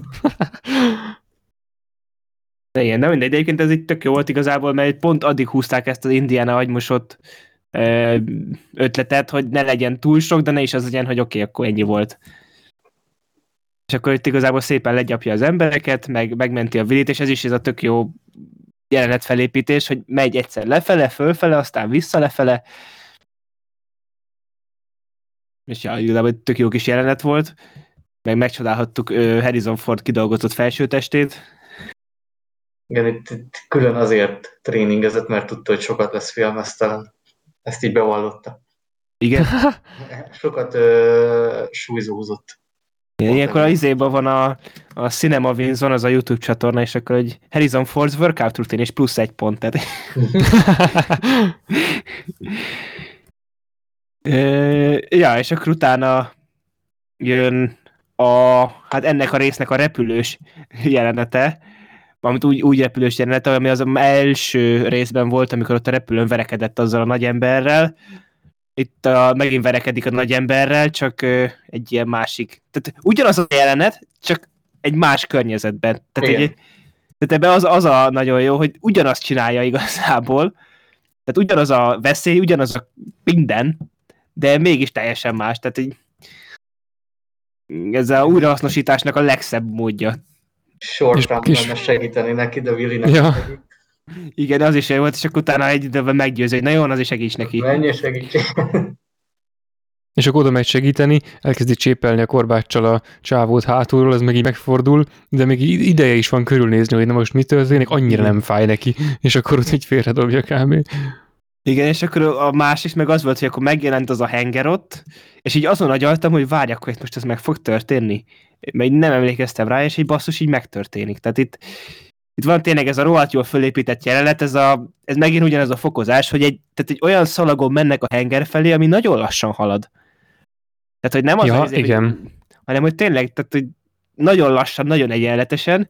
De igen, de mindegy, de egyébként ez így tök jó volt igazából, mert pont addig húzták ezt az Indiana agymosott ö, ötletet, hogy ne legyen túl sok, de ne is az legyen, hogy oké, okay, akkor ennyi volt. És akkor itt igazából szépen legyapja az embereket, meg megmenti a Willit, és ez is ez a tök jó jelenetfelépítés, hogy megy egyszer lefele, fölfele, aztán vissza lefele. És ja, igazából tök jó kis jelenet volt. Meg megcsodálhattuk uh, Harrison Ford kidolgozott felsőtestét. Igen, itt, itt külön azért tréningezett, mert tudta, hogy sokat lesz filmesztelen. Ezt így bevallotta. Igen. Sokat uh, súlyzózott. Igen, ilyenkor az izében van a, a Cinema Wins, van az a YouTube csatorna, és akkor egy Harrison Ford's workout rutin, és plusz egy pont. Tehát. Ja, és akkor utána jön a, hát ennek a résznek a repülős jelenete, amit úgy, úgy repülős jelenete, ami az első részben volt, amikor ott a repülőn verekedett azzal a nagy emberrel. Itt a, megint verekedik a nagy emberrel, csak ö, egy ilyen másik. Tehát ugyanaz a jelenet, csak egy más környezetben. Tehát, egy, tehát ebben az, az a nagyon jó, hogy ugyanazt csinálja igazából. Tehát ugyanaz a veszély, ugyanaz a minden, de mégis teljesen más. Tehát így, ez a újrahasznosításnak a legszebb módja. Sortán lenne segíteni neki, de Willinek ja. segít. Igen, az is jó volt, és akkor utána egy időben meggyőző, hogy na jó, az is segíts neki. Menj és segíts. És akkor oda megy segíteni, elkezdi csépelni a korbáccsal a csávót hátulról, az meg így megfordul, de még ideje is van körülnézni, hogy na most mi történik, annyira nem fáj neki, és akkor ott így félredobja kb. Igen, és akkor a másik meg az volt, hogy akkor megjelent az a henger ott, és így azon agyaltam, hogy várjak, hogy most ez meg fog történni. Mert nem emlékeztem rá, és így basszus így megtörténik. Tehát itt, itt van tényleg ez a rohadt jól fölépített jelenet, ez, a, ez megint ugyanez a fokozás, hogy egy, tehát egy olyan szalagon mennek a henger felé, ami nagyon lassan halad. Tehát, hogy nem az, ja, azért, igen. hogy, hanem hogy tényleg, tehát, hogy nagyon lassan, nagyon egyenletesen,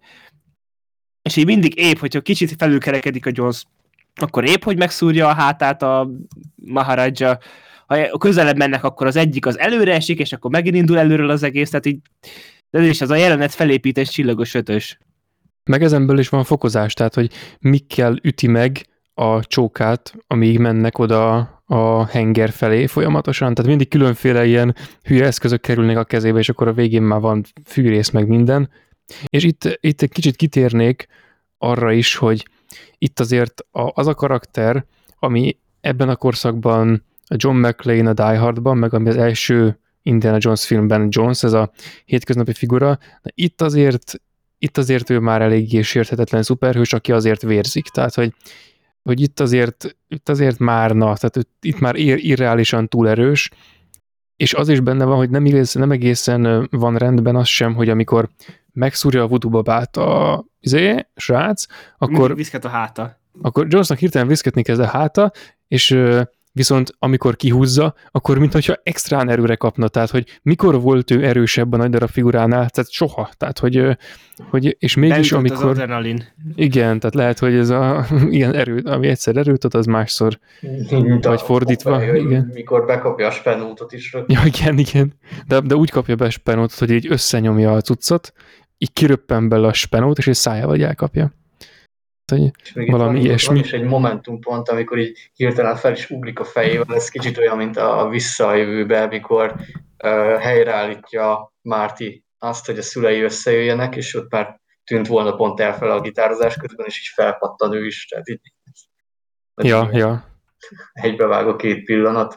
és így mindig épp, hogyha kicsit felülkerekedik a Jones, akkor épp, hogy megszúrja a hátát a Maharaja. Ha közelebb mennek, akkor az egyik az előre esik, és akkor megint indul előről az egész, tehát így ez is az a jelenet felépítés csillagos ötös. Meg ezen belül is van fokozás, tehát, hogy mikkel üti meg a csókát, amíg mennek oda a henger felé folyamatosan, tehát mindig különféle ilyen hülye eszközök kerülnek a kezébe, és akkor a végén már van fűrész meg minden. És itt, itt egy kicsit kitérnék arra is, hogy itt azért a, az a karakter, ami ebben a korszakban a John McClane a Die Hardban, meg ami az első Indiana Jones filmben Jones, ez a hétköznapi figura, de itt azért, itt azért ő már eléggé sérthetetlen szuperhős, aki azért vérzik. Tehát, hogy, hogy itt, azért, itt azért már, na, tehát itt már ir- irreálisan túl erős, és az is benne van, hogy nem egészen, nem egészen van rendben az sem, hogy amikor megszúrja a voodoo babát a izé, srác, akkor, viszket a háta. akkor Jonesnak hirtelen viszketni kezd a háta, és viszont amikor kihúzza, akkor mintha extrán erőre kapna, tehát hogy mikor volt ő erősebb a nagy darab figuránál, tehát soha, tehát hogy, hogy és mégis beütött amikor... az adrenalin. Igen, tehát lehet, hogy ez a ilyen erő, ami egyszer erőt ad, az másszor, Mint vagy fordítva, opera, igen. Mikor bekapja a spenótot is rögtön. Ja, igen, igen, de, de úgy kapja be a spenótot, hogy így összenyomja a cuccot, így kiröppen bele a spenót, és egy szájával elkapja. Hogy valami van, ilyesmi. Van is egy momentumpont, amikor így hirtelen fel is ugrik a fejével, ez kicsit olyan, mint a visszajövőbe, amikor uh, helyreállítja Marty azt, hogy a szülei összejöjjenek, és ott már tűnt volna pont elfele a gitározás közben, és így felpattan ő is. Tehát így, ja, ja. Egybevágó két pillanat.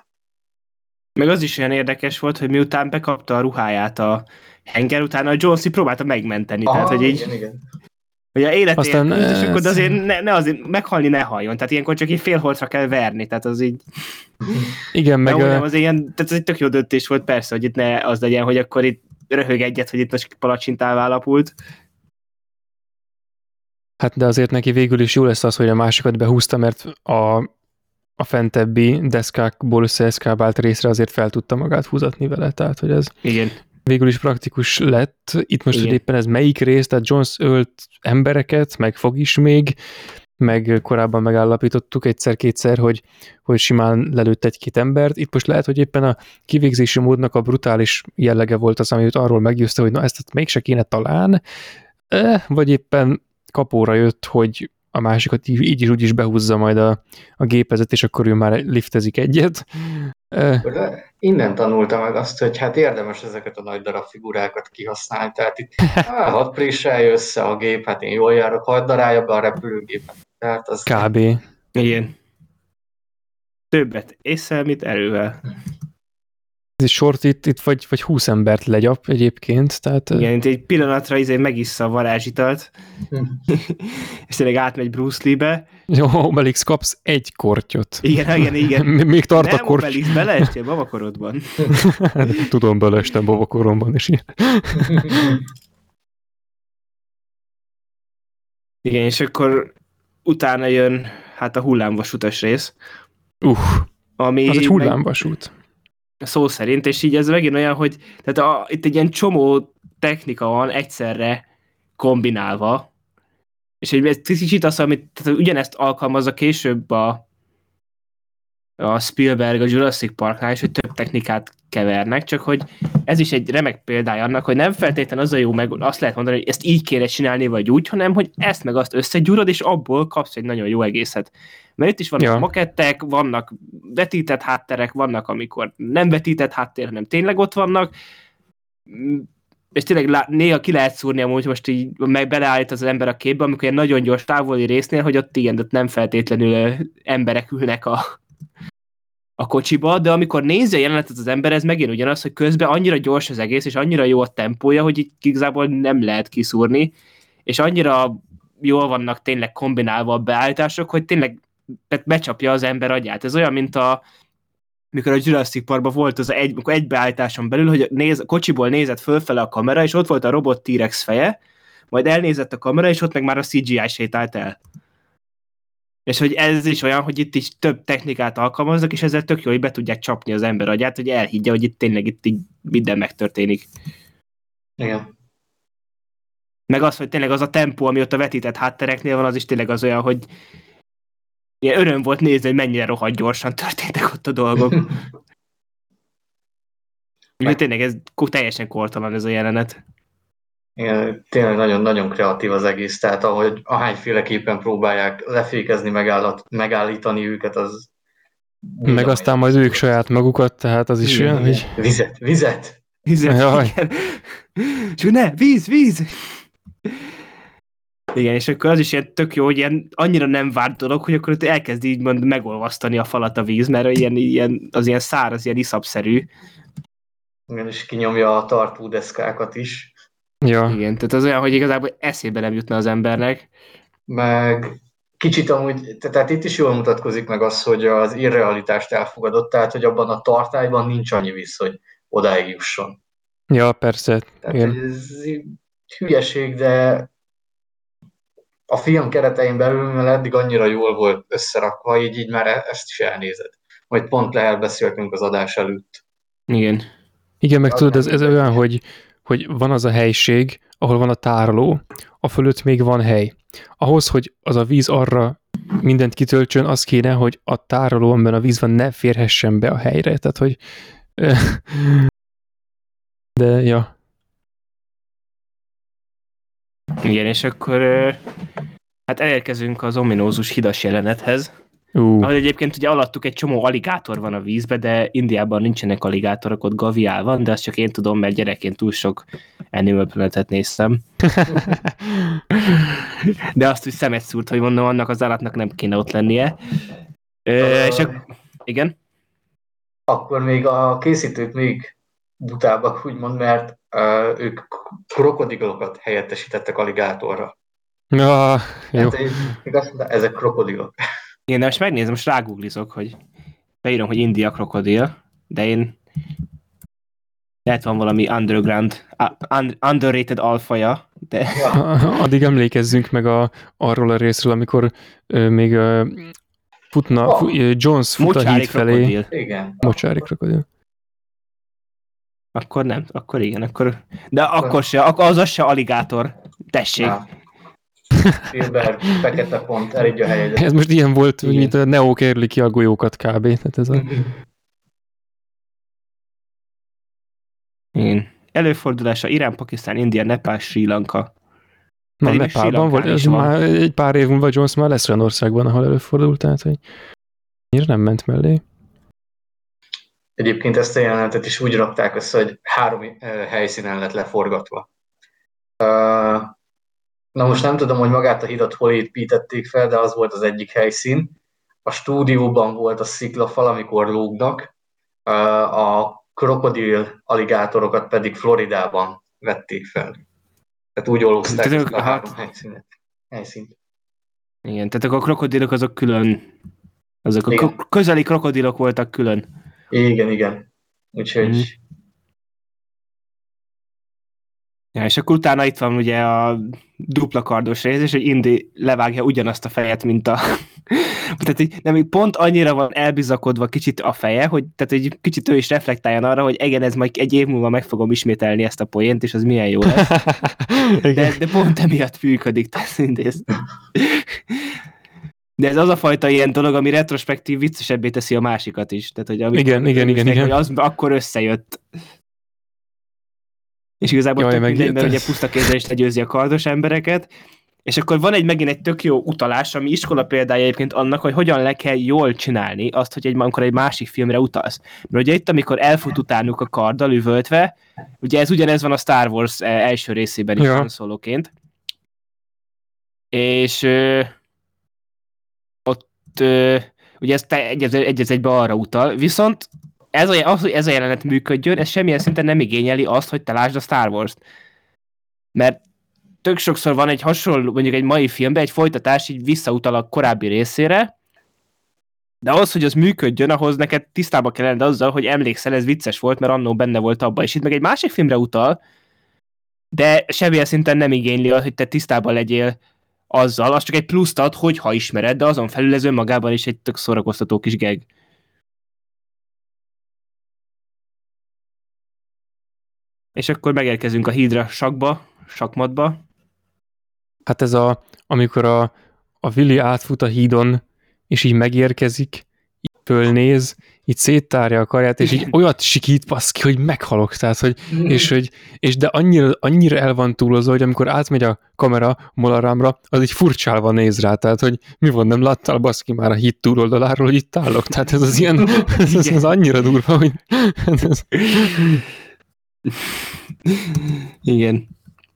Meg az is olyan érdekes volt, hogy miután bekapta a ruháját a henger, utána a Jonesy próbálta megmenteni. Aha, tehát, hogy így, igen, igen. hogy a életért, Aztán, és akkor de azért ne, ne azért meghalni ne halljon. Tehát ilyenkor csak egy fél holtra kell verni. Tehát az így... Igen, meg... Nem, az ilyen, tehát ez egy tök jó döntés volt, persze, hogy itt ne az legyen, hogy akkor itt röhög egyet, hogy itt most palacsintává alapult. Hát de azért neki végül is jó lesz az, hogy a másikat behúzta, mert a a fentebbi deszkákból összeeszkábált részre azért fel tudta magát húzatni vele, tehát hogy ez Igen. végül is praktikus lett. Itt most, Igen. hogy éppen ez melyik rész, tehát Jones ölt embereket, meg fog is még, meg korábban megállapítottuk egyszer-kétszer, hogy, hogy simán lelőtt egy-két embert. Itt most lehet, hogy éppen a kivégzési módnak a brutális jellege volt az, amit arról meggyőzte, hogy na ezt mégse kéne talán, eh, vagy éppen kapóra jött, hogy a másikat így, így is úgy is behúzza majd a, a gépezet, és akkor ő már liftezik egyet. Eh, De innen tanulta meg azt, hogy hát érdemes ezeket a nagy darab figurákat kihasználni. Tehát itt á, hadd préselj össze a gép, hát én jól járok, hadd darálja be a repülőgépet. Tehát az... Kb. Igen. Többet észre, mint erővel. Ez egy sort itt, itt vagy, vagy húsz embert legyap egyébként, tehát... Igen, mint egy pillanatra izé megissza a varázsitalt, Hm. és tényleg átmegy Bruce Lee-be. Jó, Obelix, kapsz egy kortyot. Igen, igen, igen. Még tart a Nem, korty. Obelix, beleestél babakorodban. Tudom, beleestem babakoromban is. Igen, és akkor utána jön hát a hullámvasutas rész, Uh, ami az egy meg- hullámvasút. szó szerint, és így ez megint olyan, hogy tehát a, itt egy ilyen csomó technika van egyszerre kombinálva, és egy ez kicsit az, amit tehát ugyanezt alkalmazza később a, a Spielberg a Jurassic Parknál is, hogy több technikát kevernek, csak hogy ez is egy remek példája annak, hogy nem feltétlenül az a jó, meg azt lehet mondani, hogy ezt így kéne csinálni, vagy úgy, hanem hogy ezt meg azt összegyúrod, és abból kapsz egy nagyon jó egészet. Mert itt is vannak Ja. makettek, vannak vetített hátterek, vannak, amikor nem vetített háttér, hanem tényleg ott vannak, és tényleg lá- néha ki lehet szúrni amúgy, most így meg beleállít az ember a képbe, amikor ilyen nagyon gyors távoli résznél, hogy ott igen, ott nem feltétlenül ö, emberek ülnek a, a kocsiba, de amikor nézi a jelenetet az ember, ez megint ugyanaz, hogy közben annyira gyors az egész, és annyira jó a tempója, hogy így igazából nem lehet kiszúrni, és annyira jól vannak tényleg kombinálva a beállítások, hogy tényleg becsapja az ember agyát. Ez olyan, mint a mikor a Jurassic Parkban volt az egy, amikor egy beállításon belül, hogy néz, kocsiból nézett fölfele a kamera, és ott volt a robot T-Rex feje, majd elnézett a kamera, és ott meg már a cé gé í sétált el. És hogy ez is olyan, hogy itt is több technikát alkalmaznak, és ezzel tök jó, hogy be tudják csapni az ember agyát, hogy elhiggye, hogy itt tényleg itt így minden megtörténik. Igen. Meg az, hogy tényleg az a tempó, ami ott a vetített háttereknél van, az is tényleg az olyan, hogy ilyen öröm volt nézni, hogy mennyire rohadt gyorsan történtek ott a dolgok. Úgyhogy tényleg ez teljesen kortalan ez a jelenet. Igen, tényleg nagyon-nagyon kreatív az egész, tehát ahogy ahányféleképpen próbálják lefékezni, megállat, megállítani őket, az... Meg aztán majd ők saját magukat, tehát az is Igen, olyan, hogy... Vizet, vizet! Jaj. Igen. És akkor ne, víz, víz! Igen, és akkor az is ilyen tök jó, hogy ilyen annyira nem várt dolog, hogy akkor ott elkezd így mond megolvasztani a falat a víz, mert ilyen, ilyen, az ilyen száraz, ilyen iszapszerű. Igen, és kinyomja a tartódeszkákat is. Ja. Igen, tehát az olyan, hogy igazából eszébe nem jutna az embernek. Meg kicsit amúgy, tehát itt is jól mutatkozik meg az, hogy az irrealitást elfogadott, tehát hogy abban a tartályban nincs annyi víz, hogy odáig jusson. Ja, persze. Tehát Igen. ez hülyeség, de a film keretein belül, mert eddig annyira jól volt összerakva, így, így már ezt is elnézed. Majd pont le beszéltünk az adás előtt. Igen. Igen, meg Az tudod, nem ez, ez mindegy. olyan, hogy, hogy van az a helység, ahol van a tároló, a fölött még van hely. Ahhoz, hogy az a víz arra mindent kitöltsön, az kéne, hogy a tároló, amiben a víz van, ne férhessen be a helyre. Tehát, hogy... De, ja. Igen, és akkor ö, hát elérkezünk az ominózus hidas jelenethez. Ú, Ahogy egyébként ugye alattuk egy csomó aligátor van a vízbe, de Indiában nincsenek aligátorok, ott gaviál van, de azt csak én tudom, mert gyerekként túl sok Animal Planet-et néztem. De azt úgy szemet szúrt, hogy mondom, annak az állatnak nem kéne ott lennie. Ö, és ak- igen? Akkor még a készítők még butábbak, úgymond, mert uh, ők krokodilokat helyettesítettek aligátorra. ja, jó. Tehát, még azt mondta, ezek krokodilok. Igen, de most megnézem, most rágooglizok, hogy beírom, hogy India krokodil, de én lehet van valami underground, un- underrated alfaja, de Ja. Addig emlékezzünk meg a, arról a részről, amikor ö, még ö, futna, Oh. fu, Jones fut a Mocsári híd felé. krokodil. Igen. Mocsári krokodil. Akkor nem, akkor igen, akkor... De akkor se, akkor az az se aligátor. Tessék. Na. Spielberg, fekete pont, elég a helyet. Ez most ilyen volt, Igen. mint a Neo kerüli ki a golyókat kb. Tehát ez a... Igen. Előfordulása Irán, Pakisztán, India, Nepál, Sri Lanka. Na, Pedig Sri Nepálban volt, Lankán ez is van. már egy pár év múlva Jones már lesz olyan országban, ahol előfordult, tehát hogy miért nem ment mellé? Egyébként ezt a jelenetet is úgy rakták össze, hogy három uh, helyszínen lett leforgatva. Uh, na most nem tudom, hogy magát a hidat hol építették fel, de az volt az egyik helyszín. A stúdióban volt a sziklafal, amikor lógnak, uh, a krokodil aligátorokat pedig Floridában vették fel. Tehát úgy olózták Tehát ezt ők- a hát- három helyszínet. helyszínt. Igen, tehát akkor a krokodilok azok külön, azok a Igen. kro- közeli krokodilok voltak külön. Igen, igen. Úgyhogy Mhm. Ja, és akkor utána itt van ugye a dupla kardos rész, és hogy Indy levágja ugyanazt a fejet, mint a... tehát így, nem, pont annyira van elbizakodva kicsit a feje, hogy tehát egy kicsit ő is reflektáljon arra, hogy igen, ez majd egy év múlva meg fogom ismételni ezt a poént, és az milyen jó lesz. De, de pont emiatt működik, tehát mindez. De ez az a fajta ilyen dolog, ami retrospektív viccesebbé teszi a másikat is. Tehát, hogy amikor Igen, igen, igen, örülnek, igen. hogy az akkor összejött. És igazából Jaj, tök mindegy, megijedt mert ugye ez. puszta kézzel is legyőzi a kardos embereket, és akkor van egy megint egy tök jó utalás, ami iskola példája egyébként annak, hogy hogyan le kell jól csinálni azt, hogy egy, amikor egy másik filmre utalsz. Mert ugye itt, amikor elfut utánuk a karddal üvöltve, ugye ez ugyanez van a Star Wars első részében is Ja. Han Soloként. És ö, ott ö, ugye ez te- egy, egy, egy egybe arra utal, viszont ez a, az, hogy ez a jelenet működjön, ez semmilyen szinten nem igényeli azt, hogy te lásd a Star Wars-t. Mert tök sokszor van egy hasonló, mondjuk egy mai filmben egy folytatás így visszautal a korábbi részére, de ahhoz, hogy az működjön, ahhoz neked tisztában kell lenned azzal, hogy emlékszel, ez vicces volt, mert annó benne volt abban, és itt meg egy másik filmre utal, de semmilyen szinten nem igényli, hogy te tisztában legyél azzal, az csak egy pluszt ad, hogyha ismered, de azon felül ez önmagában is egy tök szórakoztató kis gag. És akkor megérkezünk a hídra sakba, sakmatba. Hát ez a, amikor a, a Willy átfut a hídon, és így megérkezik, így fölnéz, így széttárja a karját, és így olyat sikít baszki, hogy meghalok, tehát, hogy, és, hogy, és de annyira, annyira el van túlozva, hogy amikor átmegy a kamera Molaramra, az így furcsálva néz rá, tehát, hogy mi van, nem láttál baszki már a híd túloldaláról, hogy itt állok, tehát ez az ilyen, ez, ez, ez annyira durva, hogy ez, Igen.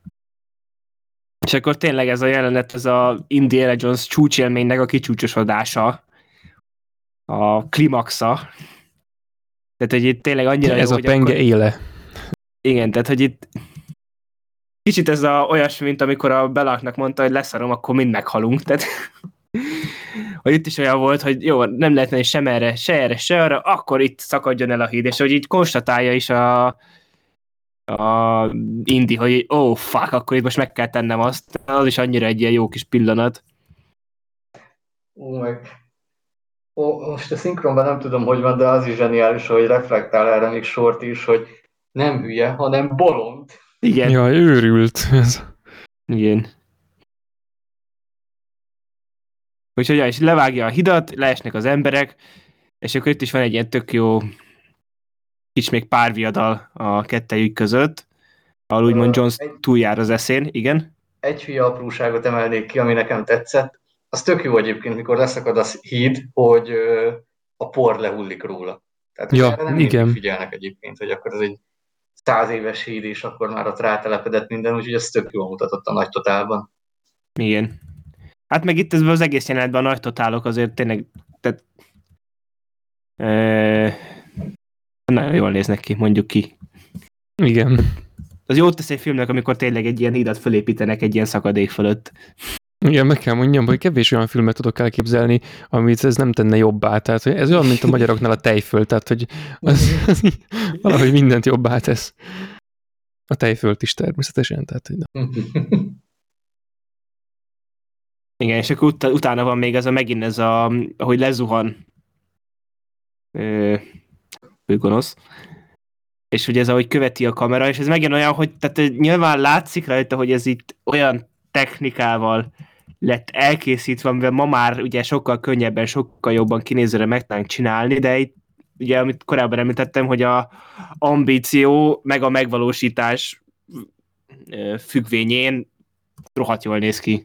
És akkor tényleg ez a jelenet, ez a Indiana Jones csúcsélménynek a kicsúcsosodása, a klimaxa. Tehát, hogy itt tényleg annyira ez jó, a hogy penge akkor... éle. Igen, tehát, hogy itt kicsit ez a olyasmi, mint amikor a Belaknak mondta, hogy leszarom, akkor mind meghalunk. Tehát, hogy itt is olyan volt, hogy jó, nem lehet menni sem erre, se erre, se arra, akkor itt szakadjon el a híd, és hogy így konstatálja is a, a Indy, hogy oh fuck, akkor itt most meg kell tennem azt. Az is annyira egy ilyen jó kis pillanat. Ó, meg... Ó, most a szinkronban nem tudom, hogy van, de az is zseniális, hogy reflektál erre még Short is, hogy nem hülye, hanem bolond. Igen. Jaj, őrült. Ez. Igen. Úgyhogy ja, és levágja a hidat, leesnek az emberek, és akkor itt is van egy ilyen tök jó kis még párviadal a kettejük között, ahol úgymond Jones egy, túljár az eszén, igen. Egy hülye apróságot emelnék ki, ami nekem tetszett. Az tök jó egyébként, mikor leszakad a híd, hogy ö, a por lehullik róla. Tehát Ja, erre nem igen. mindig figyelnek egyébként, hogy akkor ez egy száz éves híd, és akkor már ott rátelepedett minden, úgyhogy ez tök jól mutatott a nagy totálban. Igen. Hát meg itt ez az egész jelenetben a nagy totálok azért tényleg tehát, e, nagyon jól néznek ki, mondjuk ki. Igen. Az jót tesz egy filmnek, amikor tényleg egy ilyen hídat fölépítenek egy ilyen szakadék fölött. Igen, meg kell mondjam, hogy kevés olyan filmet tudok elképzelni, amit ez nem tenne jobbá. Tehát hogy ez olyan, mint a magyaroknál a tejföl, tehát hogy az, az valahogy mindent jobbá tesz. A tejfölt is természetesen. Tehát, hogy Oké, Igen, és akkor ut- utána van még ez a megint ez a, ahogy lezuhan ö, ő gonosz, és hogy ez ahogy követi a kamera, és ez megint olyan, hogy tehát nyilván látszik rajta, hogy ez itt olyan technikával lett elkészítve, amivel ma már ugye sokkal könnyebben, sokkal jobban kinézőre meg tudnánk csinálni, de itt ugye, amit korábban említettem, hogy a ambíció meg a megvalósítás függvényén rohadt jól néz ki.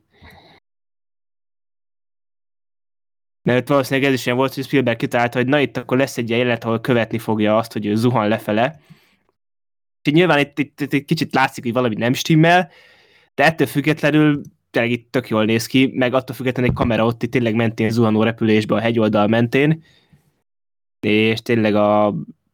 Mert valószínűleg ez is ilyen volt, hogy Spielberg kitalálta, hogy na itt akkor lesz egy ilyen jelenet, ahol követni fogja azt, hogy ő zuhan lefele. És nyilván itt, itt, itt, itt kicsit látszik, hogy valami nem stimmel, de ettől függetlenül tényleg itt tök jól néz ki, meg attól függetlenül egy kamera ott itt tényleg mentén zuhanó repülésbe a hegyoldal mentén, és tényleg a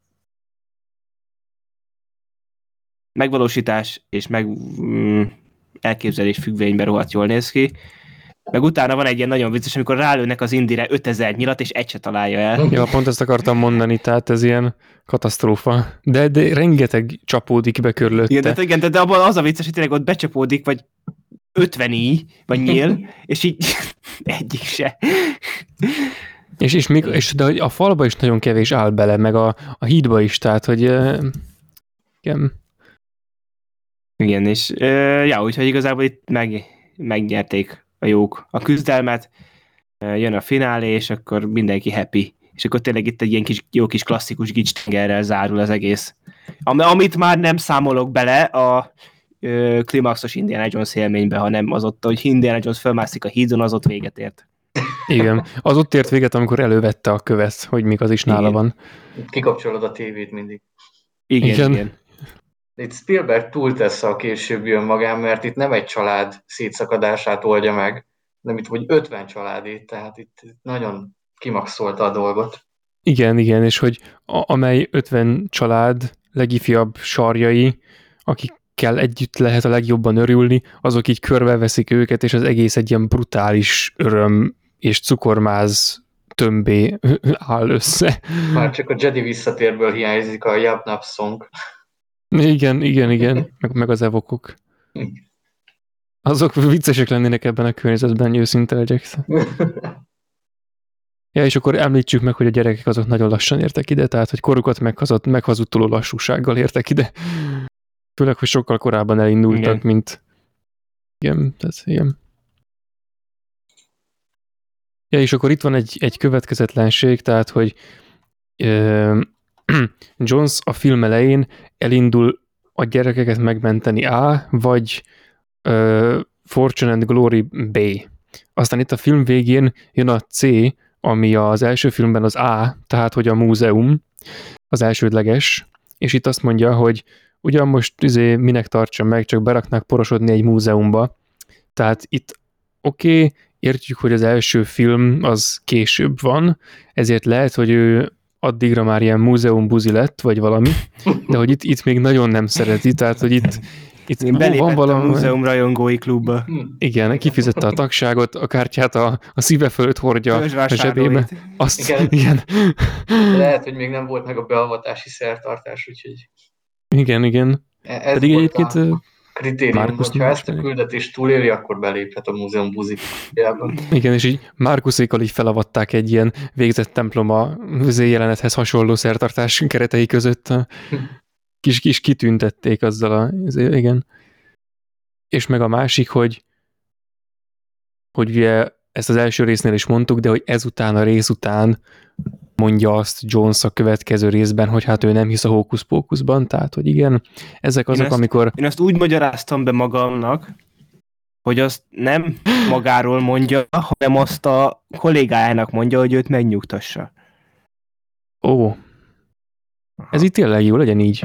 megvalósítás és meg mm, elképzelés függvényben rohadt jól néz ki. Meg utána van egy ilyen nagyon vicces, amikor rálőnek az indire ötezer nyilat, és egy se találja el. Ja, pont ezt akartam mondani, tehát ez ilyen katasztrófa. De, de rengeteg csapódik be körülötte. Igen, de, igen, de, de abban az a vicces, hogy tényleg ott becsapódik, vagy ötven íj, vagy nyíl, és így egyik se. És, és, még, és de a falba is nagyon kevés áll bele, meg a, a hídba is, tehát, hogy uh, igen. Igen, és uh, ja, úgyhogy igazából itt meg, megnyerték a jók a küzdelmet, uh, jön a finálé, és akkor mindenki happy. És akkor tényleg itt egy ilyen kis, jó kis klasszikus gicstengerrel zárul az egész. Am, amit már nem számolok bele a uh, klimaxos Indiana Jones élménybe, hanem az ott, hogy Indiana Jones fölmászik a hídon, az ott véget ért. Igen, az ott ért véget, amikor elővette a követ, hogy még az is nála igen. van. Kikapcsolod a tévét mindig. Igen, Igen. igen. Itt Spielberg túltesz a később jön magán, mert itt nem egy család szétszakadását oldja meg, hanem itt vagy ötven családét, tehát itt nagyon kimaxolta a dolgot. Igen, igen, és hogy a, amely ötven család legifjabb sarjai, akikkel együtt lehet a legjobban örülni, azok így körbeveszik őket, és az egész egy ilyen brutális öröm és cukormáz tömbé áll össze. Már csak a Jedi visszatérből hiányzik a Yap Nap Song. Igen, igen, igen, meg, meg az evokok. Azok viccesek lennének ebben a környezetben, őszinte legyek. Ja, és akkor említsük meg, hogy a gyerekek azok nagyon lassan értek ide, tehát hogy korukat meghazott, meghazudtoló lassúsággal értek ide. Főleg, hogy sokkal korábban elindultak, igen. mint... Igen, tehát igen. Ja, és akkor itt van egy, egy következetlenség, tehát, hogy uh, Jones a film elején elindul a gyerekeket megmenteni A, vagy uh, Fortune and Glory B. Aztán itt a film végén jön a C, ami az első filmben az A, tehát, hogy a múzeum, az elsődleges, és itt azt mondja, hogy ugyan most izé, minek tartsa meg, csak beraknák porosodni egy múzeumba. Tehát itt oké, okay, értjük, hogy az első film az később van, ezért lehet, hogy ő addigra már ilyen múzeumbuzi lett, vagy valami, de hogy itt, itt még nagyon nem szereti, tehát, hogy itt Itt Én belépett valami... a múzeum rajongói klubba. Igen, kifizette a tagságot, a kártyát a, a szíve fölött hordja a zsebébe. Azt, igen. igen. Lehet, hogy még nem volt meg a beavatási szertartás, úgyhogy... Igen, igen. Ez Pedig egyébként... Kritérium, hogyha ezt a küldetést túléli, akkor beléphet a múzeum buzikjában. Igen, és így Márkuszékkal így felavatták egy ilyen végzett temploma jelenethez hasonló szertartás keretei között. Kis, kis kitüntették azzal a... Igen. És meg a másik, hogy hogy ugye ezt az első résznél is mondtuk, de hogy ezután a rész után mondja azt Jones a következő részben, hogy hát ő nem hisz a hókusz-pókuszban, tehát hogy igen, ezek azok, én ezt, amikor... Én ezt úgy magyaráztam be magamnak, hogy azt nem magáról mondja, hanem azt a kollégájának mondja, hogy őt megnyugtassa. Ó, ez itt tényleg jó, legyen így.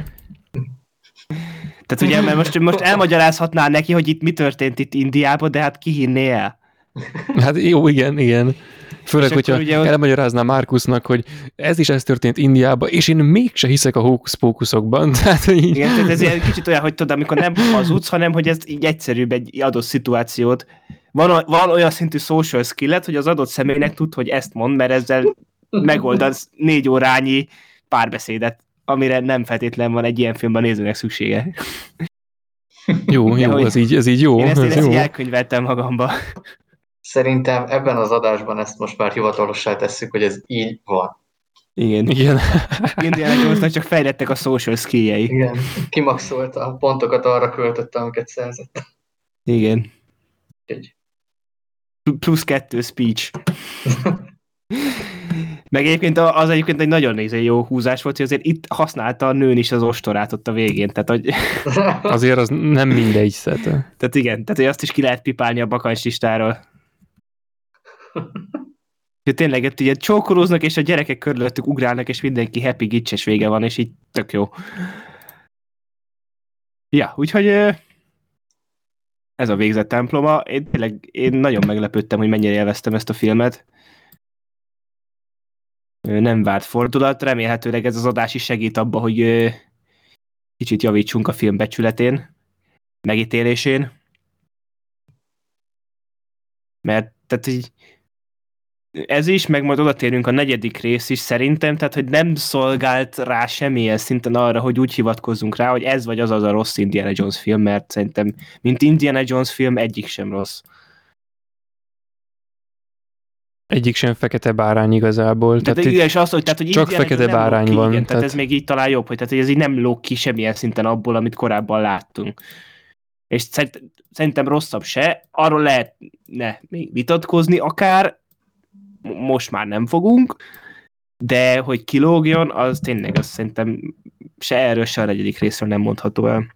Tehát ugye, mert most, most elmagyarázhatná neki, hogy itt mi történt itt Indiában, de hát ki hinné el? Hát jó, igen, igen. Főleg, hogyha ugye, elmagyarázná Márkusznak, hogy ez is ez történt Indiában, és én mégse hiszek a hókusz-pókuszokban. Tehát, hogy így... Igen, tehát ez egy kicsit olyan, hogy tudod, amikor nem hazudsz, hanem hogy ez így egyszerűbb egy adott szituációt. Van, van olyan szintű social skillet, hogy az adott személynek tud, hogy ezt mond, mert ezzel megoldasz négy órányi párbeszédet, amire nem feltétlen van egy ilyen filmben nézőnek szüksége. Jó, jó, ez így, ez így jó. Én ezt, én ez ezt jó. így elkönyveltem magamba. szerintem ebben az adásban ezt most már hivatalossá tesszük, hogy ez így van. Igen. Igen. Indiana Jonesnak csak fejlettek a social skilljei. Igen, kimaxolta a pontokat, arra költötte, amiket szerzett. Igen. Egy. Plusz kettő speech. Meg egyébként az egyébként egy nagyon néző jó húzás volt, hogy azért itt használta a nőn is az ostorát ott a végén. Tehát, hogy... Azért az nem mindegy szet. Tehát igen, tehát hogy azt is ki lehet pipálni a bakancslistáról. Tényleg itt ugye csókolóznak, és a gyerekek körülöttük ugrálnak, és mindenki happy gicses vége van, és így tök jó. Ja, úgyhogy ez a végzett temploma. Én tényleg én nagyon meglepődtem, hogy mennyire élveztem ezt a filmet. Nem várt fordulat, remélhetőleg ez az adás is segít abba, hogy kicsit javítsunk a film becsületén, megítélésén. Mert tehát így ez is, meg majd odatérünk a negyedik rész is szerintem, tehát hogy nem szolgált rá semmilyen szinten arra, hogy úgy hivatkozzunk rá, hogy ez vagy az az a rossz Indiana Jones film, mert szerintem, mint Indiana Jones film, egyik sem rossz. Egyik sem fekete bárány igazából. Tehát, tehát, és az, hogy, tehát, hogy csak fekete bárány ki, van. Igen, tehát... tehát ez még így talán jobb, hogy, tehát, hogy ez így nem lóg ki semmilyen szinten abból, amit korábban láttunk. És szerintem rosszabb se, arról lehetne még vitatkozni akár, most már nem fogunk, de hogy kilógjon, az tényleg azt szerintem se erről, se a negyedik részről nem mondható el.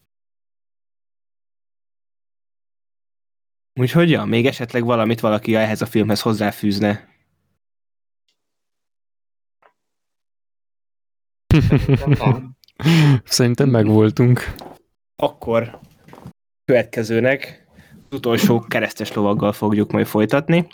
Úgyhogy ja, még esetleg valamit valaki ehhez a filmhez hozzáfűzne. Nem. Szerintem megvoltunk. Akkor következőnek az utolsó keresztes lovaggal fogjuk majd folytatni.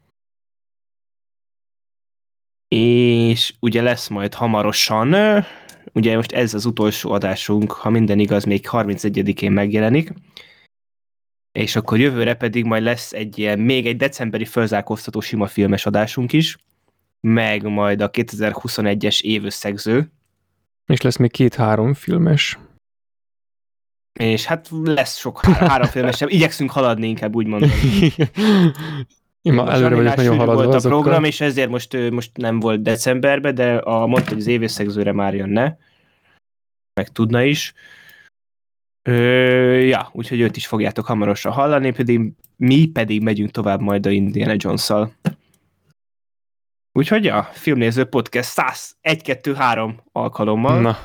És ugye lesz majd hamarosan, ugye most ez az utolsó adásunk, ha minden igaz, még harmincegyedikén megjelenik, és akkor jövőre pedig majd lesz egy ilyen, még egy decemberi fölzárkóztató sima filmes adásunk is, meg majd a kétezer-huszonegyes évösszegző. És lesz még két-három filmes. És hát lesz sok há- három filmes, igyekszünk haladni, inkább úgy mondom. Én ma előre vagyok nagyon haladva volt a azokkal. program, és ezért most, most nem volt decemberben, de a, mondta, hogy az évösszegzőre már jönne. Meg tudna is. Ö, ja, úgyhogy őt is fogjátok hamarosan hallani, pedig mi pedig megyünk tovább majd a Indiana Jones-szal. Úgyhogy a Filmnéző Podcast száz egy kettő három alkalommal. Na.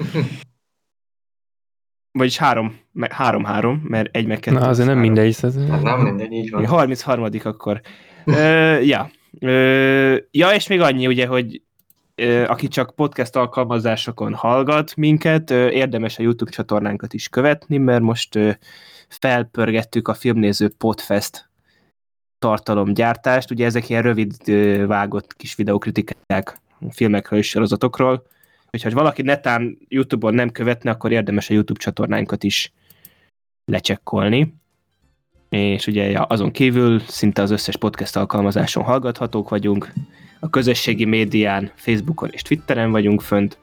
Vagyis három, három, három, mert egy meg kettő. Na, azért nem három. mindegy. Ez... Nem mindegy, így van. harmincharmadik akkor. Ö, ja. Ö, ja, és még annyi, ugye, hogy ö, aki csak podcast alkalmazásokon hallgat minket, ö, érdemes a YouTube csatornánkat is követni, mert most ö, felpörgettük a Filmnéző Podfest tartalomgyártást. Ugye ezek ilyen rövid ö, vágott kis videokritikák filmekről és sorozatokról. Úgyhogy valaki netán YouTube-on nem követne, akkor érdemes a YouTube csatornánkat is lecsekkolni. És ugye ja, azon kívül szinte az összes podcast alkalmazáson hallgathatók vagyunk. A közösségi médián, Facebookon és Twitteren vagyunk fönt.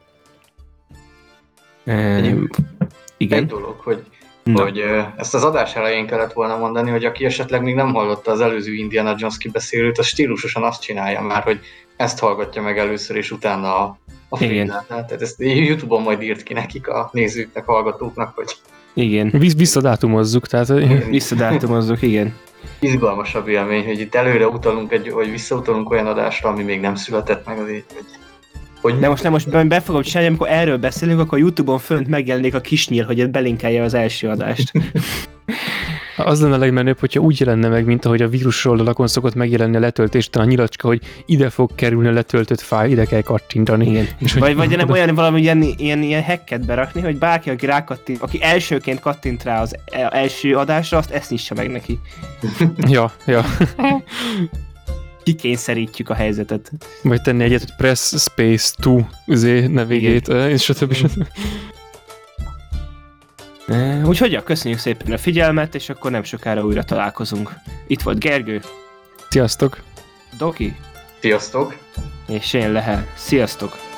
E, igen. Egy dolog, hogy, hogy ezt az adás elején kellett volna mondani, hogy aki esetleg még nem hallotta az előző Indiana Jones kibeszélőt, az stílusosan azt csinálja már, hogy ezt hallgatja meg először, és utána a, a filmet. Tehát ezt YouTube-on majd írt ki nekik, a nézőknek, hallgatóknak, hogy igen. Visz, visszadátumozzuk, tehát... Visszadátumozzuk, igen. Izgalmasabb élmény, hogy itt előre utalunk, egy, vagy visszautalunk olyan adásra, ami még nem született meg azért, hogy... hogy de most nem, most be fogom csinálni, amikor erről beszélünk, akkor YouTube-on fönt megjelenik a kisnyír, hogy belinkelje az első adást. Az lenne a legmenőbb, hogyha úgy jelenne meg, mint ahogy a vírus oldalakon szokott megjelenni a letöltés, a nyilacska, hogy ide fog kerülni a letöltött fájl, ide kell kattintani. Igen. És vagy, vagy nem olyan valami ilyen, ilyen, ilyen hacket berakni, hogy bárki, aki rákattint, aki elsőként kattint rá az első adásra, azt ezt nyissa meg neki. Ja, ja. Kikényszerítjük a helyzetet. Vagy tenni egyet, hogy press space to zé nevégét, és stb. Úgyhogy ja, köszönjük szépen a figyelmet, és akkor nem sokára újra találkozunk. Itt volt Gergő. Sziasztok! Doki. Sziasztok! És én Lehel. Sziasztok!